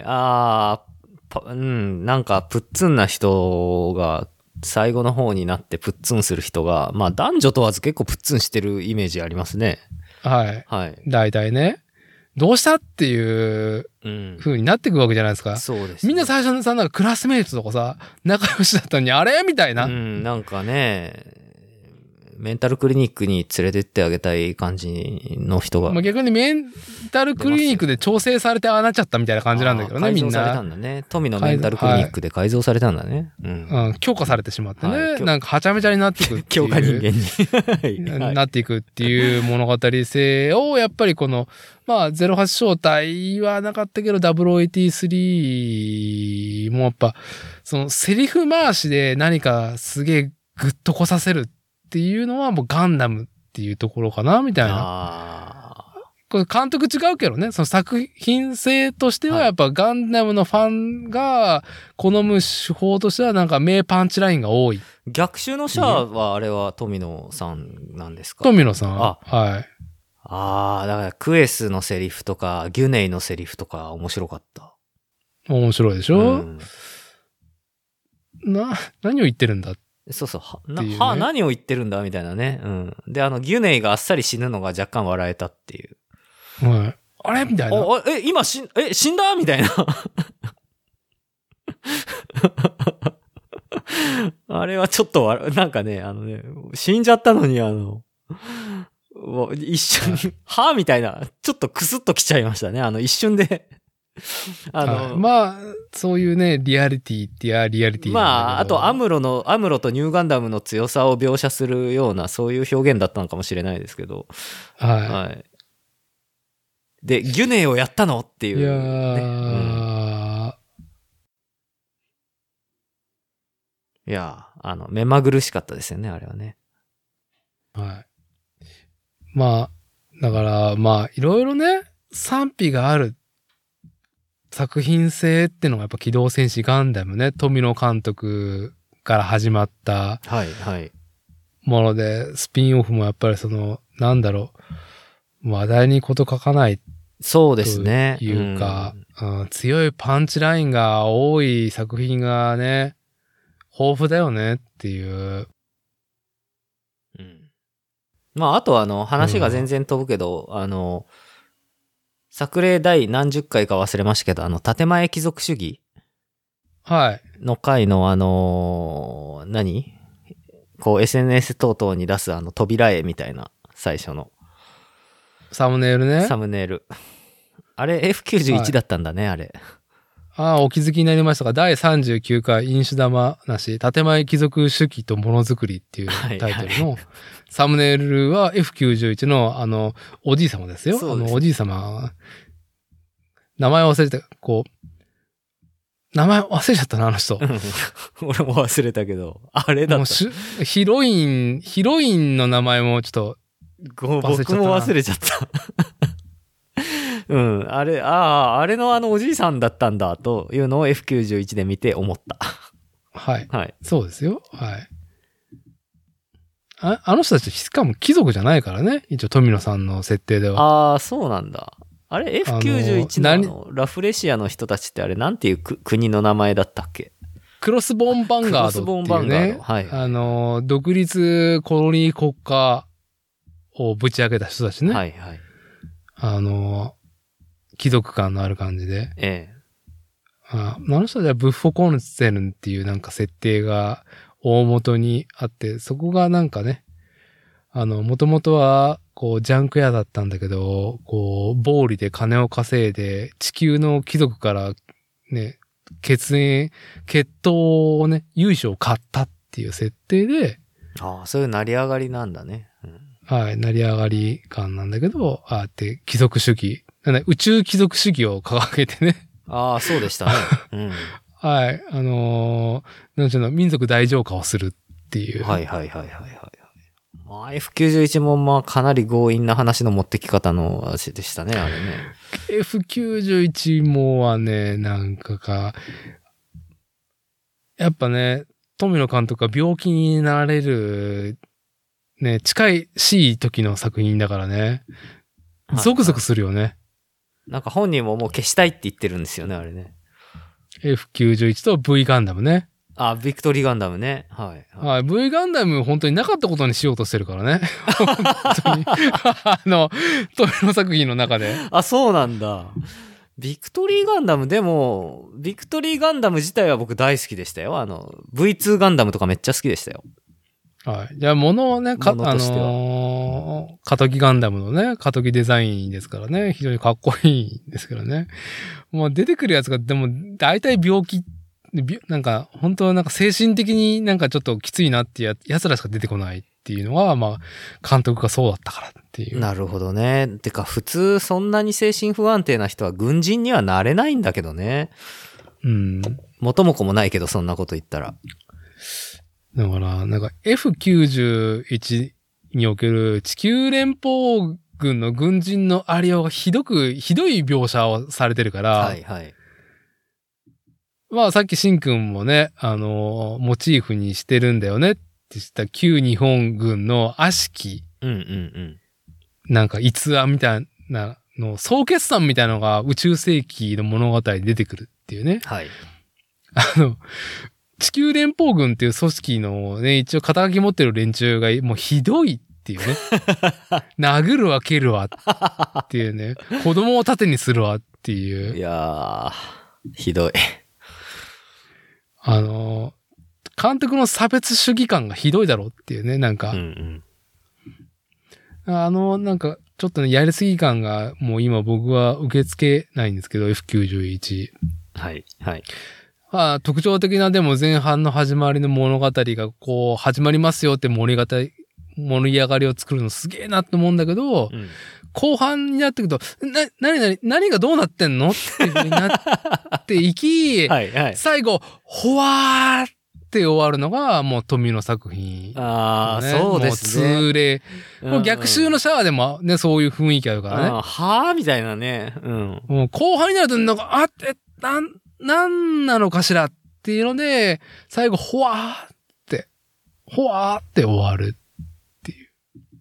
なんか、プッツンな人が、最後の方になってプッツンする人が、まあ男女問わず結構プッツンしてるイメージありますね。 はい。 はい。 だいたいね。どうしたっていう風になってくわけじゃないですか。 そうです、ね。 みんな最初のさ、なんかクラスメイトとかさ、仲良しだったのに、あれみたいな。 なんかね、メンタルクリニックに連れてってあげたい感じの人が。 まあ、逆にメンタルクリニックで調整されてああなっちゃったみたいな感じなんだけどね、みんな。 改造されたんだね。富のメンタルクリニックで改造されたんだね。 強化されてしまってね。なんかはちゃめちゃになっていくっていう。 強化人間に。なっていくっていう物語性を、やっぱりこの、まあ、08正体はなかったけど、0083もやっぱ、そのセリフ回しで何かすげえグッとこさせるっていうのはもうガンダムっていうところかなみたいな。これ監督違うけどね、その作品性としてはやっぱガンダムのファンが好む手法としてはなんか名パンチラインが多い。 逆襲のシャアはあれは富野さんなんですか？ 富野さん。はい。 だからクエスのセリフとかギュネイのセリフとか面白かった。 面白いでしょ？何を言ってるんだそうそう。何を言ってるんだみたいなね。で、ギュネイがあっさり死ぬのが若干笑えたっていう。 はい。あれみたいな。 今死んだみたいな。あれはちょっとなんかね、死んじゃったのに一瞬に、みたいな、ちょっとクスッときちゃいましたね。一瞬で。 まあ、そういうね、リアリティってリアリティ。 まあ、あとアムロとニューガンダムの強さを描写するような、そういう表現だったのかもしれないですけど。はい。で、ギュネイをやったのっていう、ね。 いやー。 いやー、目まぐるしかったですよね、あれはね。 はい。まあ、だから、まあ、いろいろね、賛否がある作品性ってのがやっぱ機動戦士ガンダムね、富野監督から始まったもので、スピンオフもやっぱりなんだろう、話題にこと書かないそうですね。 というか、強いパンチラインが多い作品がね、豊富だよねっていう。 まあ、あと話が全然飛ぶけど、作例第何十回か忘れましたけど、建前貴族主義の回のこう SNS 等々に出す扉絵みたいな最初の。 サムネイルね。 サムネイル。あれ F91 だったんだね、あれ。 お気づきになりましたが、第39回飲酒玉なし、建前貴族主義とものづくりっていうタイトルのサムネイルは F91 のおじい様ですよ。おじい様、名前忘れて、名前忘れちゃったな、あの人。 俺も忘れたけど、あれだった。 ヒロインの名前もちょっと僕も忘れちゃった。あれのおじいさんだったんだというのを F91 で見て思った。 はい。はい。そうですよ。はい。あの人たち、しかも貴族じゃないからね。一応富野さんの設定では。 そうなんだ。あれ F91 のラフレシアの人たちってあれなんていう国の名前だったっけ？ クロスボーンバンガードっていうね。はい。独立コロニー国家をぶち上げた人たちね。はいはい。貴族感のある感じで。あの人たちはブッフォコンツェルンっていうなんか設定が大元にあって、そこがなんかね、もともとは、ジャンク屋だったんだけど、暴利で金を稼いで、地球の貴族からね、血統をね、由緒を買ったっていう設定で。 そういう成り上がりなんだね。 はい、成り上がり感なんだけど、貴族主義宇宙貴族主義を掲げてね。 ああ、そうでしたね。うん。 はい。なんちゅうの、民族大浄化をするっていう。 はいはいはいはいはい。まあ、F91 もまあかなり強引な話の持ってき方の話でしたね、あれね。 F91 もはね、やっぱね、富野監督が病気になられる、ね、近しい時の作品だからね。ゾクゾクするよね。 なんか本人ももう消したいって言ってるんですよね、あれね。 F91 と V ガンダムね。 あ、ビクトリーガンダムね。はい。 はい。V ガンダム本当になかったことにしようとしてるからね。本当に。富野作品の中で。 あ、そうなんだ。ビクトリーガンダム、でも、ビクトリーガンダム自体は僕大好きでしたよ。V2 ガンダムとかめっちゃ好きでしたよ。 はい。じゃあ、物をね、過渡期ガンダムのね、過渡期デザインですからね、非常にかっこいいんですけどね。もう出てくるやつが、でも、大体病気、本当は精神的にちょっときついなってやつらしか出てこないっていうのは、まあ、監督がそうだったからっていう。 なるほどね。てか、普通そんなに精神不安定な人は軍人にはなれないんだけどね。 うん。 元も子もないけど、そんなこと言ったら。 だから、F91 における地球連邦軍の軍人のありようがひどい描写をされてるから、 はいはい。 まあさっきシンくんもね、モチーフにしてるんだよねって言った旧日本軍の悪しき、逸話みたいなの、総決算みたいなのが宇宙世紀の物語に出てくるっていうね。 はい。 地球連邦軍っていう組織のね、一応肩書き持ってる連中がもうひどいっていうね。殴るわ蹴るわっていうね。子供を盾にするわっていう。 いやー、ひどい。 監督の差別主義感がひどいだろうっていうね、ちょっとね、やりすぎ感がもう今僕は受け付けないんですけど、F91。 はい、はい。 特徴的なでも前半の始まりの物語がこう始まりますよって盛り上がりを作るのすげえなって思うんだけど、後半になってくると、何がどうなってんのっていう風になっていき、 はいはい、 最後、ほわーって終わるのがもう富野作品、ね。 ああ、そうですね。 もう通例。もう逆襲のシャワーでもね、そういう雰囲気あるからね。 はぁみたいなね。 もう後半になるとなんなのかしらっていうので、最後、ほわーって終わるっていう。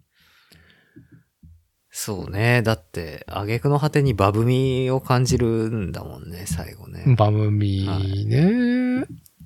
そうね。だって、挙句の果てにバブミを感じるんだもんね、最後ね。 バブミね。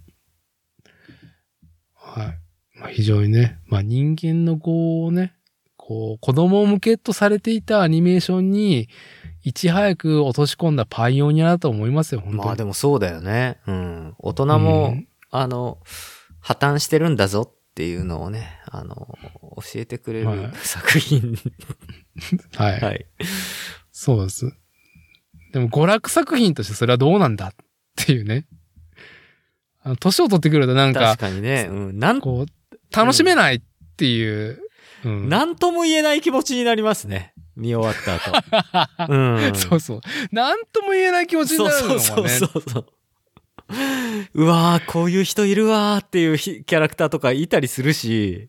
はい。まあ、非常にね、まあ人間の子供向けとされていたアニメーションに、いち早く落とし込んだパイオニアだと思いますよ、本当に。 まあでもそうだよね。大人も、破綻してるんだぞっていうのをね、教えてくれる作品。 はい。はい。そうです。でも娯楽作品としてそれはどうなんだっていうね。年を取ってくると確かにね、 楽しめないっていう。 なんとも言えない気持ちになりますね。見終わった後。そうそう。なんとも言えない気持ちになるのもね。 そう。うわー、こういう人いるわーっていうキャラクターとかいたりするし。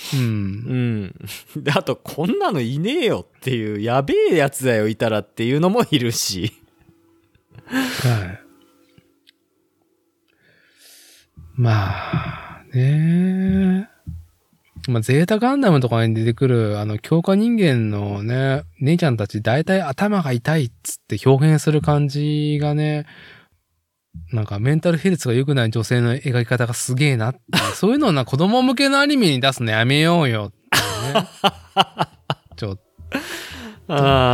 で、あと、こんなのいねえよっていう、やべえやつだよ、いたらっていうのもいるし。 はい。まあ、ねまあ、ゼータガンダムとかに出てくる、強化人間のね、姉ちゃんたち大体頭が痛いっつって表現する感じがね、メンタルヘルスが良くない女性の描き方がすげえなってそういうのを子供向けのアニメに出すのやめようよってね。ちょっと。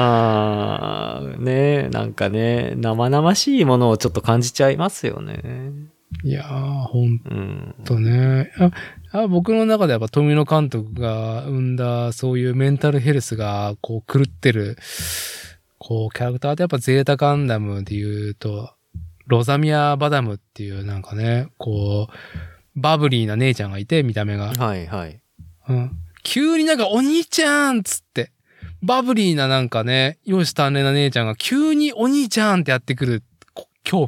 ね生々しいものをちょっと感じちゃいますよね。 いやー、ほんとね。僕の中でやっぱ富野監督が生んだそういうメンタルヘルスがこう狂ってる、こうキャラクターってやっぱゼータガンダムで言うと、ロザミア・バダムっていうこう、バブリーな姉ちゃんがいて、見た目が。 はいはい。 急にお兄ちゃんつって、 バブリーななんかね、容姿端麗な姉ちゃんが急にお兄ちゃんってやってくる恐怖。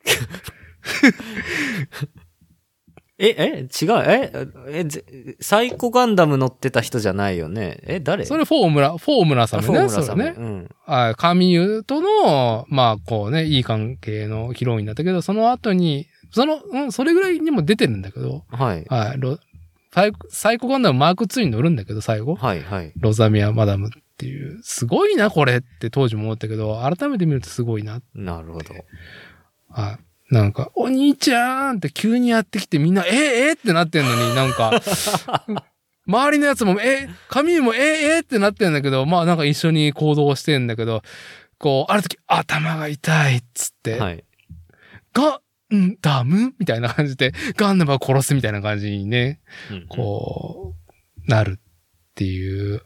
違うサイコガンダム乗ってた人じゃないよね。誰？ それフォームラサムね。それね。 うん。 神優との、まあこうね、いい関係のヒロインだったけど、その後に、それぐらいにも出てるんだけど、 はい。 はい。サイコガンダムマーク2に乗るんだけど、最後。 はいはい。 ロザミアマダムっていう、すごいな、これって当時も思ったけど、改めて見るとすごいな。 なるほど。 はい。なんか、お兄ちゃんって急にやってきてみんな、ってなってんのになんか、周りのやつも、神も、ってなってんだけど、まあなんか一緒に行動してんだけど、こう、ある時、頭が痛いっつって、 はい。 ガンダムみたいな感じで、ガンダムは殺すみたいな感じにね、 うんこう、なるっていう、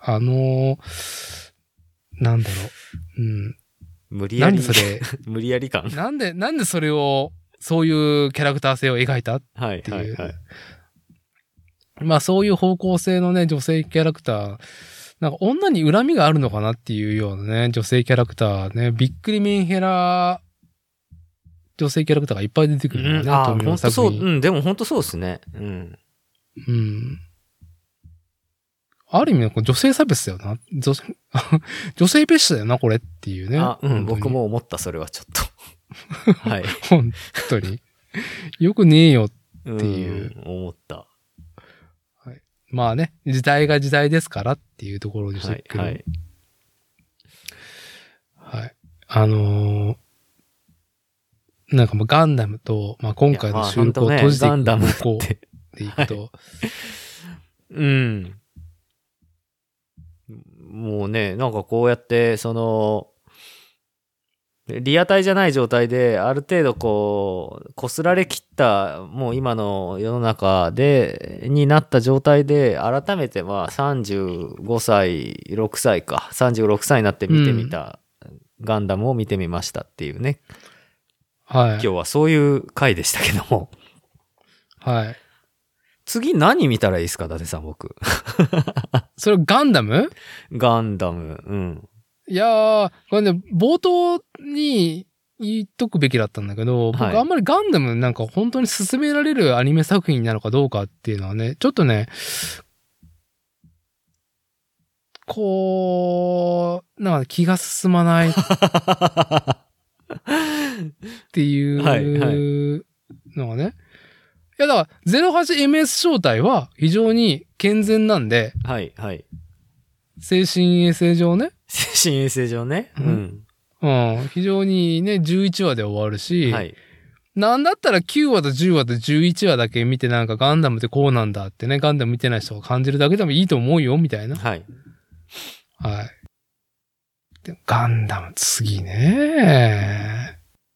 なんだろう、 無理やり。 なんでそれ、 無理やり感。 なんでそれを、そういうキャラクター性を描いたっていう。 はいはいはい。 まあそういう方向性のね、女性キャラクター、なんか女に恨みがあるのかなっていうようなね、女性キャラクターね、びっくりメンヘラ、女性キャラクターがいっぱい出てくるのね、 ほんとそう、でもほんとそうですね。 ある意味、女性差別だよな。女性蔑視だよな、これっていうね。 僕も思った、それはちょっと。はい。 本当に。よくねえよっていう。 思った。 はい。まあね、時代が時代ですからっていうところにしてくる。はい。はい。なんかもうガンダムと、まあ今回の収録を閉じていく方向でいくと。 もうね、なんかこうやって、リアタイじゃない状態で、ある程度こう、擦られきった、もう今の世の中になった状態で、改めて35歳、6歳か、36歳になって見てみた、ガンダムを見てみましたっていうね。 はい。 今日はそういう回でしたけども。 はい。 次何見たらいいですか、伊達さん、僕。 それガンダム？ ガンダム、 いやー、これね、冒頭に言っとくべきだったんだけど、僕あんまりガンダムなんか本当に勧められるアニメ作品なのかどうかっていうのはね、ちょっとね、こう、なんか気が進まないっていうのがね。いやだから 08MS 正体は非常に健全なんで、 はいはい。 精神衛生上ね。 精神衛生上ね。 非常にね、11話で終わるし、 はい。 なんだったら9話と10話と11話だけ見てなんかガンダムってこうなんだってね、ガンダム見てない人が感じるだけでもいいと思うよ、みたいな。 はい。 はい。でガンダム次ね。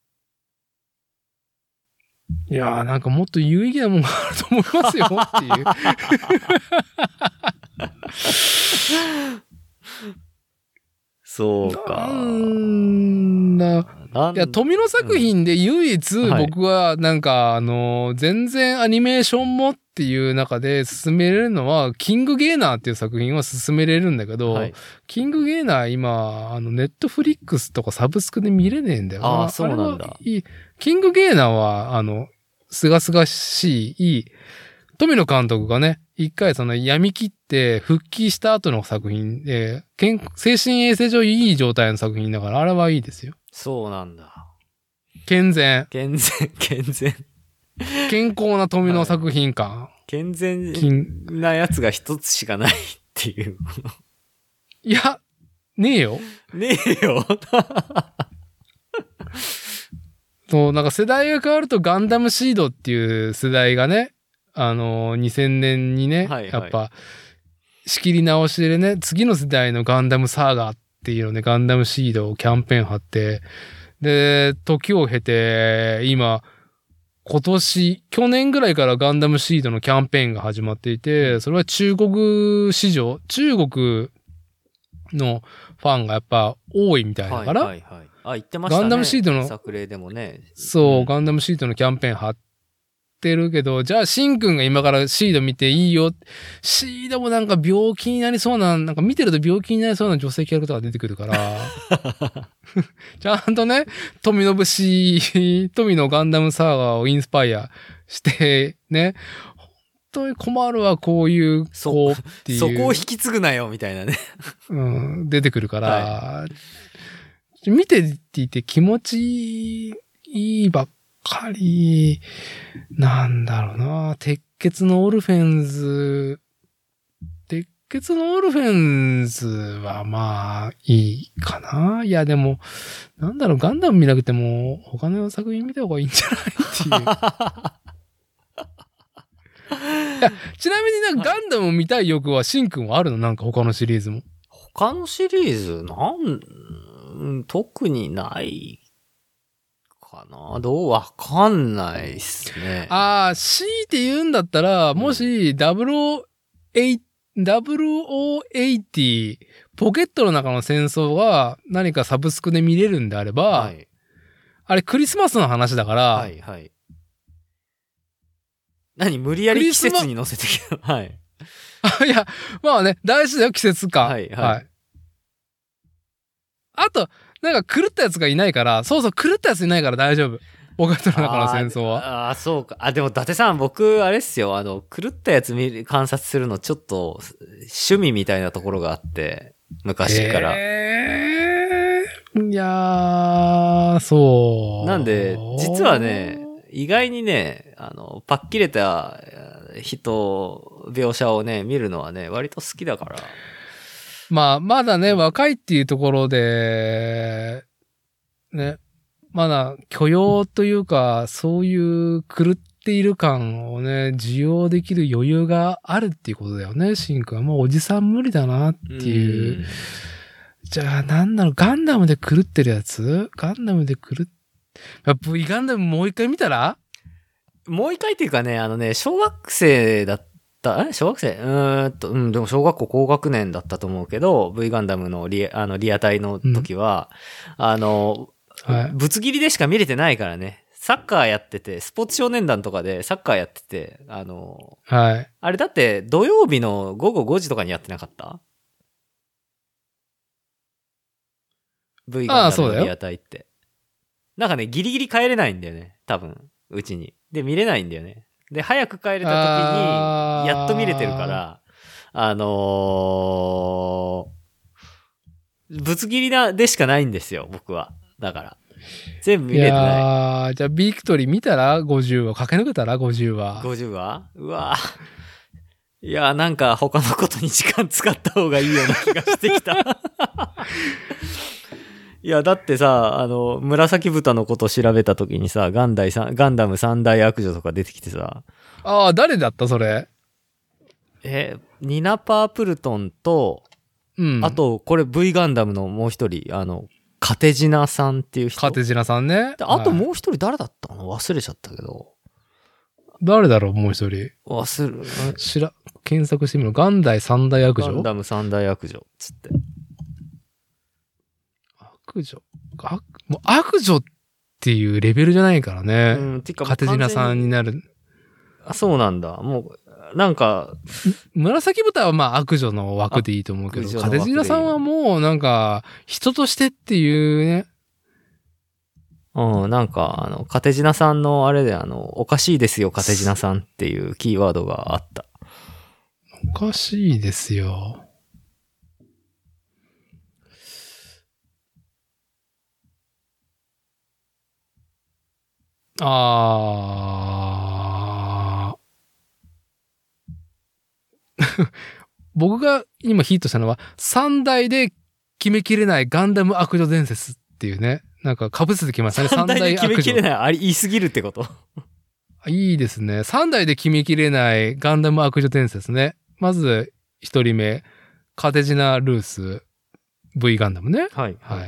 いやーなんかもっと有意義なもんがあると思いますよっていう。 そうか。 いや、富野作品で唯一僕はなんか、全然アニメーションもっていう中で進めれるのは、キングゲーナーっていう作品は進めれるんだけど、はい、キングゲーナー今、ネットフリックスとかサブスクで見れねえんだよな。 ああ、そうなんだ。 キングゲーナーは、すがすがしい、富野監督がね、一回闇切って復帰した後の作品で、精神衛生上いい状態の作品だから、あれはいいですよ。 そうなんだ。 健全。 健康な富野作品感。はい、 健全なやつが一つしかないっていう。 いや、ねえよ。 ねえよ。 そう、なんか世代が変わるとガンダムシードっていう世代がね、2000年にね、やっぱ、仕切り直しでね、次の世代のガンダムサーガーっていうのね、ガンダムシードをキャンペーン貼って、で、時を経て、今年、去年ぐらいからガンダムシードのキャンペーンが始まっていて、それは中国市場、中国のファンがやっぱ多いみたいだから、 言ってましたね。 ガンダムシードの、 作例でもね。 そう、ガンダムシードのキャンペーン貼っってるけど、じゃあシンくんが今からシード見ていいよ。シードもなんか病気になりそうな、なんか見てると病気になりそうな女性キャラクターが出てくるから、ちゃんとね、富野ガンダムサーガーをインスパイアして、ね、本当に困るわ、こういう子っていう。 そこを引き継ぐなよ、みたいなね。 うん、出てくるから、はい、見ていて気持ちいいばっかり、なんだろうな、鉄血のオルフェンズはまあいいかな。いやでも、なんだろう、ガンダム見なくても他の作品見た方がいいんじゃないっていう。いやちなみになんかガンダムを見たい欲はシンくんはあるの？なんか他のシリーズも。 他のシリーズ特にないかな。わかんないっすね。 強いて言うんだったら、もし0080ポケットの中の戦争が何かサブスクで見れるんであれば、はい、あれクリスマスの話だから、 はいはい。無理やり季節に乗せてきた。はい。 いや、まあね、大事だよ、季節感。はい、はい。はい。あと、なんか狂ったやつがいないから、そうそう、狂ったやついないから大丈夫。ポケットの中の戦争は。 そうか。でも、伊達さん、僕、あれっすよ、狂ったやつ観察するの、ちょっと、趣味みたいなところがあって、昔から。 いやー、そう。 なんで、実はね、意外にね、パッキレた描写をね、見るのはね、割と好きだから。 まあ、まだね、若いっていうところで、ね、まだ許容というか、そういう狂っている感をね、受容できる余裕があるっていうことだよね、シンくんは。もうおじさん無理だなっていう。じゃあ、なんだろう、ガンダムで狂ってるやつ？ガンダムで狂って、V ガンダムもう一回見たら？ もう一回っていうかね、小学生だった小学生でも小学校高学年だったと思うけど、V ガンダムのリアタイの時は、はい、ぶつ切りでしか見れてないからね。サッカーやってて、スポーツ少年団とかでサッカーやってて、はい。あれだって土曜日の午後5時とかにやってなかった？ V ガンダムのリアタイって。なんかね、ギリギリ帰れないんだよね。多分、うちに。で、見れないんだよね。で、早く帰れた時に、やっと見れてるから、ぶつ切りでしかないんですよ、僕は。だから。全部見れてない。 じゃあ、ビクトリー見たら ?50 話。駆け抜けたら 50 話。 50話？うわいや、なんか他のことに時間使った方がいいような気がしてきた。いや、だってさ、紫豚のこと調べたときにさ、ガンダム三大悪女とか出てきてさ。 誰だったそれ？ ニナ・パープルトンと、あと、これ V ガンダムのもう一人、カテジナさんっていう人。 カテジナさんね。 あともう一人誰だったの？忘れちゃったけど。 誰だろうもう一人。検索してみろ。ガンダム三大悪女？ ガンダム三大悪女、つって。 もう悪女っていうレベルじゃないからね。カテジナさんになる。 そうなんだ。もう、なんか。 紫豚はまあ悪女の枠でいいと思うけど、カテジナさんはもうなんか、人としてっていうね。 なんか、カテジナさんのあれでおかしいですよ、カテジナさんっていうキーワードがあった。 おかしいですよ。僕が今ヒットしたのは、3代で決めきれないガンダム悪女伝説っていうね。なんか被せてきましたね。 3代で決めきれない。言いすぎるってこといいですね。3代で決めきれないガンダム悪女伝説ね。まず、1人目。カテジナ・ルース。V ガンダムね。 はい。はい。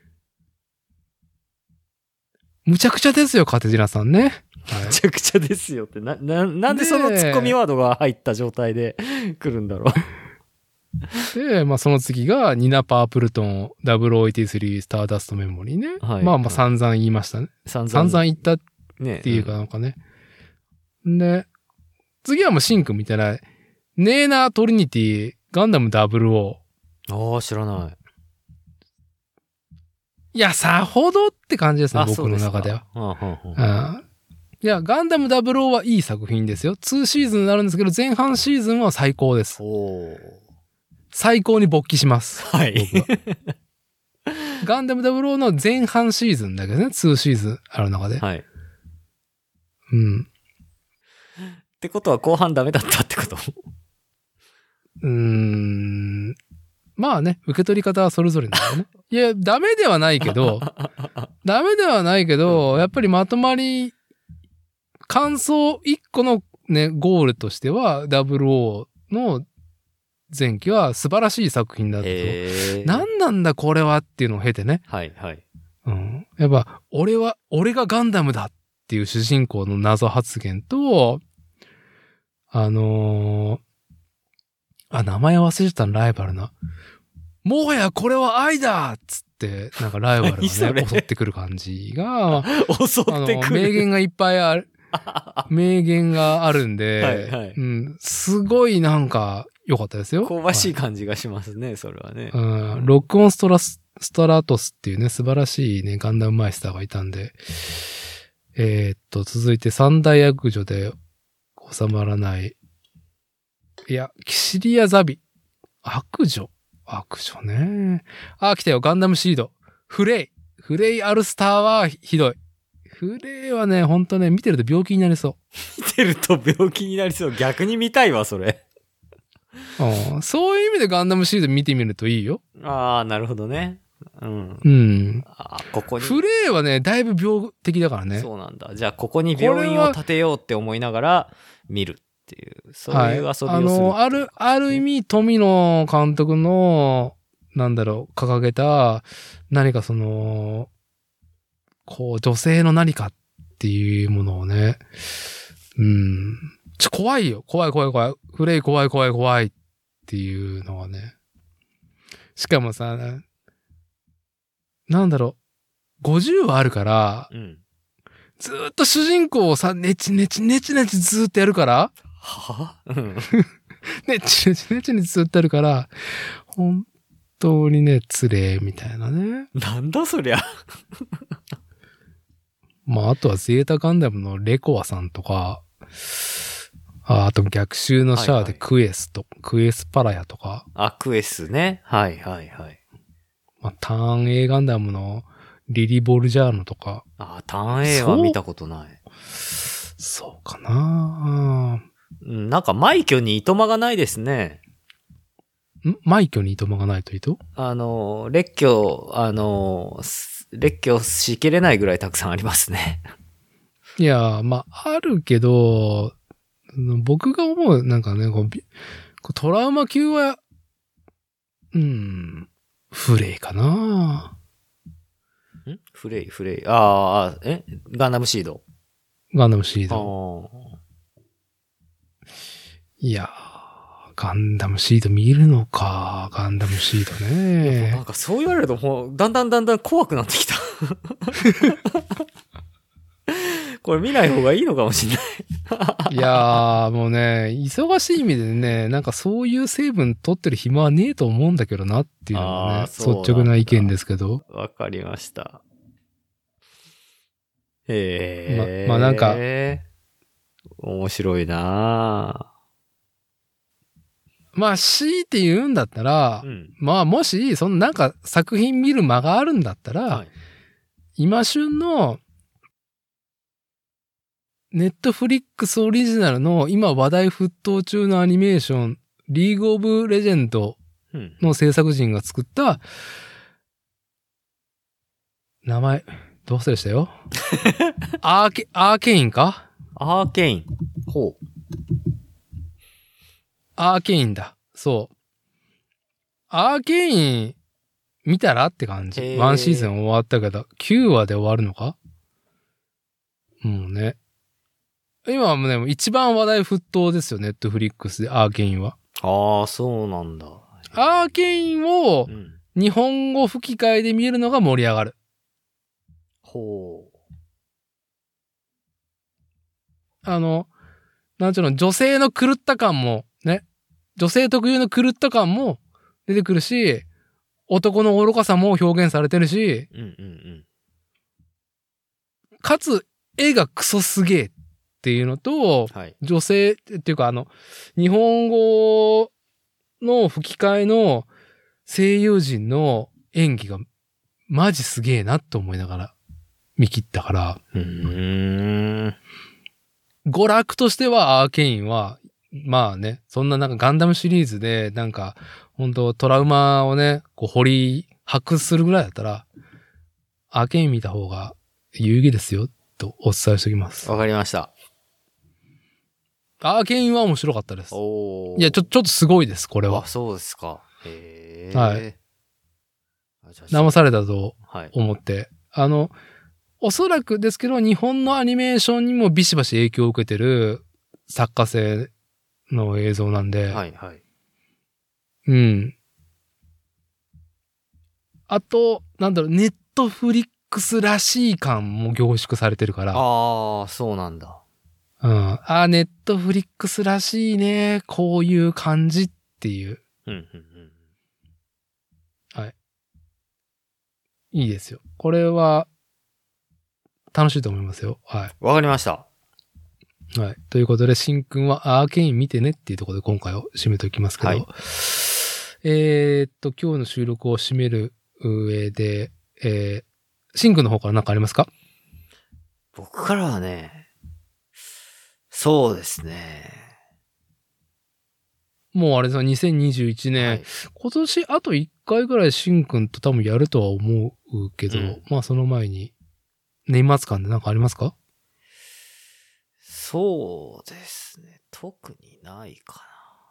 むちゃくちゃですよ、カテジナさんね。 はい、むちゃくちゃですよって、なんでそのツッコミワードが入った状態で来るんだろう。で、まあその次が、ニナ・パープルトン、0083スターダストメモリーね。はい、まあ散々言いましたね。散々言ったっていうかなんかね。 で、次はもうシンクみたいな、ネーナートリニティ、ガンダム00。 ああ、知らない。 いや、さほどって感じですね、 あ、 僕の中では。 は。 いや、ガンダム00はいい作品ですよ。2シーズンになるんですけど、前半シーズンは最高です。 おー。 最高に勃起します。 はい。 僕はガンダム00の前半シーズンだけどね、2シーズンある中で。 はい。っうん。 てことは後半ダメだったってこと？ まあね、受け取り方はそれぞれなんだよね。いや、ダメではないけど、やっぱりまとまり、感想1個のね、ゴールとしては、00の前期は素晴らしい作品だったと。何なんだこれはっていうのを経てね。 はいはい。 やっぱ、俺がガンダムだっていう主人公の謎発言と、名前忘れちゃったの、ライバルな。もはやこれは愛だっつって、なんかライバルがね、襲ってくる感じが、 襲ってくる。 名言がいっぱいある。名言があるんで、 はいはい、 すごいなんか良かったですよ。 香ばしい感じがしますね、はい、それはね。 ロックオンストラトスっていうね、素晴らしいね、ガンダムマイスターがいたんで、続いて三大悪女で収まらない。いや、キシリアザビ。悪女ね。来たよ、ガンダムシード。フレイアルスターはひどい。フレイはね、ほんとね、見てると病気になりそう。 見てると病気になりそう。逆に見たいわ、それ。 そういう意味でガンダムシード見てみるといいよ。 ああ、なるほどね。ここに。 フレイはね、だいぶ病的だからね。 そうなんだ。じゃあ、ここに病院を建てようって思いながら見るっていう、そういう遊びをする、 ある意味、富野監督の、掲げた、何か女性の何かっていうものをね、怖いよ。怖い。フレイ怖いっていうのはね。しかもさ、50はあるから、ずーっと主人公をさ、ネチずーっとやるから、ネチずっとやるから、本当にね、つれみたいなね。 なんだそりゃ。 あとはゼータガンダムのレコアさんとか、あと逆襲のシャアでクエスパラヤとか。 クエスね。はい。 ターン A ガンダムのリリボルジャーノとか。 ターン A は見たことない。 そうかな。 なんか枚挙にいとまがないですね。 枚挙にいとまがないというと？ 列挙しきれないぐらいたくさんありますね。 いや、あるけど、僕が思う、トラウマ級は、フレイかな。 フレイ。ガンダムシード。 いやガンダムシード見るのか。ガンダムシードね。 なんかそう言われるともうだんだん怖くなってきた。これ見ない方がいいのかもしれない。 いやもうね、忙しい意味でね、そういう成分取ってる暇はねえと思うんだけどなっていうのがね、率直な意見ですけど。 わかりました。面白いなぁ。強いて言うんだったら、もし、作品見る間があるんだったら、今旬の、ネットフリックスオリジナルの今話題沸騰中のアニメーション、リーグオブレジェンドの制作陣が作った、名前、どうせでしたよ。アーケインか？ アーケイン。ほう。 アーケインだ。そう。アーケイン見たらって感じ。1シーズン終わったけど、9話で終わるのか？もうね。今はね、一番話題沸騰ですよ、ネットフリックスで、アーケインは。 そうなんだ。 アーケインを日本語吹き替えで見るのが盛り上がる。 ほう。 なんちゅうの、女性の狂った感も、ね。女性特有の狂った感も出てくるし、男の愚かさも表現されてるし、かつ、絵がクソすげえっていうのと、 はい、 女性っていうか日本語の吹き替えの声優陣の演技がマジすげえなと思いながら見切ったから、娯楽としてはアーケインは、まあね、そんななんかガンダムシリーズでなんか本当トラウマをね、こう発掘するぐらいだったら、アーケイン見た方が有意義ですよとお伝えしておきます。 わかりました。 アーケインは面白かったです。いや、ちょっとすごいです、これは。 あ、そうですか。へえ。 はい。騙されたと思って。はい、おそらくですけど、日本のアニメーションにもビシバシ影響を受けてる作家性の映像なんで。 はいはい。 うん。あと、なんだろう、ネットフリックスらしい感も凝縮されてるから。 ああ、そうなんだ。 うん。ネットフリックスらしいね。こういう感じっていう。はい。いいですよ。これは、楽しいと思いますよ。はい。 わかりました。 はい。ということで、しんくんはアーケイン見てねっていうところで今回を締めておきますけど。はい、今日の収録を締める上で、しんくんの方から何かありますか？ 僕からはね、そうですね。 もうあれさ、2021年、はい、今年あと1回ぐらいしんくんと多分やるとは思うけど、まあその前に、年末間で何かありますか？ そうですね。特にないか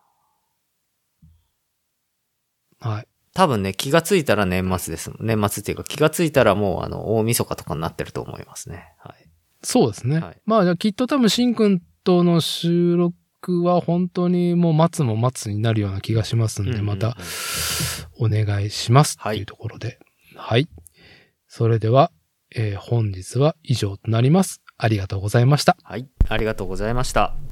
な。はい。 多分ね、気がついたら年末です。年末っていうか気がついたらもう大晦日とかになってると思いますね。はい。 そうですね。はい、まあじゃあきっと多分しんくんとの収録は本当にもう末も末になるような気がしますんで、またお願いしますっていうところで。はい。それでは、本日は以上となります。ありがとうございました。 はい。ありがとうございました。